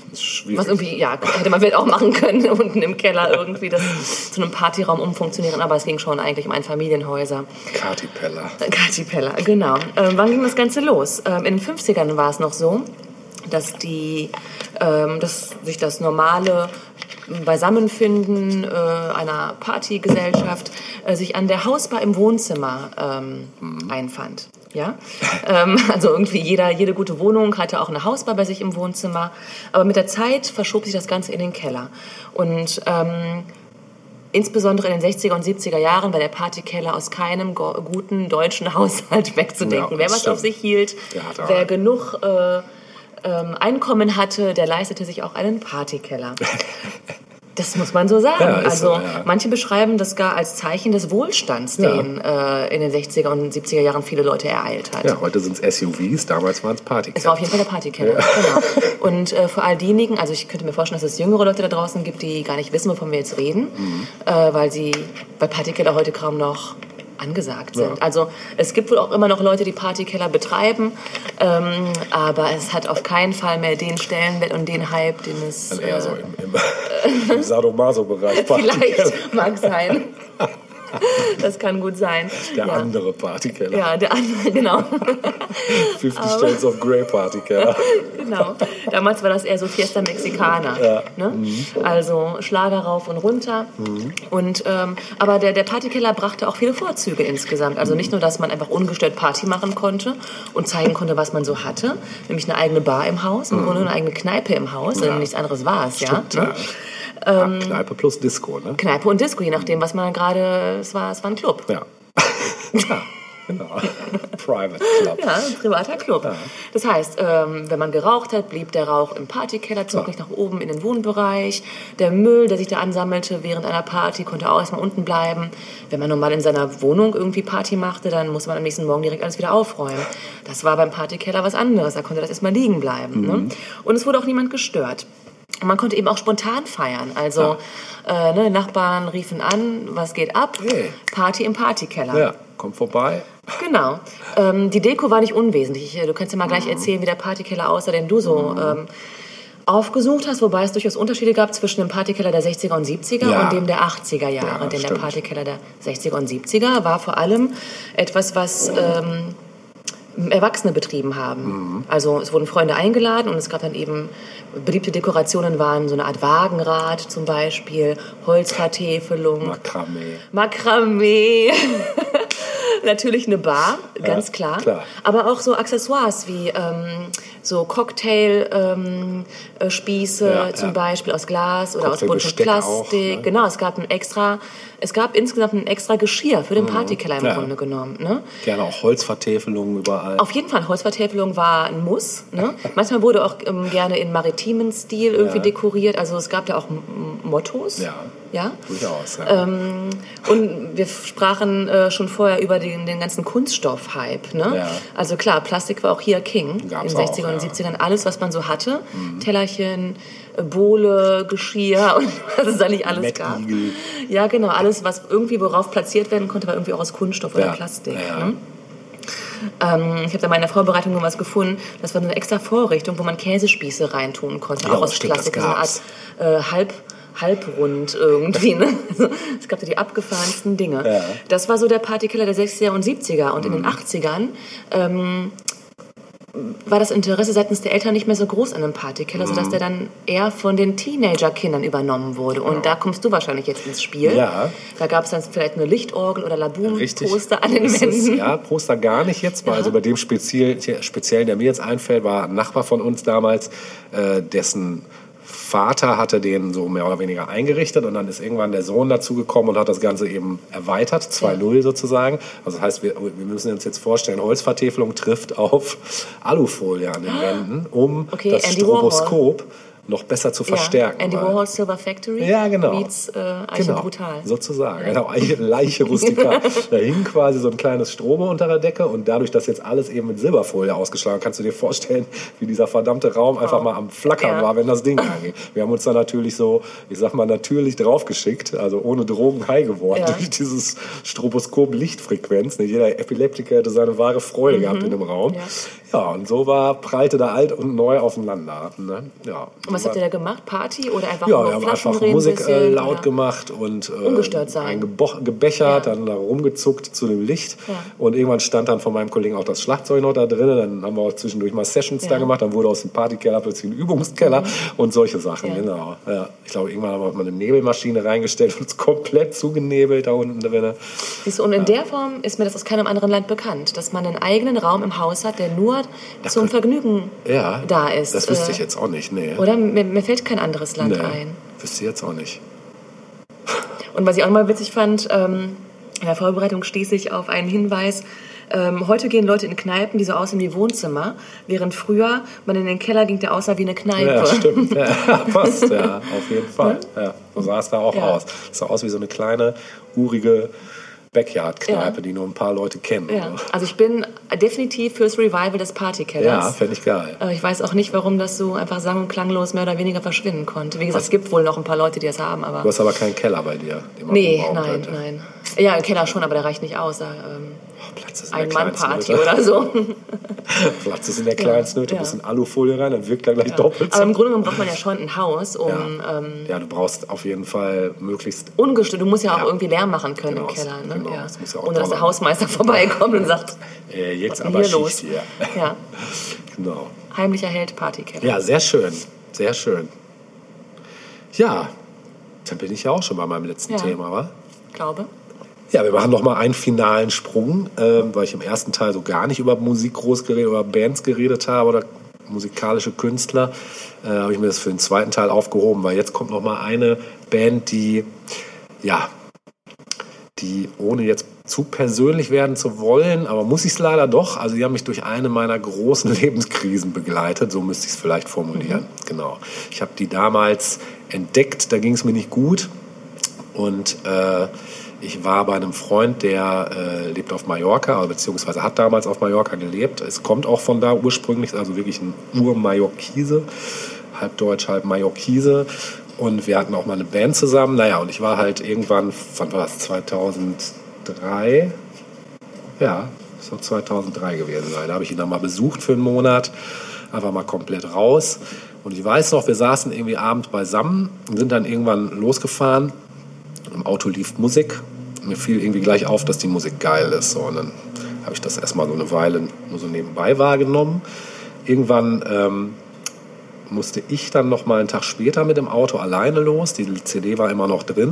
C: ist schwierig.
A: Was irgendwie, ja, hätte man vielleicht auch machen können, unten im Keller irgendwie das zu einem Partyraum umfunktionieren, aber es ging schon eigentlich um Einfamilienhäuser.
C: Katipeller.
A: Katipeller, genau. Ähm, wann ging das Ganze los? Ähm, in den fünfzigern war es noch so, dass, die, ähm, dass sich das normale Beisammenfinden äh, einer Partygesellschaft äh, sich an der Hausbar im Wohnzimmer ähm, mhm. einfand. Ja? ähm, also irgendwie jeder, jede gute Wohnung hatte auch eine Hausbar bei sich im Wohnzimmer. Aber mit der Zeit verschob sich das Ganze in den Keller. Und ähm, insbesondere in den sechziger und siebziger Jahren war der Partykeller aus keinem go- guten deutschen Haushalt wegzudenken.
C: Ja,
A: wer was
C: stimmt.
A: auf sich hielt, wer genug äh, ähm, Einkommen hatte, der leistete sich auch einen Partykeller. Das muss man so sagen.
C: Ja, ist
A: also
C: so, ja.
A: manche beschreiben das gar als Zeichen des Wohlstands,
C: Ja.
A: den äh, in den sechziger und siebziger Jahren viele Leute ereilt hat.
C: Ja, heute sind es S U Vs, damals waren es Partykeller.
A: Es war auf jeden Fall der Partykeller, ja. Genau. Und äh, für all diejenigen, also ich könnte mir vorstellen, dass es jüngere Leute da draußen gibt, die gar nicht wissen, wovon wir jetzt reden, mhm. äh, weil sie bei Partykeller heute kaum noch angesagt sind.
C: Ja.
A: Also es gibt wohl auch immer noch Leute, die Partykeller betreiben, ähm, aber es hat auf keinen Fall mehr den Stellenwert und den Hype, den es...
C: Dann eher
A: äh,
C: so im, im, im Sadomaso-Bereich.
A: Vielleicht mag sein. Das kann gut sein.
C: Der
A: ja.
C: andere Partykeller.
A: Ja, der andere, genau.
C: Fifty Shades of Grey Partykeller.
A: Genau. Damals war das eher so Fiesta Mexicana.
C: Ja.
A: Ne?
C: Mhm.
A: Also Schlager rauf und runter. Mhm. Und, ähm, aber der, der Partykeller brachte auch viele Vorzüge insgesamt. Also nicht nur, dass man einfach ungestört Party machen konnte und zeigen konnte, was man so hatte. Nämlich eine eigene Bar im Haus, im mhm. Grunde eine eigene Kneipe im Haus. Ja. Nichts anderes war es.
C: Stimmt,
A: ja.
C: ja. Ähm, Kneipe plus Disco, ne?
A: Kneipe und Disco, je nachdem, was man gerade... Es war, es war ein Club.
C: Ja. Ja, genau. Private Club.
A: Ja, ein privater Club.
C: Ja.
A: Das heißt, ähm, wenn man geraucht hat, blieb der Rauch im Partykeller, zog nicht nach oben in den Wohnbereich. Der Müll, der sich da ansammelte während einer Party, konnte auch erstmal unten bleiben. Wenn man normal in seiner Wohnung irgendwie Party machte, dann musste man am nächsten Morgen direkt alles wieder aufräumen. Das war beim Partykeller was anderes. Da konnte das erstmal liegen bleiben. Mhm. Ne? Und es wurde auch niemand gestört. Und man konnte eben auch spontan feiern. Also ja. äh, ne, Nachbarn riefen an, was geht ab?
C: Hey.
A: Party im Partykeller.
C: Ja, kommt vorbei.
A: Genau. Ähm, die Deko war nicht unwesentlich. Du kannst ja mal gleich
C: Mhm.
A: erzählen, wie der Partykeller aussah, den du so ähm, aufgesucht hast. Wobei es durchaus Unterschiede gab zwischen dem Partykeller der sechziger und siebziger
C: ja.
A: und dem der achtziger Jahre.
C: Ja,
A: Denn
C: stimmt.
A: der Partykeller der sechziger und siebziger war vor allem etwas, was... Ähm, Erwachsene betrieben haben. Mhm. Also es wurden Freunde eingeladen und es gab dann eben, beliebte Dekorationen waren so eine Art Wagenrad zum Beispiel, Holzvertäfelung.
C: Makramee.
A: Makramee. Natürlich eine Bar, ganz
C: ja,
A: klar.
C: klar.
A: Aber auch so Accessoires wie ähm, so Cocktailspieße ähm, äh, Spieße
C: ja,
A: zum
C: ja.
A: Beispiel aus Glas oder aus buntem
C: Cocktailbesteck
A: Plastik.
C: auch, ne?
A: Genau, es gab ein extra, es gab insgesamt ein extra Geschirr für den Partykeller im
C: Ja.
A: Grunde genommen. Ne?
C: Gerne auch Holzvertäfelungen überall.
A: Auf jeden Fall, Holzvertäfelung war ein Muss. Ne? Manchmal wurde auch ähm, gerne in maritimen Stil irgendwie
C: Ja.
A: dekoriert. Also es gab ja auch M- Mottos.
C: Ja,
A: Ja?
C: durchaus. Ja.
A: Ähm, und wir sprachen äh, schon vorher über den, den ganzen Kunststoff-Hype. Ne?
C: Ja.
A: Also klar, Plastik war auch hier King
C: Gab's
A: in den sechzigern
C: auch,
A: und
C: ja.
A: siebzigern. Alles, was man so hatte. Mhm. Tellerchen, äh, Bohle, Geschirr und was es da nicht alles gab.
C: Mettigel.
A: Ja, genau. Alles, was irgendwie worauf platziert werden konnte, war irgendwie auch aus Kunststoff oder
C: Ja.
A: Plastik.
C: Ja.
A: Ne? Ähm, ich habe da mal in der Vorbereitung noch was gefunden. Das war so eine extra Vorrichtung, wo man Käsespieße reintun konnte.
C: Ja,
A: auch aus
C: stimmt,
A: Plastik.
C: das
A: So eine Art
C: gab's.
A: äh, halb halbrund irgendwie. Ne? Also, es gab da die abgefahrensten Dinge.
C: Ja.
A: Das war so der Partykeller der sechziger und siebziger. Und in den achtzigern ähm, war das Interesse seitens der Eltern nicht mehr so groß an einem Partykeller, sodass der dann eher von den Teenagerkindern übernommen wurde. Und da kommst du wahrscheinlich jetzt ins Spiel.
C: Ja.
A: Da gab es dann vielleicht eine Lichtorgel oder
C: Richtig.
A: Laboon-Poster an den
C: Ist es,
A: Wänden.
C: ja, Poster gar nicht jetzt mal.
A: Ja.
C: Also bei dem speziell, Speziellen, der mir jetzt einfällt, war ein Nachbar von uns damals, äh, dessen Vater hatte den so mehr oder weniger eingerichtet und dann ist irgendwann der Sohn dazugekommen und hat das Ganze eben erweitert, zwei null sozusagen. Also das heißt, wir, wir müssen uns jetzt vorstellen, Holzvertäfelung trifft auf Alufolie an den Wänden, um
A: Okay,
C: das
A: Andy
C: Stroboskop noch besser zu verstärken.
A: Ja, Andy
C: weil-
A: Warhol's Silver Factory
C: Ja, genau.
A: meets äh, Eiche
C: Genau,
A: Brutal.
C: sozusagen. Genau, Eiche, Leiche rustikal. Da hing quasi so ein kleines Strobo unter der Decke und dadurch, dass jetzt alles eben mit Silberfolie ausgeschlagen, kannst du dir vorstellen, wie dieser verdammte Raum einfach mal am Flackern
A: Ja.
C: war, wenn das Ding anging. Wir haben uns da natürlich so, ich sag mal, natürlich draufgeschickt, also ohne Drogen high geworden,
A: Ja.
C: durch dieses Stroboskop-Lichtfrequenz. Nicht jeder Epileptiker hätte seine wahre Freude
A: Mhm.
C: gehabt in dem Raum.
A: Ja.
C: Ja, und so war, prallte da alt und neu aufeinander. Ne? Ja.
A: Und Was habt ihr da gemacht? Party oder einfach
C: Ja,
A: nur
C: wir haben
A: Flaschen
C: einfach
A: drehen,
C: Musik äh,
A: bisschen,
C: laut
A: oder?
C: gemacht und äh,
A: Ungestört sein.
C: ein gebo- gebechert,
A: Ja.
C: dann da rumgezuckt zu dem Licht.
A: Ja.
C: Und irgendwann stand dann von meinem Kollegen auch das Schlagzeug noch da drin. Dann haben wir auch zwischendurch mal Sessions
A: Ja.
C: da gemacht. Dann wurde aus dem Partykeller plötzlich ein Übungskeller und solche Sachen.
A: Ja.
C: Genau. Ja. Ich glaube, irgendwann haben wir mal eine Nebelmaschine reingestellt und es komplett zugenebelt da unten drin.
A: Siehst du, und in der Form ist mir das aus keinem anderen Land bekannt, dass man einen eigenen Raum im Haus hat, der nur zum Vergnügen
C: Ja,
A: da ist.
C: das wüsste
A: Äh,
C: ich jetzt auch nicht. Nee.
A: Oder? Mir, mir fällt kein anderes Land
C: nee.
A: ein.
C: Wüsste ich jetzt auch nicht.
A: Und was ich auch mal witzig fand, ähm, in der Vorbereitung stieß ich auf einen Hinweis, ähm, heute gehen Leute in Kneipen, die so aussehen wie Wohnzimmer, während früher man in den Keller ging, der aussah wie eine Kneipe.
C: Ja, stimmt. Ja, passt, ja, auf jeden Fall. Ja, so sah es da auch
A: Ja.
C: aus. Es sah aus wie so eine kleine, urige Backyard-Kneipe,
A: Ja.
C: die nur ein paar Leute kennen.
A: Ja. Also ich bin definitiv fürs Revival des Partykellers.
C: Ja, fände ich geil.
A: Aber ich weiß auch nicht, warum das so einfach sang- und klanglos mehr oder weniger verschwinden konnte. Wie gesagt, es gibt wohl noch ein paar Leute, die das haben, aber...
C: Du hast aber keinen Keller bei dir, den man
A: Nee,
C: umbauen
A: nein,
C: könnte.
A: nein. Ja, im Keller schon, aber der reicht nicht aus. Da, ähm,
C: Oh, Platz ist in der
A: Ein-Mann-Party
C: Kleinstnöte.
A: oder so.
C: Platz ist in der Kleinstnöte,
A: Ja.
C: ein bisschen Alufolie rein, dann wirkt er gleich doppelt
A: Aber
C: so.
A: im Grunde genommen braucht man ja schon ein Haus, um
C: Ja.
A: ähm,
C: Ja, du brauchst auf jeden Fall möglichst...
A: ungestört. Du musst ja auch
C: Ja.
A: irgendwie Lärm machen können
C: Genau,
A: im Keller. Ne?
C: genau,
A: Ja.
C: das muss ja auch
A: Ohne dass
C: toll
A: der Hausmeister vorbeikommt und sagt,
C: Äh, jetzt
A: was ist
C: aber
A: denn
C: Schicht
A: hier los?
C: hier.
A: Ja.
C: Genau.
A: Heimlicher Held, Partykeller.
C: Ja, sehr schön. Sehr schön. Ja, dann bin ich ja auch schon bei meinem letzten
A: Ja.
C: Thema, wa?
A: Glaube.
C: Ja, wir machen noch mal einen finalen Sprung, ähm, weil ich im ersten Teil so gar nicht über Musik groß geredet, über Bands geredet habe oder musikalische Künstler. Äh, habe ich mir das für den zweiten Teil aufgehoben, weil jetzt kommt noch mal eine Band, die, ja, die ohne jetzt zu persönlich werden zu wollen, aber muss ich es leider doch. Also die haben mich durch eine meiner großen Lebenskrisen begleitet, so müsste ich es vielleicht formulieren. Genau. Ich habe die damals entdeckt, da ging es mir nicht gut und äh, ich war bei einem Freund, der äh, lebt auf Mallorca, beziehungsweise hat damals auf Mallorca gelebt. Es kommt auch von da ursprünglich, also wirklich ein Ur-Mallorquise, halb Deutsch, halb Mallorquise. Und wir hatten auch mal eine Band zusammen. Naja, und ich war halt irgendwann, wann war das, zweitausenddrei? Ja, das soll zweitausenddrei gewesen sein. Da habe ich ihn dann mal besucht für einen Monat, einfach mal komplett raus. Und ich weiß noch, wir saßen irgendwie abends beisammen und sind dann irgendwann losgefahren. Im Auto lief Musik. Mir fiel irgendwie gleich auf, dass die Musik geil ist. So, und dann habe ich das erstmal so eine Weile nur so nebenbei wahrgenommen. Irgendwann ähm, musste ich dann noch mal einen Tag später mit dem Auto alleine los. Die C D war immer noch drin.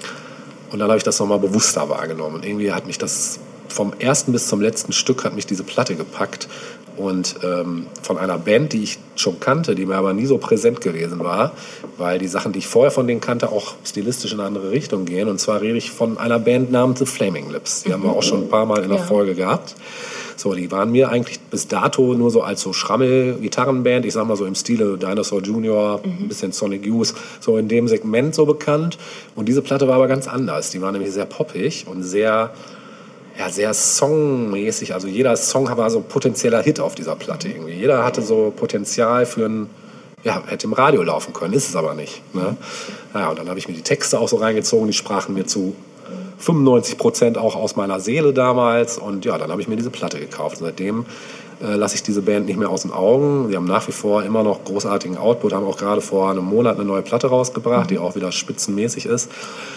C: Und dann habe ich das noch mal bewusster wahrgenommen. Und irgendwie hat mich das vom ersten bis zum letzten Stück hat mich diese Platte gepackt. Und ähm, von einer Band, die ich schon kannte, die mir aber nie so präsent gewesen war, weil die Sachen, die ich vorher von denen kannte, auch stilistisch in eine andere Richtung gehen. Und zwar rede ich von einer Band namens The Flaming Lips. Die haben wir auch schon ein paar Mal in der
A: Ja.
C: Folge gehabt. So, die waren mir eigentlich bis dato nur so als so Schrammel-Gitarrenband, ich sag mal so im Stile Dinosaur Junior, ein bisschen Sonic Youth, so in dem Segment so bekannt. Und diese Platte war aber ganz anders. Die war nämlich sehr poppig und sehr, ja, sehr songmäßig. Also jeder Song war so ein potenzieller Hit auf dieser Platte irgendwie. Jeder hatte so Potenzial für ein, ja, hätte im Radio laufen können, ist es aber nicht. Ne? Naja, und dann habe ich mir die Texte auch so reingezogen, die sprachen mir zu fünfundneunzig Prozent auch aus meiner Seele damals. Und ja, dann habe ich mir diese Platte gekauft. Seitdem äh, lasse ich diese Band nicht mehr aus den Augen. Die haben nach wie vor immer noch großartigen Output, haben auch gerade vor einem Monat eine neue Platte rausgebracht, die auch wieder spitzenmäßig ist.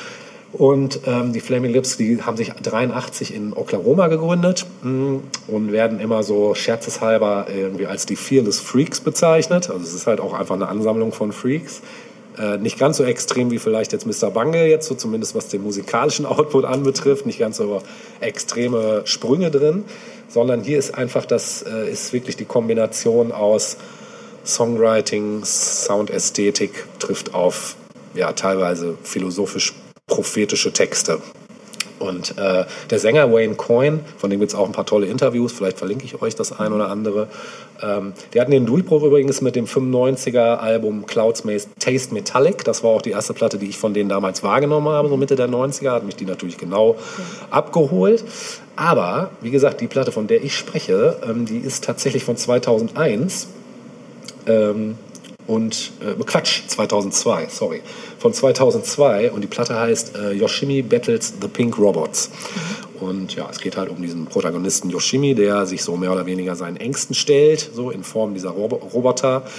C: Und ähm, die Flaming Lips, die haben sich dreiundachtzig in Oklahoma gegründet mh, und werden immer so scherzeshalber irgendwie als die Fearless Freaks bezeichnet. Also es ist halt auch einfach eine Ansammlung von Freaks. Äh, nicht ganz so extrem wie vielleicht jetzt Mister Bungle, jetzt so zumindest was den musikalischen Output anbetrifft, nicht ganz so extreme Sprünge drin, sondern hier ist einfach das, äh, ist wirklich die Kombination aus Songwriting, Soundästhetik, trifft auf ja teilweise philosophisch prophetische Texte. Und äh, der Sänger Wayne Coyne, von dem gibt es auch ein paar tolle Interviews, vielleicht verlinke ich euch das ein oder andere. Ähm, der hat den Durchbruch übrigens mit dem fünfundneunziger Album Clouds May Taste Metallic. Das war auch die erste Platte, die ich von denen damals wahrgenommen habe, so Mitte der neunziger, hat mich die natürlich genau abgeholt. Aber, wie gesagt, die Platte, von der ich spreche, ähm, die ist tatsächlich von zweitausendeins. Ähm, und äh, Quatsch, zweitausendzwei, sorry, von zweitausendzwei und die Platte heißt äh, Yoshimi Battles the Pink Robots. Und ja, es geht halt um diesen Protagonisten Yoshimi, der sich so mehr oder weniger seinen Ängsten stellt, so in Form dieser Rob- Roboter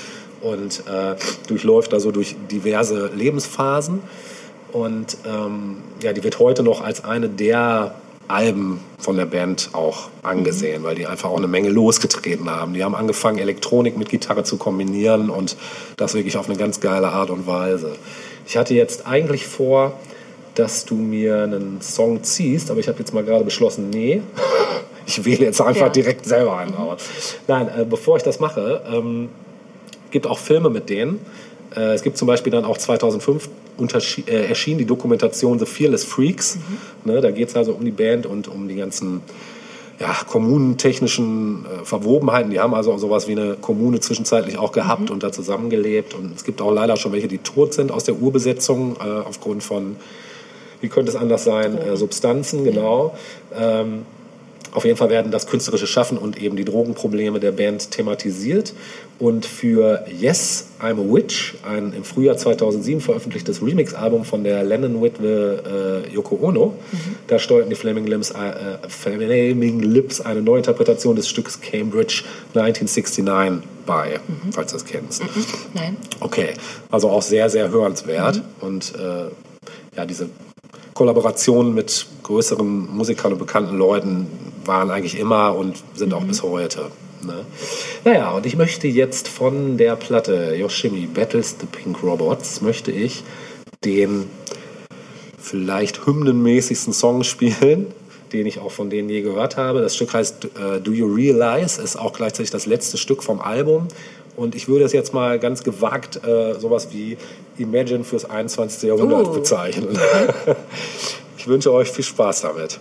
C: und äh, durchläuft also durch diverse Lebensphasen. Und ähm, ja, die wird heute noch als eine der Alben von der Band auch angesehen, weil die einfach auch eine Menge losgetreten haben. Die haben angefangen, Elektronik mit Gitarre zu kombinieren und das wirklich auf eine ganz geile Art und Weise. Ich hatte jetzt eigentlich vor, dass du mir einen Song ziehst, aber ich habe jetzt mal gerade beschlossen, nee, ich wähle jetzt einfach ja. direkt selber einen aus. Nein, äh, bevor ich das mache, ähm, gibt auch Filme mit denen. Äh, es gibt zum Beispiel dann auch zweitausendfünf unterschi- äh, erschien die Dokumentation The Fearless Freaks. Mhm. Ne, da geht es also um die Band und um die ganzen ja, kommunentechnischen äh, Verwobenheiten. Die haben also auch sowas wie eine Kommune zwischenzeitlich auch gehabt mhm. und da zusammengelebt. Und es gibt auch leider schon welche, die tot sind aus der Urbesetzung äh, aufgrund von, wie könnte es anders sein, äh, Substanzen, genau. Ähm, Auf jeden Fall werden das künstlerische Schaffen und eben die Drogenprobleme der Band thematisiert. Und für Yes, I'm a Witch, ein im Frühjahr zweitausendsieben veröffentlichtes Remix-Album von der Lennon-Witwe äh, Yoko Ono, mhm. da steuerten die Flaming Lips, äh, Flaming Lips eine Neuinterpretation des Stücks Cambridge neunzehnhundertneunundsiebzig bei, mhm. falls du das kennst.
A: Mhm. Nein.
C: Okay, also auch sehr, sehr hörenswert. Mhm. Und äh, ja, diese Kollaborationen mit größeren Musikern und bekannten Leuten waren eigentlich immer und sind mhm. auch bis heute. Ne? Naja, und ich möchte jetzt von der Platte Yoshimi Battles the Pink Robots, möchte ich den vielleicht hymnenmäßigsten Song spielen, den ich auch von denen je gehört habe. Das Stück heißt uh, Do You Realize, ist auch gleichzeitig das letzte Stück vom Album. Und ich würde es jetzt mal ganz gewagt äh, sowas wie Imagine fürs einundzwanzigste Jahrhundert oh. bezeichnen. Ich wünsche euch viel Spaß damit.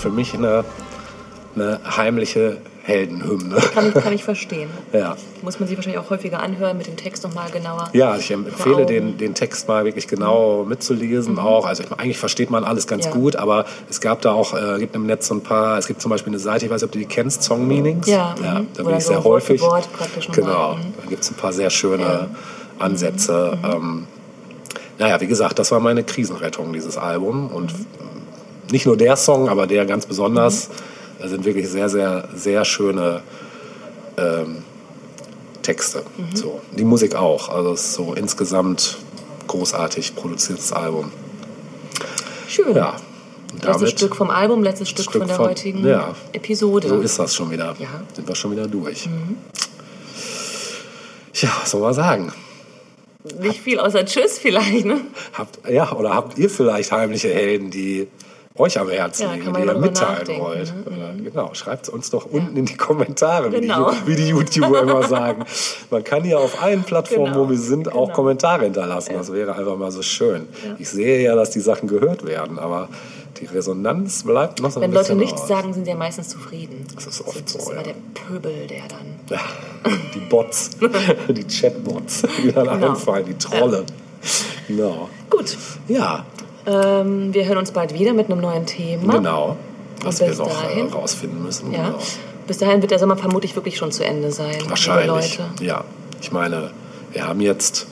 C: für mich eine, eine heimliche Heldenhymne.
A: Kann ich, kann ich verstehen.
C: Ja.
A: Muss man sich wahrscheinlich auch häufiger anhören, mit dem Text nochmal genauer.
C: Ja, ich empfehle den, den Text mal wirklich genau mitzulesen
A: Mhm.
C: auch. Also ich meine, eigentlich versteht man alles ganz
A: Ja.
C: gut, aber es gab da auch, äh, gibt im Netz so ein paar, es gibt zum Beispiel eine Seite, ich weiß nicht, ob du die kennst, Song Meanings.
A: Ja,
C: ja
A: mhm.
C: da
A: Wo
C: bin
A: dann
C: ich
A: so
C: sehr
A: Wort für
C: häufig.
A: Wort praktisch nochmal,
C: Genau,
A: mhm.
C: da gibt es ein paar sehr schöne
A: Ja.
C: Ansätze.
A: Mhm.
C: Ähm, naja, wie gesagt, das war meine Krisenrettung, dieses Album. Und nicht nur der Song, aber der ganz besonders.
A: Mhm.
C: Da sind wirklich sehr, sehr, sehr schöne ähm, Texte.
A: Mhm.
C: So. Die Musik auch. Also es ist so insgesamt großartig produziertes Album.
A: Schön.
C: Ja. Und
A: Letztes
C: damit
A: Stück vom Album, letztes Stück,
C: Stück
A: von der
C: von-
A: heutigen
C: ja.
A: Episode.
C: so ist das schon wieder.
A: Ja.
C: Sind wir schon wieder durch. Ja, was soll man sagen?
A: Nicht viel außer Tschüss vielleicht, ne?
C: Habt, ja, oder habt ihr vielleicht heimliche Helden, die euch am Herzen
A: Ja,
C: liegen,
A: kann man
C: die ihr
A: darüber
C: mitteilen
A: nachdenken,
C: wollt?
A: ne?
C: Oder, genau, schreibt es uns doch unten in die Kommentare,
A: Genau.
C: wie, die, wie die YouTuber immer sagen. Man kann ja auf allen Plattformen,
A: Genau,
C: wo wir sind, auch
A: genau.
C: Kommentare hinterlassen. Das wäre einfach mal so schön.
A: Ja.
C: Ich sehe ja, dass die Sachen gehört werden, aber die Resonanz bleibt noch so ein
A: Wenn Leute
C: bisschen
A: nichts
C: aus.
A: sagen, sind sie ja meistens zufrieden.
C: Das ist oft
A: Das ist
C: so,
A: immer
C: ja.
A: der Pöbel, der dann...
C: Ja, die Bots, die Chatbots, die dann
A: Genau.
C: einfallen, die Trolle. Genau.
A: Gut,
C: Ja,
A: ähm, wir hören uns bald wieder mit einem neuen Thema.
C: genau. Was
A: Und
C: wir
A: bis
C: noch äh,
A: dahin?
C: rausfinden müssen.
A: Ja.
C: Genau.
A: Bis dahin wird der Sommer vermutlich wirklich schon zu Ende sein. liebe
C: Wahrscheinlich.
A: Leute.
C: Ja. Ich meine, wir haben jetzt.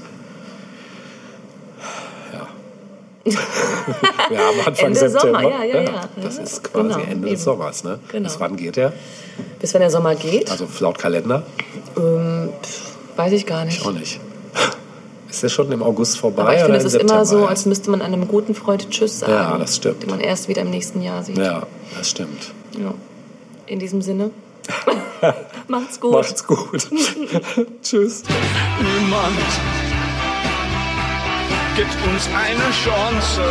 C: Ja. wir haben Anfang
A: Ende
C: September.
A: Sommer, ja, ja, ja.
C: Das ist quasi
A: Genau,
C: Ende
A: eben.
C: des Sommers. Ne?
A: Genau.
C: Bis wann geht der?
A: Bis wenn der Sommer geht,
C: Also laut Kalender?
A: ähm, pff, weiß ich gar nicht.
C: Auch nicht. Ist der schon im August vorbei?
A: Aber ich finde,
C: oder
A: es
C: im
A: ist immer
C: September
A: so,
C: erst?
A: als müsste man einem guten Freund Tschüss sagen.
C: Ja, das stimmt.
A: Den man erst wieder im nächsten Jahr sieht.
C: Ja, das stimmt.
A: Ja. In diesem Sinne, macht's gut.
C: Macht's gut. Tschüss.
E: Niemand gibt uns eine Chance,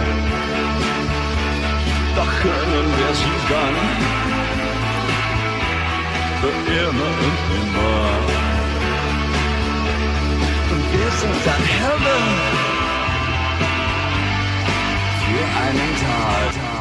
E: doch können wir sie dann für immer und immer. Und wir sind dann Helden für einen Tag.